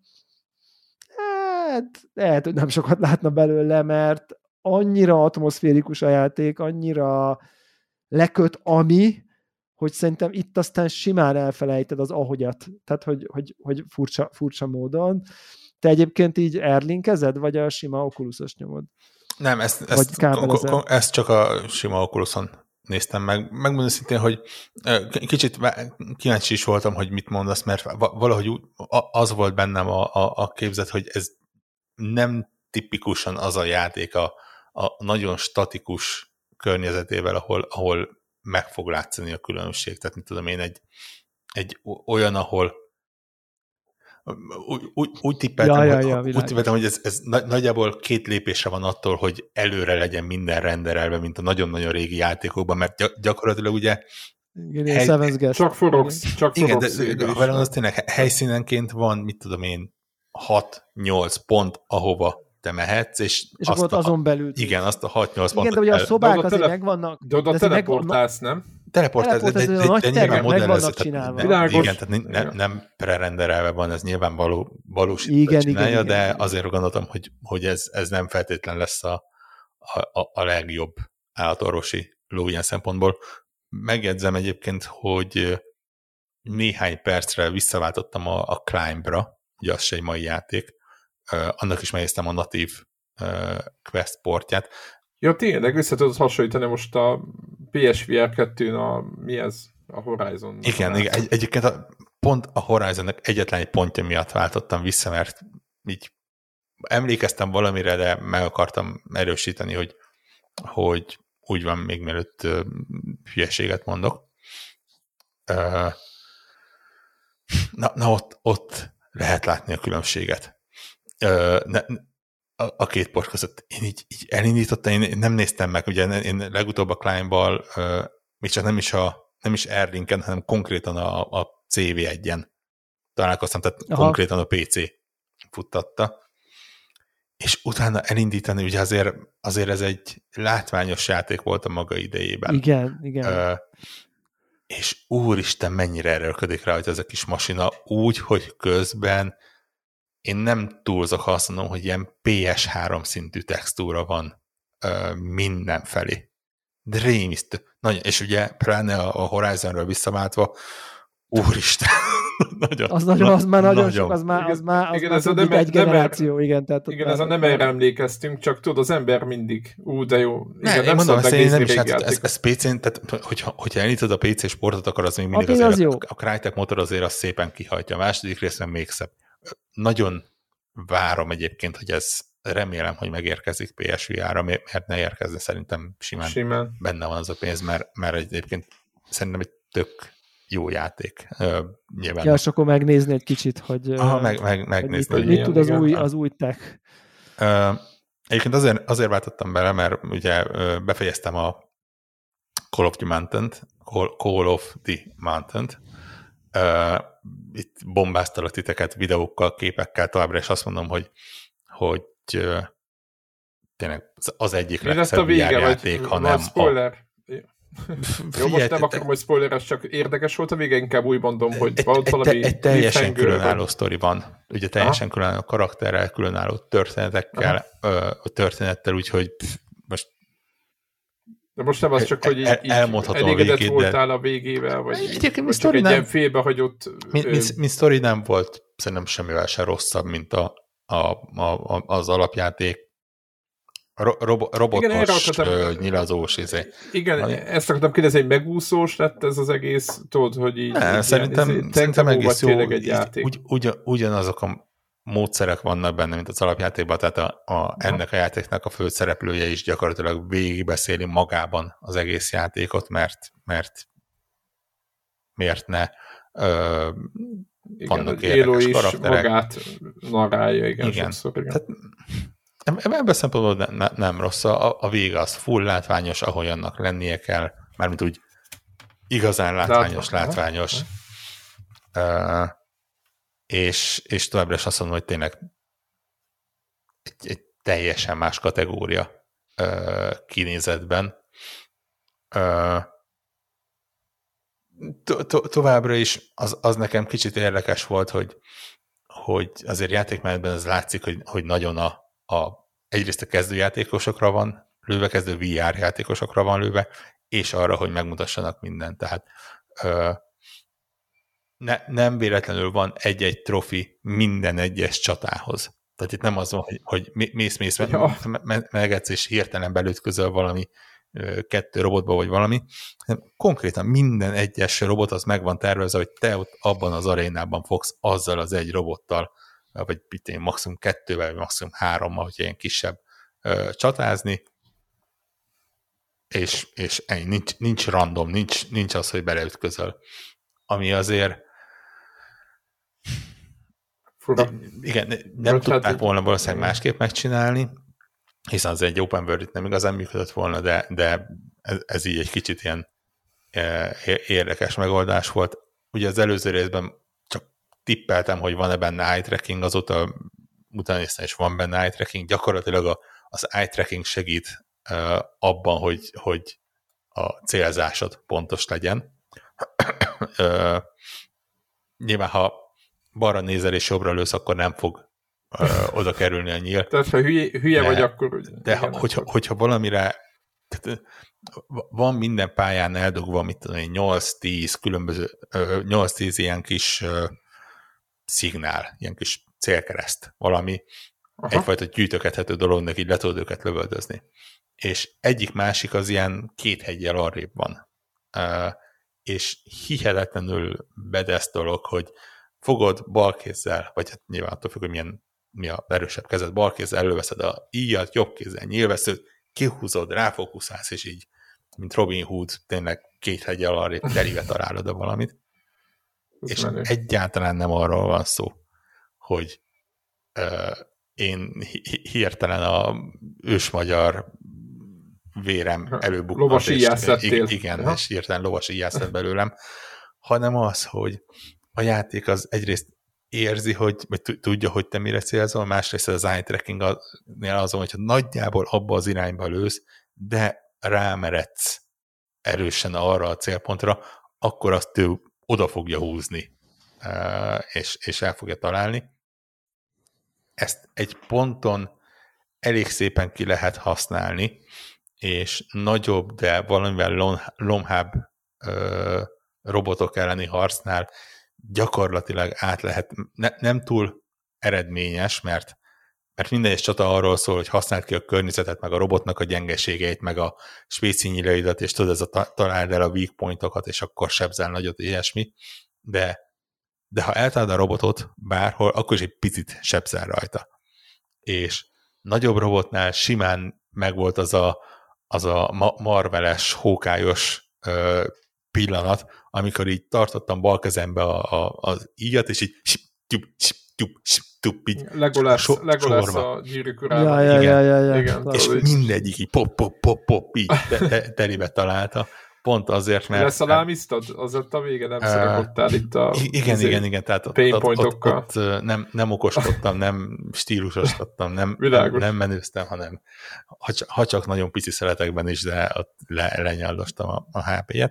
hát lehet, hogy nem sokat látna belőle, mert annyira atmoszférikus a játék, annyira leköt hogy szerintem itt aztán simán elfelejted az ahogyat. Tehát, hogy furcsa módon. Te egyébként így airlinkezed, vagy a sima Oculusos nyomod? Nem, ezt csak a sima Oculuson néztem meg. Megmondom szintén, hogy kicsit kíváncsi is voltam, hogy mit mondasz, mert valahogy az volt bennem a képzet, hogy ez nem tipikusan az a játék a nagyon statikus környezetével, ahol meg fog látszani a különbség. Tehát, mit tudom én, egy olyan, ahol úgy tippeltem, hogy ez nagyjából 2 lépésre van attól, hogy előre legyen minden renderelve, mint a nagyon-nagyon régi játékokban, mert gyakorlatilag ugye csak forogsz. Igen, de az tényleg helyszínenként van, mit tudom én, 6-8 pont, ahova te mehetsz, és akkor ott azon belül. Igen, azt a 6-8 pontot. Igen, de ugye a szobák azért megvannak. De oda teleportálsz, nem? Teleportálsz, de nyilván modellezett. Igen, tehát nem prerenderelve van, ez nyilván valósítva csinálja, de azért gondoltam, hogy ez nem feltétlen lesz a legjobb állatorvosi ló ilyen szempontból. Megjegyzem egyébként, hogy néhány percre visszaváltottam a Climb-ra, ugye az se egy mai játék, annak is megnéztem a natív Quest portját. Ja, tényleg vissza tudod hasonlítani most a PSVR 2-n mi ez? A Horizon. Igen, egyébként pont a Horizonnak egyetlen egy pontja miatt váltottam vissza, mert így emlékeztem valamire, de meg akartam erősíteni, hogy úgy van, még mielőtt hülyeséget mondok. Na ott lehet látni a különbséget. A 2 port között. Én így elindítottam, én nem néztem meg, ugye én legutóbb a Climb-bal, még csak nem nem is Airlinken, hanem konkrétan a CV1-en találkoztam, tehát konkrétan a PC futtatta. És utána elindítani, ugye azért ez egy látványos játék volt a maga idejében. Igen. És úristen, mennyire erőlködik rá, hogy ez a kis masina úgy, hogy közben én nem túlzok, ha azt mondom, hogy ilyen PS3 szintű textúra van mindenfelé. De rémisztő. Nagyon, és ugye pláne a Horizonről visszaváltva, úristen, az már nagyon sok, az már egy generáció, igen. Tehát igen, ez a nem erre emlékeztünk, csak tudod, az ember mindig, de jó. Igen, én mondom, ezt én nem is ez PC-n, tehát hogyha elindítod a PC sportot, akkor az még mindig azért a Crytek motor azért az szépen kihajtja. A második részben még szebb. Nagyon várom egyébként, hogy ez remélem, hogy megérkezik PSVR-ra, mert ne érkezne, szerintem simán benne van az a pénz, mert egyébként szerintem egy tök jó játék. Nyilván. Ja, és akkor megnézni egy kicsit, hogy megnézni, mit tud az új tech. Egyébként azért váltottam bele, mert ugye befejeztem a Call of the Mountain-t. Itt bombáztalak titeket videókkal, képekkel továbbra, és azt mondom, hogy tényleg az egyik legszebb játék, hanem spoiler. Jó, most nem akarom, hogy spoileres, csak érdekes volt a vége, inkább úgy mondom, hogy valami... Egy teljesen különálló sztori van. Ugye teljesen különálló karakterrel, különálló történetekkel, a történettel, úgyhogy most... De most nem az csak, hogy így elégedett voltál a végével, vagy csak egy ilyen félbehagyott... Mint sztori nem volt szerintem semmivel sem rosszabb, mint az alapjáték. Robotos, nyilazós izé. Igen, ezt akartam kérdezni, hogy megúszós lett ez az egész, tudod, hogy így... Szerintem egész jó, ugyanazok a módszerek vannak benne, mint az alapjátékban, tehát ennek a játéknak a főszereplője is gyakorlatilag végigbeszéli magában az egész játékot, mert miért ne vannak érdekes karakterek. Magát narrálja, igen. Sokszor, igen. Tehát, ebben szempontból nem rossz. A vége az full látványos, ahogy annak lennie kell, mármint úgy igazán látványos. És továbbra is azt mondom, hogy tényleg egy teljesen más kategória kinézetben. Továbbra is az nekem kicsit érdekes volt, hogy azért játékmenetben ez látszik, hogy nagyon egyrészt a kezdőjátékosokra van lőve, kezdő VR játékosokra van lőve, és arra, hogy megmutassanak mindent. Tehát nem véletlenül van egy-egy trofi minden egyes csatához. Tehát itt nem az van, hogy mész, megetsz, és hirtelen belütközöl valami 2 robotba, vagy valami. Konkrétan minden egyes robot az meg van tervezve, hogy te ott abban az arénában fogsz azzal az egy robottal, vagy maximum 2-vel, vagy maximum 3-mal, hogyha ilyen kisebb csatázni, és nincs random, nincs az, hogy beleütközöl. Ami azért igen, nem tudták volna valószínűleg másképp megcsinálni, hiszen az egy open world nem igazán működött volna, de ez így egy kicsit ilyen érdekes megoldás volt. Ugye az előző részben csak tippeltem, hogy van-e benne eye tracking, azóta utána néztem, és van benne eye tracking. Gyakorlatilag az eye tracking segít abban, hogy a célzásod pontos legyen. Nyilván, ha balra nézel és jobbra lősz, akkor nem fog oda kerülni a nyíl. Tehát, ha hülye vagy, akkor... De hogyha valamire... Tehát, van minden pályán eldugva, mit tudom én, 8-10 különböző, 8-10 ilyen kis szignál, ilyen kis célkereszt, valami egyfajta gyűjtögethető dolognak, így le tudod őket lövöldözni. És egyik-másik az ilyen 2 heggyel arrébb van. És hihetetlenül bedesz dolog, hogy fogod balkézzel, vagy hát nyilván attól függ, hogy mi a erősebb kezed, balkézzel előveszed a íjat, jobb kézzel nyílveszőt, kihúzod, ráfókuszálsz, és így, mint Robin Hood, tényleg 2 heggyel arrébb telibe találod a valamit. És egyáltalán nem arról van szó, hogy én hirtelen a ősmagyar vérem előbukott. Lovas íjász lettél. Igen, és hirtelen lovas íjász lett belőlem, hanem az, hogy a játék az egyrészt érzi, vagy tudja, hogy te mire célzol, másrészt az eye tracking-nél azon, hogyha nagyjából abba az irányba lősz, de rámeredsz erősen arra a célpontra, akkor azt ő oda fogja húzni, és el fogja találni. Ezt egy ponton elég szépen ki lehet használni, és nagyobb, de valamivel lomhább robotok elleni harcnál gyakorlatilag át lehet, nem túl eredményes, mert minden egyes csata arról szól, hogy használd ki a környezetet, meg a robotnak a gyengeségeit, meg a spécinyíleidat, és tudod, találd el a weak pointokat, és akkor sebzel nagyot, ilyesmi, de ha eltalálod a robotot bárhol, akkor is egy picit sebzel rajta. És nagyobb robotnál simán megvolt az a marveles, hókályos pillanat, amikor így tartottam bal kezembe az íjat, és így Legolász a Gyűrűk Urában. Ja. És mindegyik így pop, így telibe találta. Pont azért, mert... Leszalámiztad? Azért a vége nem szerepottál itt a... Igen, tehát ott nem okoskodtam, nem stílusoskodtam, nem menőztem, hanem ha csak nagyon pici szeletekben is, de ott lenyaldostam a HP-et.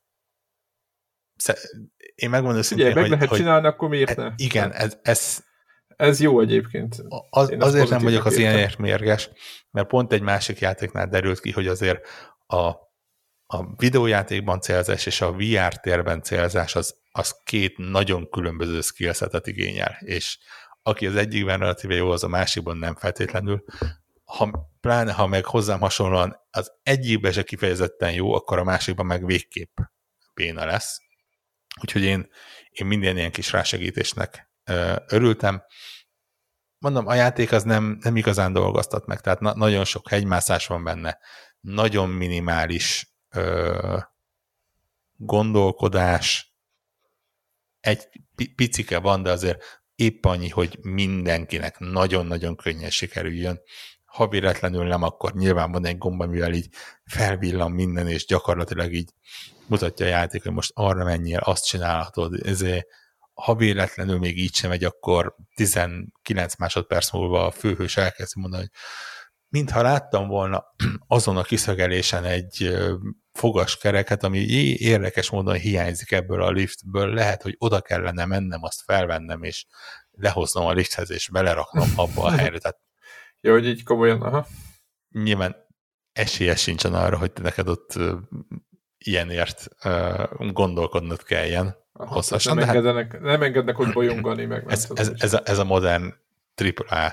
Én megmondom őszintén, meg lehet csinálni, akkor miért ne? Igen, ez jó egyébként. Azért nem vagyok az ilyenért mérges, mert pont egy másik játéknál derült ki, hogy azért a videójátékban célzás és a VR térben célzás az két nagyon különböző skillsetet igényel, és aki az egyikben relatíve jó, az a másikban nem feltétlenül. Pláne, ha meg hozzám hasonlóan az egyikben se kifejezetten jó, akkor a másikban meg végképp béna lesz. Úgyhogy én minden ilyen kis rásegítésnek örültem. Mondom, a játék az nem igazán dolgoztat meg, tehát nagyon sok hegymászás van benne, nagyon minimális gondolkodás, egy picike van, de azért épp annyi, hogy mindenkinek nagyon-nagyon könnyen sikerüljön. Ha véletlenül nem, akkor nyilván van egy gomb, amivel így felvillan minden, és gyakorlatilag így mutatja a játék, hogy most arra menjél, azt csinálhatod. Ezért, ha véletlenül még így sem megy, akkor 19 másodperc múlva a főhős elkezdi mondani, hogy mintha láttam volna azon a kiszögelésen egy fogaskereket, ami érdekes módon hiányzik ebből a liftből, lehet, hogy oda kellene mennem, azt felvennem, és lehoznom a lifthez, és beleraknom abba a helyre. Tehát jó, hogy így komolyan, aha. Nyilván esélyes sincsen arra, hogy neked ott ilyenért gondolkodnod kelljen hosszasan. Nem engednek hogy bolyongani meg. Ez a modern AAA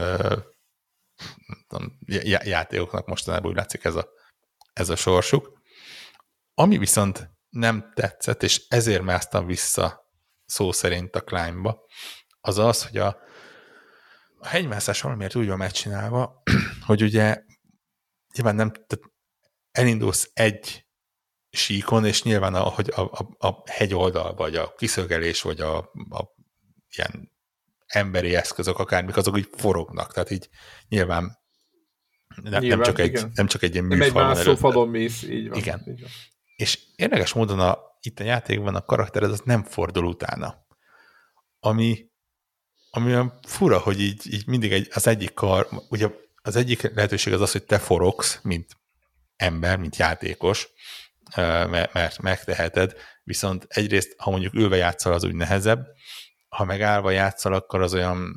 játékoknak mostanában úgy látszik ez a sorsuk. Ami viszont nem tetszett, és ezért másztam vissza szó szerint a Climbba, az az, hogy a hegymászás valamiért úgy van megcsinálva, hogy ugye nyilván nem, elindulsz egy síkon, és nyilván ahogy a hegyoldal, vagy a kiszögelés, vagy a ilyen emberi eszközök, akármik, azok így forognak, tehát így nyilván nem csak egy ilyen műfal van előtt. Falon mész, így van. Igen. Így van. És érdekes módon itt a játékban a karaktered az nem fordul utána. Ami olyan fura, hogy így mindig az egyik ugye az egyik lehetőség az, hogy te forogsz, mint ember, mint játékos, mert megteheted, viszont egyrészt, ha mondjuk ülve játszol, az úgy nehezebb, ha meg állva játszol, akkor az olyan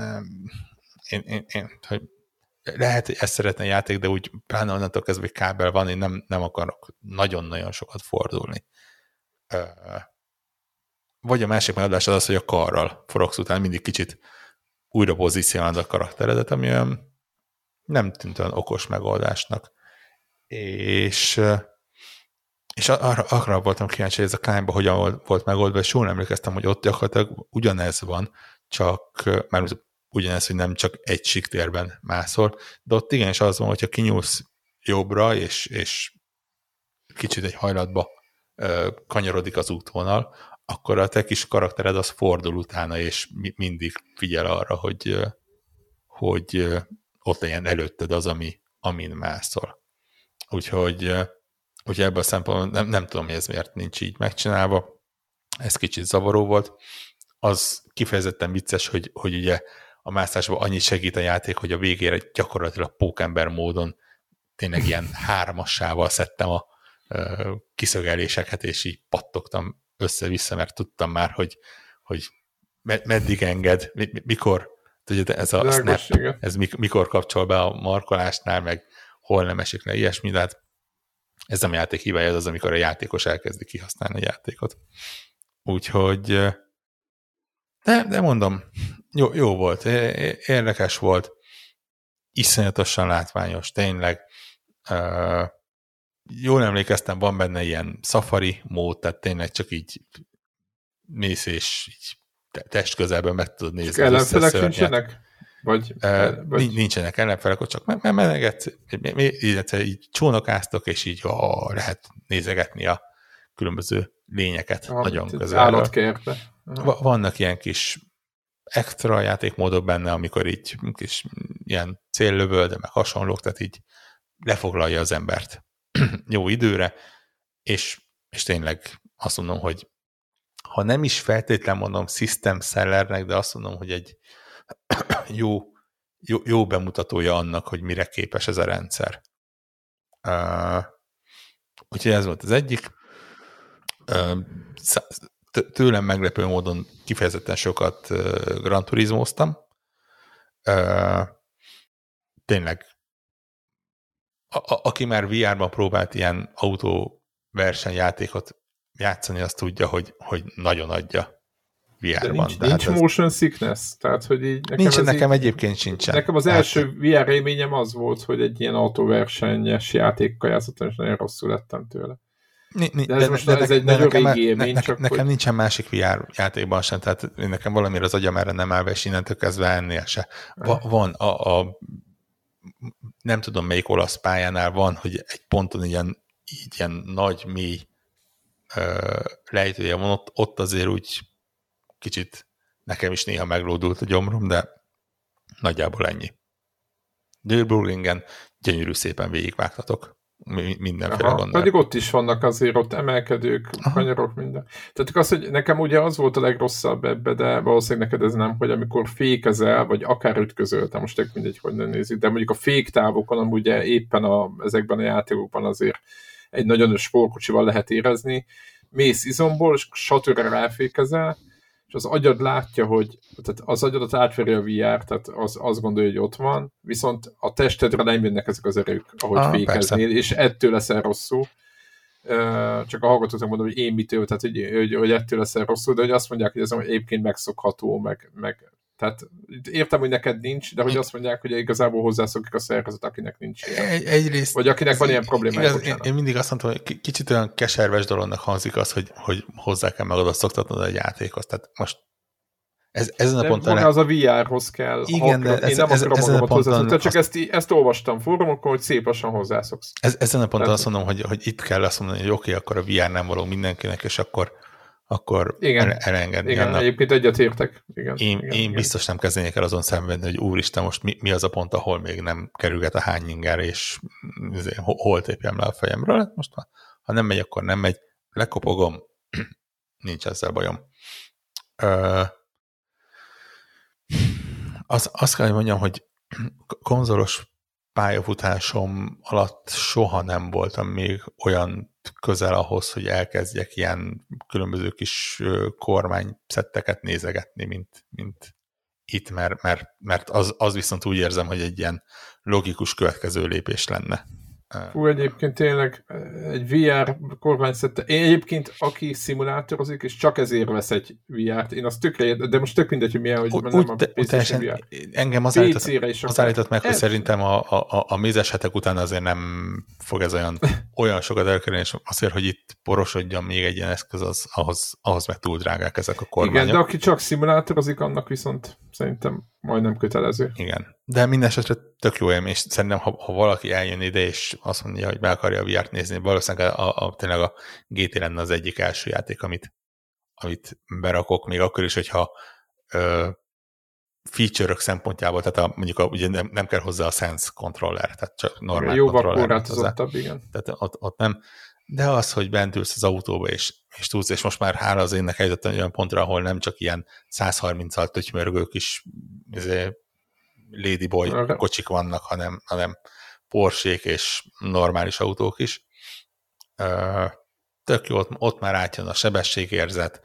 hogy lehet, hogy ezt szeretne a játék, de úgy pláne onnantól kezdve, hogy kábel van, én nem akarok nagyon-nagyon sokat fordulni. Vagy a másik megoldás az, hogy a karral forogsz után mindig kicsit újra pozícionálod a karakteredet, ami olyan nem tűnt olyan okos megoldásnak. És arra voltam kíváncsi, hogy ez a Climbba hogyan volt megoldva, és jól emlékeztem, hogy ott gyakorlatilag ugyanez van, csak már ugyanez, hogy nem csak egy síktérben mászol, de ott igenis az van, hogyha kinyúlsz jobbra, és kicsit egy hajlatba kanyarodik az útvonal, akkor a te kis karaktered az fordul utána, és mindig figyel arra, hogy ott legyen előtted az, amin mászol. Úgyhogy ebből a szempontból nem tudom, hogy ez miért nincs így megcsinálva. Ez kicsit zavaró volt. Az kifejezetten vicces, hogy ugye a mászásban annyit segít a játék, hogy a végére gyakorlatilag pókember módon tényleg ilyen 3-assával szedtem a kiszögeléseket, és így pattogtam össze-vissza, mert tudtam már, hogy meddig enged, mikor, tudod, ez a snap, ez mikor kapcsol be a markolásnál, meg hol nem esik le, ilyesmi, de hát ez nem játék hibája, az, amikor a játékos elkezdi kihasználni a játékot. Úgyhogy de mondom, jó volt, érdekes volt, iszonyatosan látványos, tényleg. Jól emlékeztem, van benne ilyen safari mód, tehát tényleg csak így mész, és így testközelben meg tudod nézni. Csak ellenfelek nincsenek? Vagy... Nincsenek ellenfelek, csak menegetsz, illetve így csónakáztok, és így lehet nézegetni a különböző lényeket nagyon közelről. Állatkérte. Vannak ilyen kis extra játékmódok benne, amikor így kis ilyen céllövöl, de meg hasonlók, tehát így lefoglalja az embert jó időre, és tényleg azt mondom, hogy ha nem is feltétlen mondom system sellernek, de azt mondom, hogy egy jó bemutatója annak, hogy mire képes ez a rendszer. Úgyhogy ez volt az egyik. Tőlem meglepő módon kifejezetten sokat Gran Turismoztam. Tényleg, aki már VR-ban próbált ilyen autóversenyjátékot játszani, azt tudja, hogy nagyon adja VR-ban. Nincs motion sickness? Tehát, hogy így nekem egyébként sincsen. Nekem az első VR élményem az volt, hogy egy ilyen autóversenyes játékkal játszottam, és nagyon rosszul lettem tőle. Ez egy nagyon régi élmény. Nekem nincsen másik VR játékban sem, tehát nekem valamire az agyam erre nem áll be, és innentől kezdve ennél se. Van nem tudom melyik olasz pályánál van, hogy egy ponton ilyen nagy, mély lejtője van, ott azért úgy kicsit nekem is néha meglódult a gyomrom, de nagyjából ennyi. Nürburgringen gyönyörű szépen végigvágtatok. Mindenféle gondol. Pedig ott is vannak azért ott emelkedők, kanyarok, minden. Tehát az, hogy nekem ugye az volt a legrosszabb ebbe, de valószínűleg neked ez nem, hogy amikor fékezel, vagy akár ütközöltem, most tök mindegy, hogy nem nézik, de mondjuk a féktávokon, amúgy éppen ezekben a játékokban azért egy nagyon sportkocsival lehet érezni, mész izomból, és satőre ráfékezel, és az agyad látja, hogy tehát az agyadat átveri a VR, tehát azt gondolja, hogy ott van, viszont a testedre nem jönnek ezek az erők, ahogy fékeznél, és ettől leszel rosszul. Csak a hallgatóknak mondom, hogy én mitől, tehát hogy ettől leszel rosszul, de hogy azt mondják, hogy ez egyébként megszokható, meg tehát értem, hogy neked nincs, de hogy azt mondják, hogy igazából hozzászokik a szervezet, akinek nincs ilyen. Egyrészt, vagy akinek van ilyen problémája. Én mindig azt mondtam, hogy kicsit olyan keserves dolognak hangzik az, hogy hozzá kell magad szoktatnod a játékhoz. Tehát most ezen a ponton... az a VR-hoz kell. Igen, de én nem akarom magamat hozzászokni. Csak ezt olvastam fórumokon, hogy szép lassan hozzászoksz. Ezen a ponton azt mondom, hogy itt kell azt mondani, hogy oké, akkor a VR nem való mindenkinek, és akkor elengedni. Igen, egyébként egyetértek. Én biztos nem kezdenék el azon szenvedni, hogy úristen, most mi az a pont, ahol még nem kerülget a hányinger, és hol tépjem le a fejemről. Most ha nem megy, akkor nem megy. Lekopogom, nincs ezzel bajom. Azt kell, hogy mondjam, hogy konzolos pályafutásom alatt soha nem voltam még olyan közel ahhoz, hogy elkezdjek ilyen különböző kis kormányszetteket nézegetni, mint itt, mert az viszont úgy érzem, hogy egy ilyen logikus következő lépés lenne. Egyébként tényleg egy VR kormányszette. Én egyébként, aki szimulátorozik, és csak ezért vesz egy VR-t, én azt tökre de most tök mindegy, hogy milyen, hogy nem a PlayStation VR. Engem az állított meg, hogy szerintem a mézes hetek után azért nem fog ez olyan sokat elkerülni, és azért, hogy itt porosodjon még egy ilyen eszköz, ahhoz meg túl drágák ezek a kormányok. Igen, de aki csak szimulátorozik, annak viszont szerintem majdnem kötelező. Igen. De minden esetre tök jó élmény, és szerintem, ha valaki eljön ide, és azt mondja, hogy be akarja a VR-t nézni, valószínűleg tényleg a GT lenne az egyik első játék, amit berakok, még akkor is, hogyha feature-ök szempontjából, tehát ugye nem kell hozzá a Sense controller, tehát csak normál jóval controller. korlátozottabb, igen. Tehát ott nem. De az, hogy bent ülsz az autóba, és tudsz, és most már hála az énnek eljutottam olyan pontra, ahol nem csak ilyen 130-al tötymörgő kis ladyboy kocsik vannak, hanem Porsche-k és normális autók is. Tök jó, ott már átjön a sebességérzet.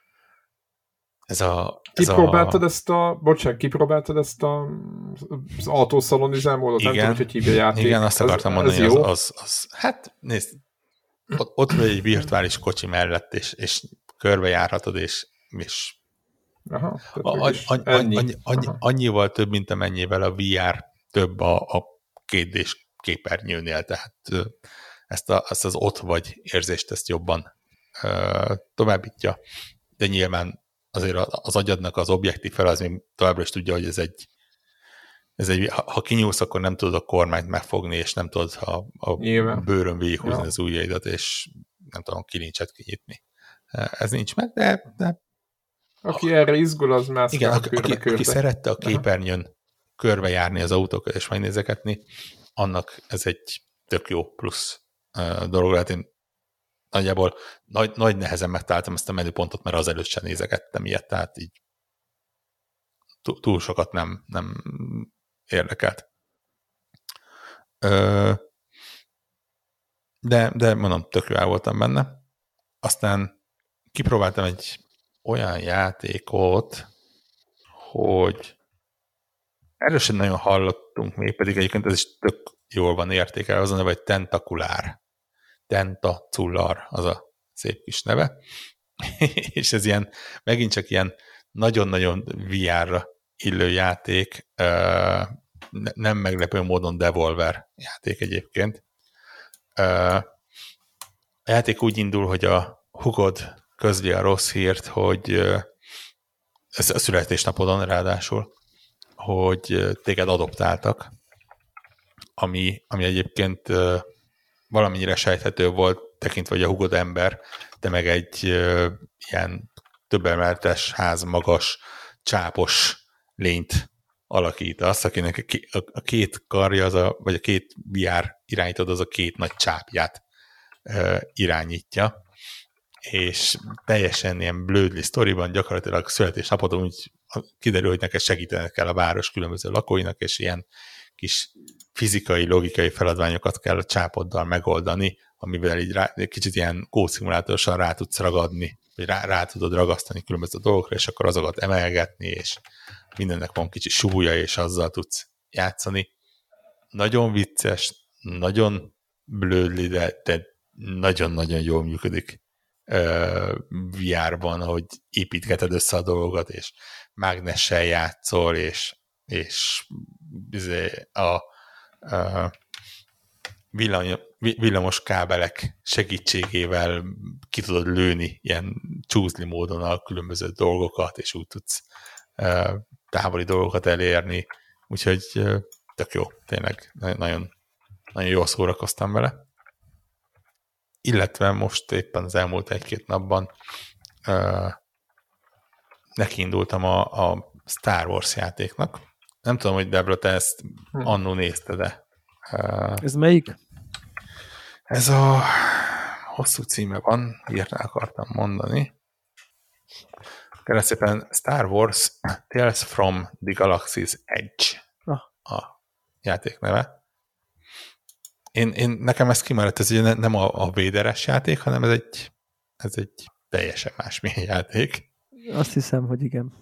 Kipróbáltad ezt az autószalon üzemmódot? Nem tudom, hogy hívja játék. Igen, azt akartam mondani, hát nézd, ott vagy egy virtuális kocsi mellett, és körbejárhatod, és aha, annyival több, mint amennyivel a VR több a 2D-s képernyőnél, tehát ezt az ott vagy érzést ezt jobban továbbítja, de nyilván azért az agyadnak az objektív fel az még továbbra is tudja, hogy ez egy ha kinyúlsz, akkor nem tudod a kormányt megfogni, és nem tudod a bőrön végighúzni az ujjaidat, és nem tudom, kilincset kinyitni. Ez nincs meg, de aki erre izgul, az mászkál. Igen, aki szerette a képernyőn körbejárni az autókat és megnézeketni, annak ez egy tök jó plusz dolog. Hát én nagyjából nagy nehezen megtaláltam ezt a menüpontot, mert azelőtt sem nézegettem ilyet, tehát így túl sokat nem érdekelt. De mondom, tök jó el voltam benne. Aztán kipróbáltam egy olyan játékot, hogy erről sem nagyon hallottunk még, pedig egyébként ez is tök jól van értékelve, az a neve, hogy Tentakulár. Tentacular, az a szép kis neve. És ez ilyen, megint csak ilyen nagyon-nagyon VR-ra illő játék, nem meglepő módon Devolver játék egyébként. A játék úgy indul, hogy a hugod közli a rossz hírt, hogy ez a születésnapodon ráadásul, hogy téged adoptáltak, ami egyébként valamennyire sejthető volt, tekintve, hogy a hugod ember, de meg egy ilyen többemeletes ház magas, csápos lényt alakítasz, akinek a két karja, vagy a két VR irányítod, az a két nagy csápját irányítja, és teljesen ilyen blödli sztoriban gyakorlatilag születésnapodon úgy kiderül, hogy neked segítenek kell a város különböző lakóinak, és ilyen kis fizikai, logikai feladványokat kell a csápoddal megoldani, amivel így kicsit ilyen kódszimulátorosan rá tudsz ragadni, vagy rá tudod ragasztani különböző dolgokra, és akkor azokat emelgetni, és mindennek van kicsi súlya, és azzal tudsz játszani. Nagyon vicces, nagyon blödli, de nagyon-nagyon jól működik VR-ban, hogy építgeted össze a dolgokat, és mágnessel játszol, és a villamos kábelek segítségével ki tudod lőni ilyen csúszli módon a különböző dolgokat, és úgy tudsz távoli dolgokat elérni, úgyhogy tök jó, tényleg nagyon, nagyon jól szórakoztam vele. Illetve most éppen az elmúlt 1-2 napban nekiindultam a Star Wars játéknak. Nem tudom, hogy Debra, te ezt annó nézted, de... Ez melyik? Ez a hosszú címe van, írni akartam mondani. Kérlek szépen Star Wars Tales from the Galaxy's Edge a játék neve. Nekem ez kimaradt, ez ugye nem a Vader-es játék, hanem ez egy teljesen másmilyen játék. Azt hiszem, hogy igen.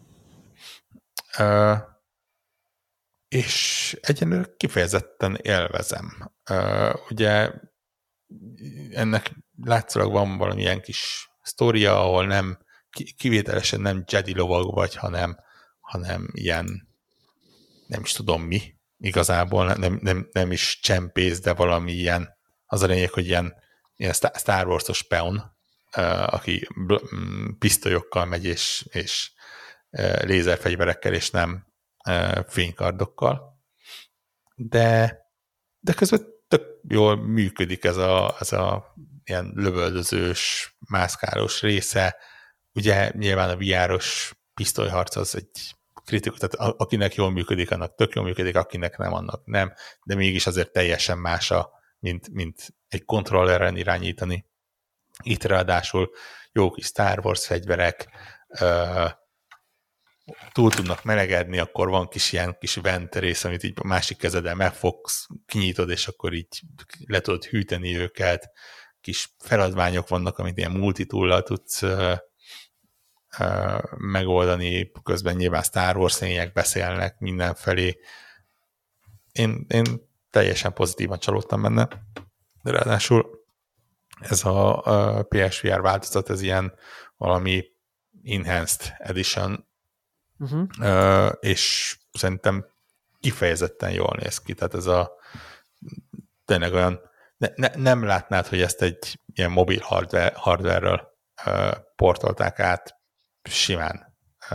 És egyenlőre kifejezetten élvezem. Ugye ennek látszólag van valamilyen kis sztória, ahol nem kivételesen nem Jedi lovag vagy, hanem ilyen nem is tudom mi igazából, nem is csempész, de valami ilyen, az a lényeg, hogy ilyen Star Wars-os peon, aki pisztolyokkal megy, és lézerfegyverekkel, és nem fénykardokkal. De közben tök jól működik ez a ilyen lövöldözős, mászkálós része. Ugye nyilván a VR-os pisztolyharc az egy kritikus, tehát akinek jól működik, annak tök jól működik, akinek nem, annak nem, de mégis azért teljesen más, mint egy kontrolleren irányítani. Itt ráadásul jó kis Star Wars fegyverek, túl tudnak melegedni, akkor van ilyen kis vent rész, amit így a másik kezeddel megfogsz, kinyitod, és akkor így le tudod hűteni őket, kis feladványok vannak, amit ilyen multitoollal tudsz megoldani, közben nyilván Star Wars lények beszélnek mindenfelé. Én teljesen pozitívan csalódtam benne, de ráadásul ez a PSVR változat, ez ilyen valami Enhanced Edition, és szerintem kifejezetten jól néz ki, tehát ez tényleg olyan, nem látnád, hogy ezt egy ilyen mobil hardware-ről portolták át simán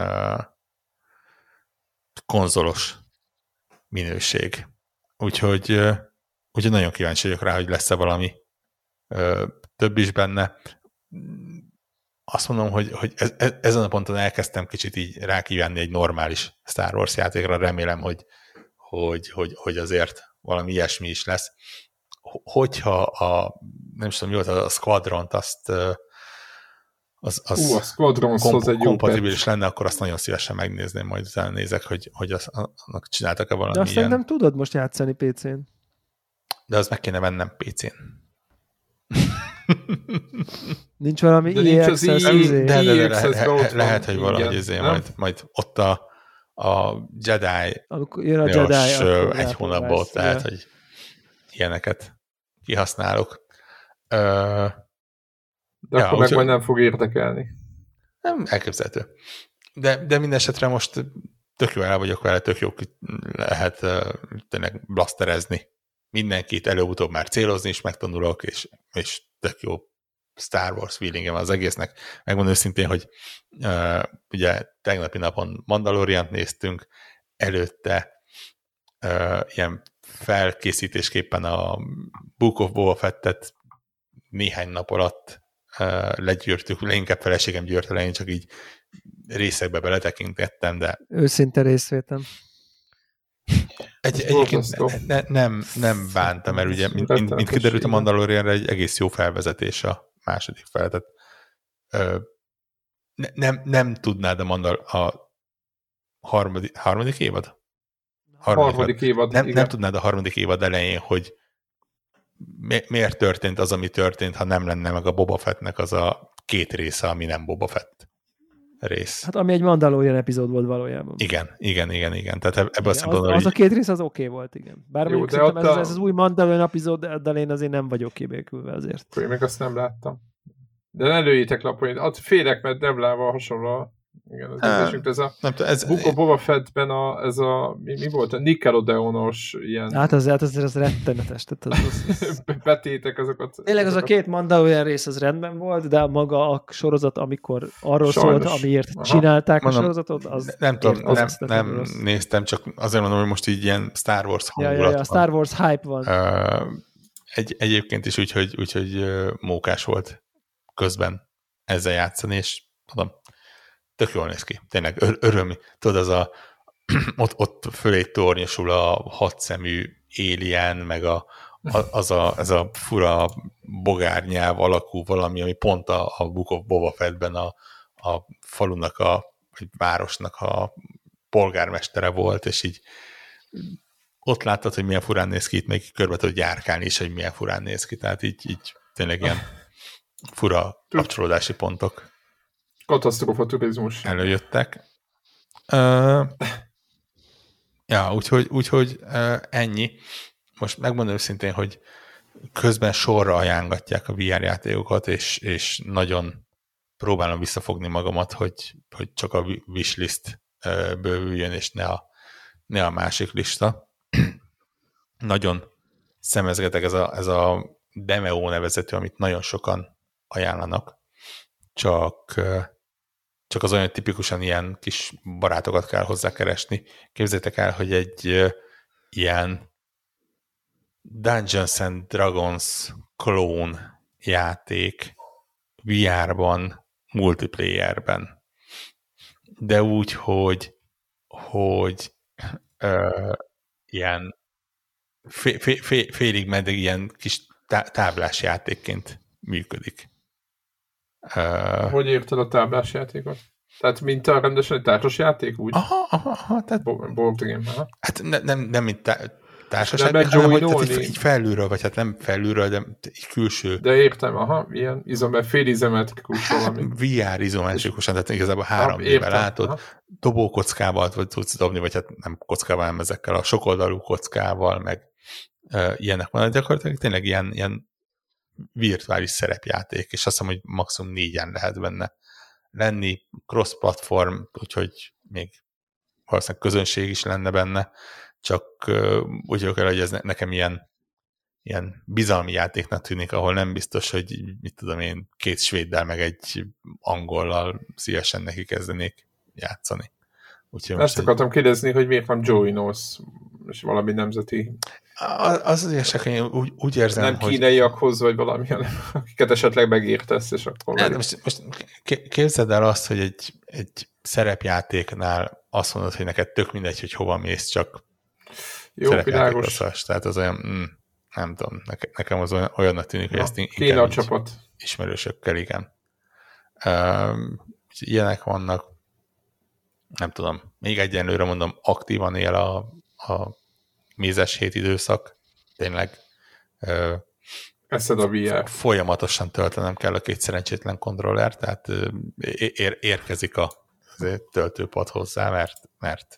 konzolos minőség. Úgyhogy nagyon kíváncsi vagyok rá, hogy lesz-e valami több is benne. Azt mondom, hogy ezen a ponton elkezdtem kicsit így rákívánni egy normális Star Wars játékra, remélem, hogy azért valami ilyesmi is lesz. Hogyha nem is tudom, mi volt a Squadront, az kompatibilis lenne, akkor azt nagyon szívesen megnézném, majd utána nézek, hogy annak csináltak-e valami ilyen. De azt nem tudod most játszani PC-n. De az meg kéne vennem PC-n. Nincs valami EXS? Lehet, hogy valahogy majd ott a Jedi jön a Jedi egy hónapban ott lehet, hogy ilyeneket kihasználok. De akkor meg majd nem fog érdekelni. Nem, elképzelhető. De minden esetre most tök jó el vagyok vele, tök jó lehet tényleg blasterezni mindenkit, előbb-utóbb már célozni is megtanulok, és tök jó Star Wars feelingem az egésznek. Megmondom őszintén, hogy ugye tegnapi napon Mandaloriant néztünk, előtte ilyen felkészítésképpen a Book of Boba Fettet néhány nap alatt legyűrtük, inkább feleségem gyűrt le, én csak így részekbe beletekintettem, de... Őszinte részvétem. Egyébként nem bántam, mert ugye, mint kiderült, a Mandalorianra egy egész jó felvezetés a második fele. Nem tudnád a harmadik évad? Harmadik évad, nem tudnád a harmadik évad elején, hogy miért történt az, ami történt, ha nem lenne meg a Boba Fettnek az a két része, ami nem Boba Fett rész. Hát ami egy Mandalorian epizód volt valójában. Igen. Tehát ebből a szempontból... Az a két rész az oké volt, igen. Bár mondjuk szerintem ez az új Mandalorian epizód, de én azért nem vagyok kibékülve azért. Én még azt nem láttam. De ne lőjétek lapon, félek, mert Deblával hasonló. Igen, ez a Book of Boba Fettben mi volt? A Nickelodeonos ilyen... Hát az rettenetes. Betétek azokat. Tényleg az a két Mandalorian rész az rendben volt, de maga a sorozat, amikor arról szólt, amiért csinálták a sorozatot, az... Nem tudom, nem néztem, csak azért mondom, hogy most így ilyen Star Wars hangulat van. A Star Wars hype van. Egyébként is úgyhogy mókás volt közben ezzel játszani, és tudom, tök jól néz ki. Tényleg öröm. Tudod, ott fölé tornyosul a hatszemű alien, meg ez a fura bogárnyelv alakú valami, ami pont a Book of Boba Fettben a falunak, vagy városnak a polgármestere volt, és így ott láttad, hogy milyen furán néz ki, itt még körbe tud járkálni is, hogy milyen furán néz ki. Tehát így tényleg ilyen fura kapcsolódási pontok. Katasztrófa turizmus. Előjöttek. Úgyhogy ennyi. Most megmondom őszintén, hogy közben sorra ajángatják a VR játékokat, és nagyon próbálom visszafogni magamat, hogy csak a wishlist bővüljön, és ne a másik lista. Nagyon szemezgetek ez a Demeo nevezetű, amit nagyon sokan ajánlanak, csak az olyan tipikusan ilyen kis barátokat kell hozzá keresni. Képzeljétek el, hogy egy ilyen Dungeons and Dragons klón játék VR-ban, multiplayerben. De úgy, hogy ilyen félig meddig ilyen kis táblás játékként működik. Hogy érted a táblás játékot? Tehát mint a rendesen egy társas játék úgy? Aha, tehát... Board game, aha. Hát nem mint társas játék, hanem hogy így felülről, vagy hát nem felülről, de így külső. De értem, aha, ilyen fél izometrikus valami. VR izometrikusan, tehát igazából 3D-vel látod, aha. Dobókockával tudsz dobni, vagy hát nem kockával, hanem ezekkel a sokoldalú kockával, meg ilyenek van, gyakorlatilag tényleg ilyen virtuális szerepjáték, és azt hiszem, hogy maximum 4-en lehet benne lenni, cross-platform, úgyhogy még valószínűleg közönség is lenne benne, csak úgy vagyok el, hogy ez nekem ilyen bizalmi játéknak tűnik, ahol nem biztos, hogy mit tudom én, 2 svéddel meg egy angollal szívesen neki kezdenék játszani. Úgyhogy ezt akartam kérdezni, hogy miért van Joey North, és valami nemzeti... Az azért én úgy érzem, nem hogy... Nem kínaiakhoz, vagy valami, akiket esetleg megértesz, és akkor... Nem, most képzeld el azt, hogy egy szerepjátéknál azt mondod, hogy neked tök mindegy, hogy hova mész, csak szerepjátékozás. Tehát az olyan, nem tudom, nekem az olyannak tűnik, hogy ezt inkább csapat. Ismerősökkel, igen. Ilyenek vannak, nem tudom, még egyenlőre mondom, aktívan él a mézes hét időszak, tényleg eszed a VR. Folyamatosan töltenem kell a 2 szerencsétlen kontroller, tehát érkezik a töltőpad hozzá, mert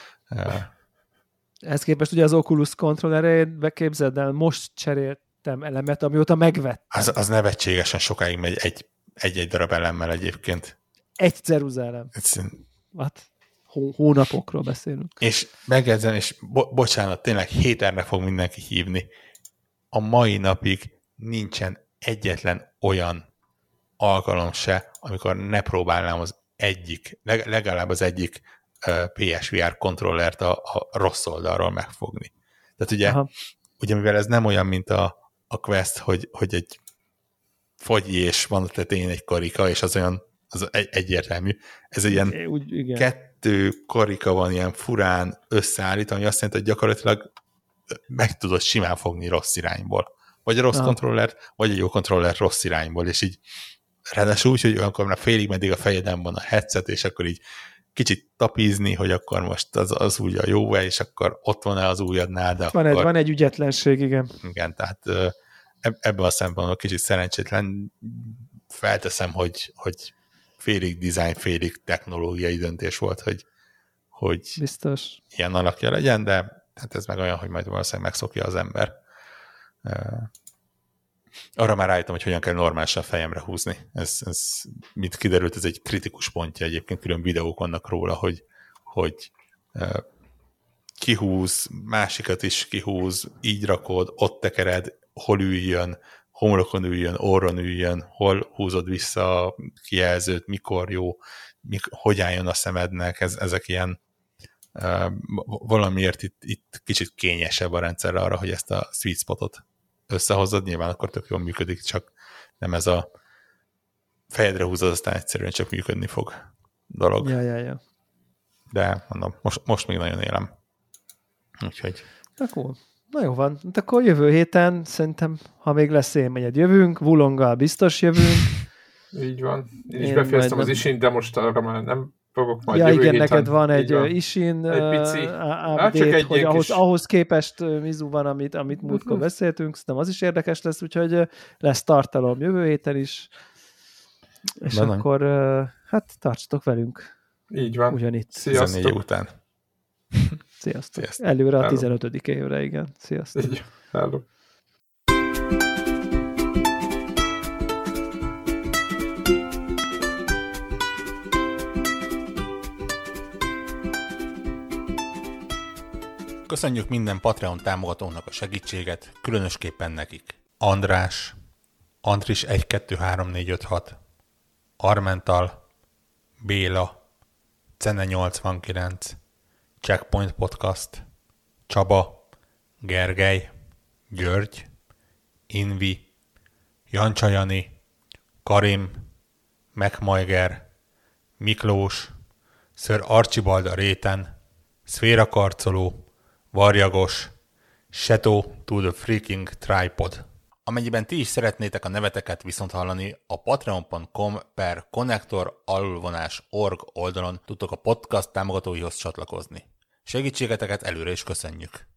ehhez képest ugye az Oculus kontrollerét képzeld el, most cseréltem elemet, amióta megvettem. Az nevetségesen sokáig megy egy darab elemmel egyébként. Egy ceruzálem. Hát, hónapokról beszélünk. És megjegyzem, és bocsánat, tényleg héterre fog mindenki hívni. A mai napig nincsen egyetlen olyan alkalom se, amikor ne próbálnám legalább az egyik PSVR kontrollert a rossz oldalról megfogni. Tehát ugye mivel ez nem olyan, mint a Quest, hogy egy fogyi és van a tetején egy karika, és az olyan az egyértelmű. Ez egy ilyen 2 karika van ilyen furán összeállít, ami azt jelenti, hogy gyakorlatilag meg tudod simán fogni rossz irányból. Vagy a rossz kontrollert, vagy egy jó kontrollert rossz irányból, és így ráadásul úgy, hogy olyankor már félig meddig a fejeden van a headset, és akkor így kicsit tapízni, hogy akkor most az úgy a jó, és akkor ott van-e az ujjadnál, de van egy ügyetlenség, igen. Igen, tehát ebben a szempontból kicsit szerencsétlen. Felteszem, hogy félig design, félig technológiai döntés volt, hogy biztos. Ilyen alakja legyen, de hát ez meg olyan, hogy majd valószínűleg megszokja az ember. Arra már rájöttem, hogy hogyan kell normálisan fejemre húzni. Ez mint kiderült, ez egy kritikus pontja egyébként, külön videók vannak róla, hogy kihúz, másikat is kihúz, így rakod, ott tekered, hol üljön, homlokon üljön, orron üljön, hol húzod vissza a kijelzőt, mikor jó, hogy álljon a szemednek, ezek ilyen valamiért itt kicsit kényesebb a rendszer arra, hogy ezt a sweet spotot összehozzad, nyilván akkor tök jól működik, csak nem ez a fejedre húzod, aztán egyszerűen csak működni fog dolog. Ja. De mondom, most még nagyon élem. Úgyhogy... Na jó van. De akkor jövő héten szerintem, ha még lesz élményed, jövünk, Wulonggal biztos jövünk. Így van. Én is befejeztem az Isint, de most arra már nem fogok majd jövő héten. Neked van egy Isin update, hogy ahhoz képest Mizu van, amit múltkor beszéltünk, szerintem az is érdekes lesz, úgyhogy lesz tartalom jövő héten is. És akkor hát tartsatok velünk. Így van. Ugyanitt. 14 után. Sziasztok. Előre a 15. évre, igen. Sziasztok. Így. Hello. Köszönjük minden Patreon támogatónak a segítséget, különösképpen nekik. András, Andris 123456, Armental, Béla, Cene 89, Checkpoint Podcast, Csaba, Gergely, György, Invi, Jancsa Jani, Karim, Megmajger, Miklós, Sir Archibald a Réten, szférakarcoló, varjagos, shadow to the freaking tripod. Amennyiben ti is szeretnétek a neveteket viszont hallani, a patreon.com/connector_org oldalon tudtok a podcast támogatóihoz csatlakozni. Segítségeteket előre is köszönjük!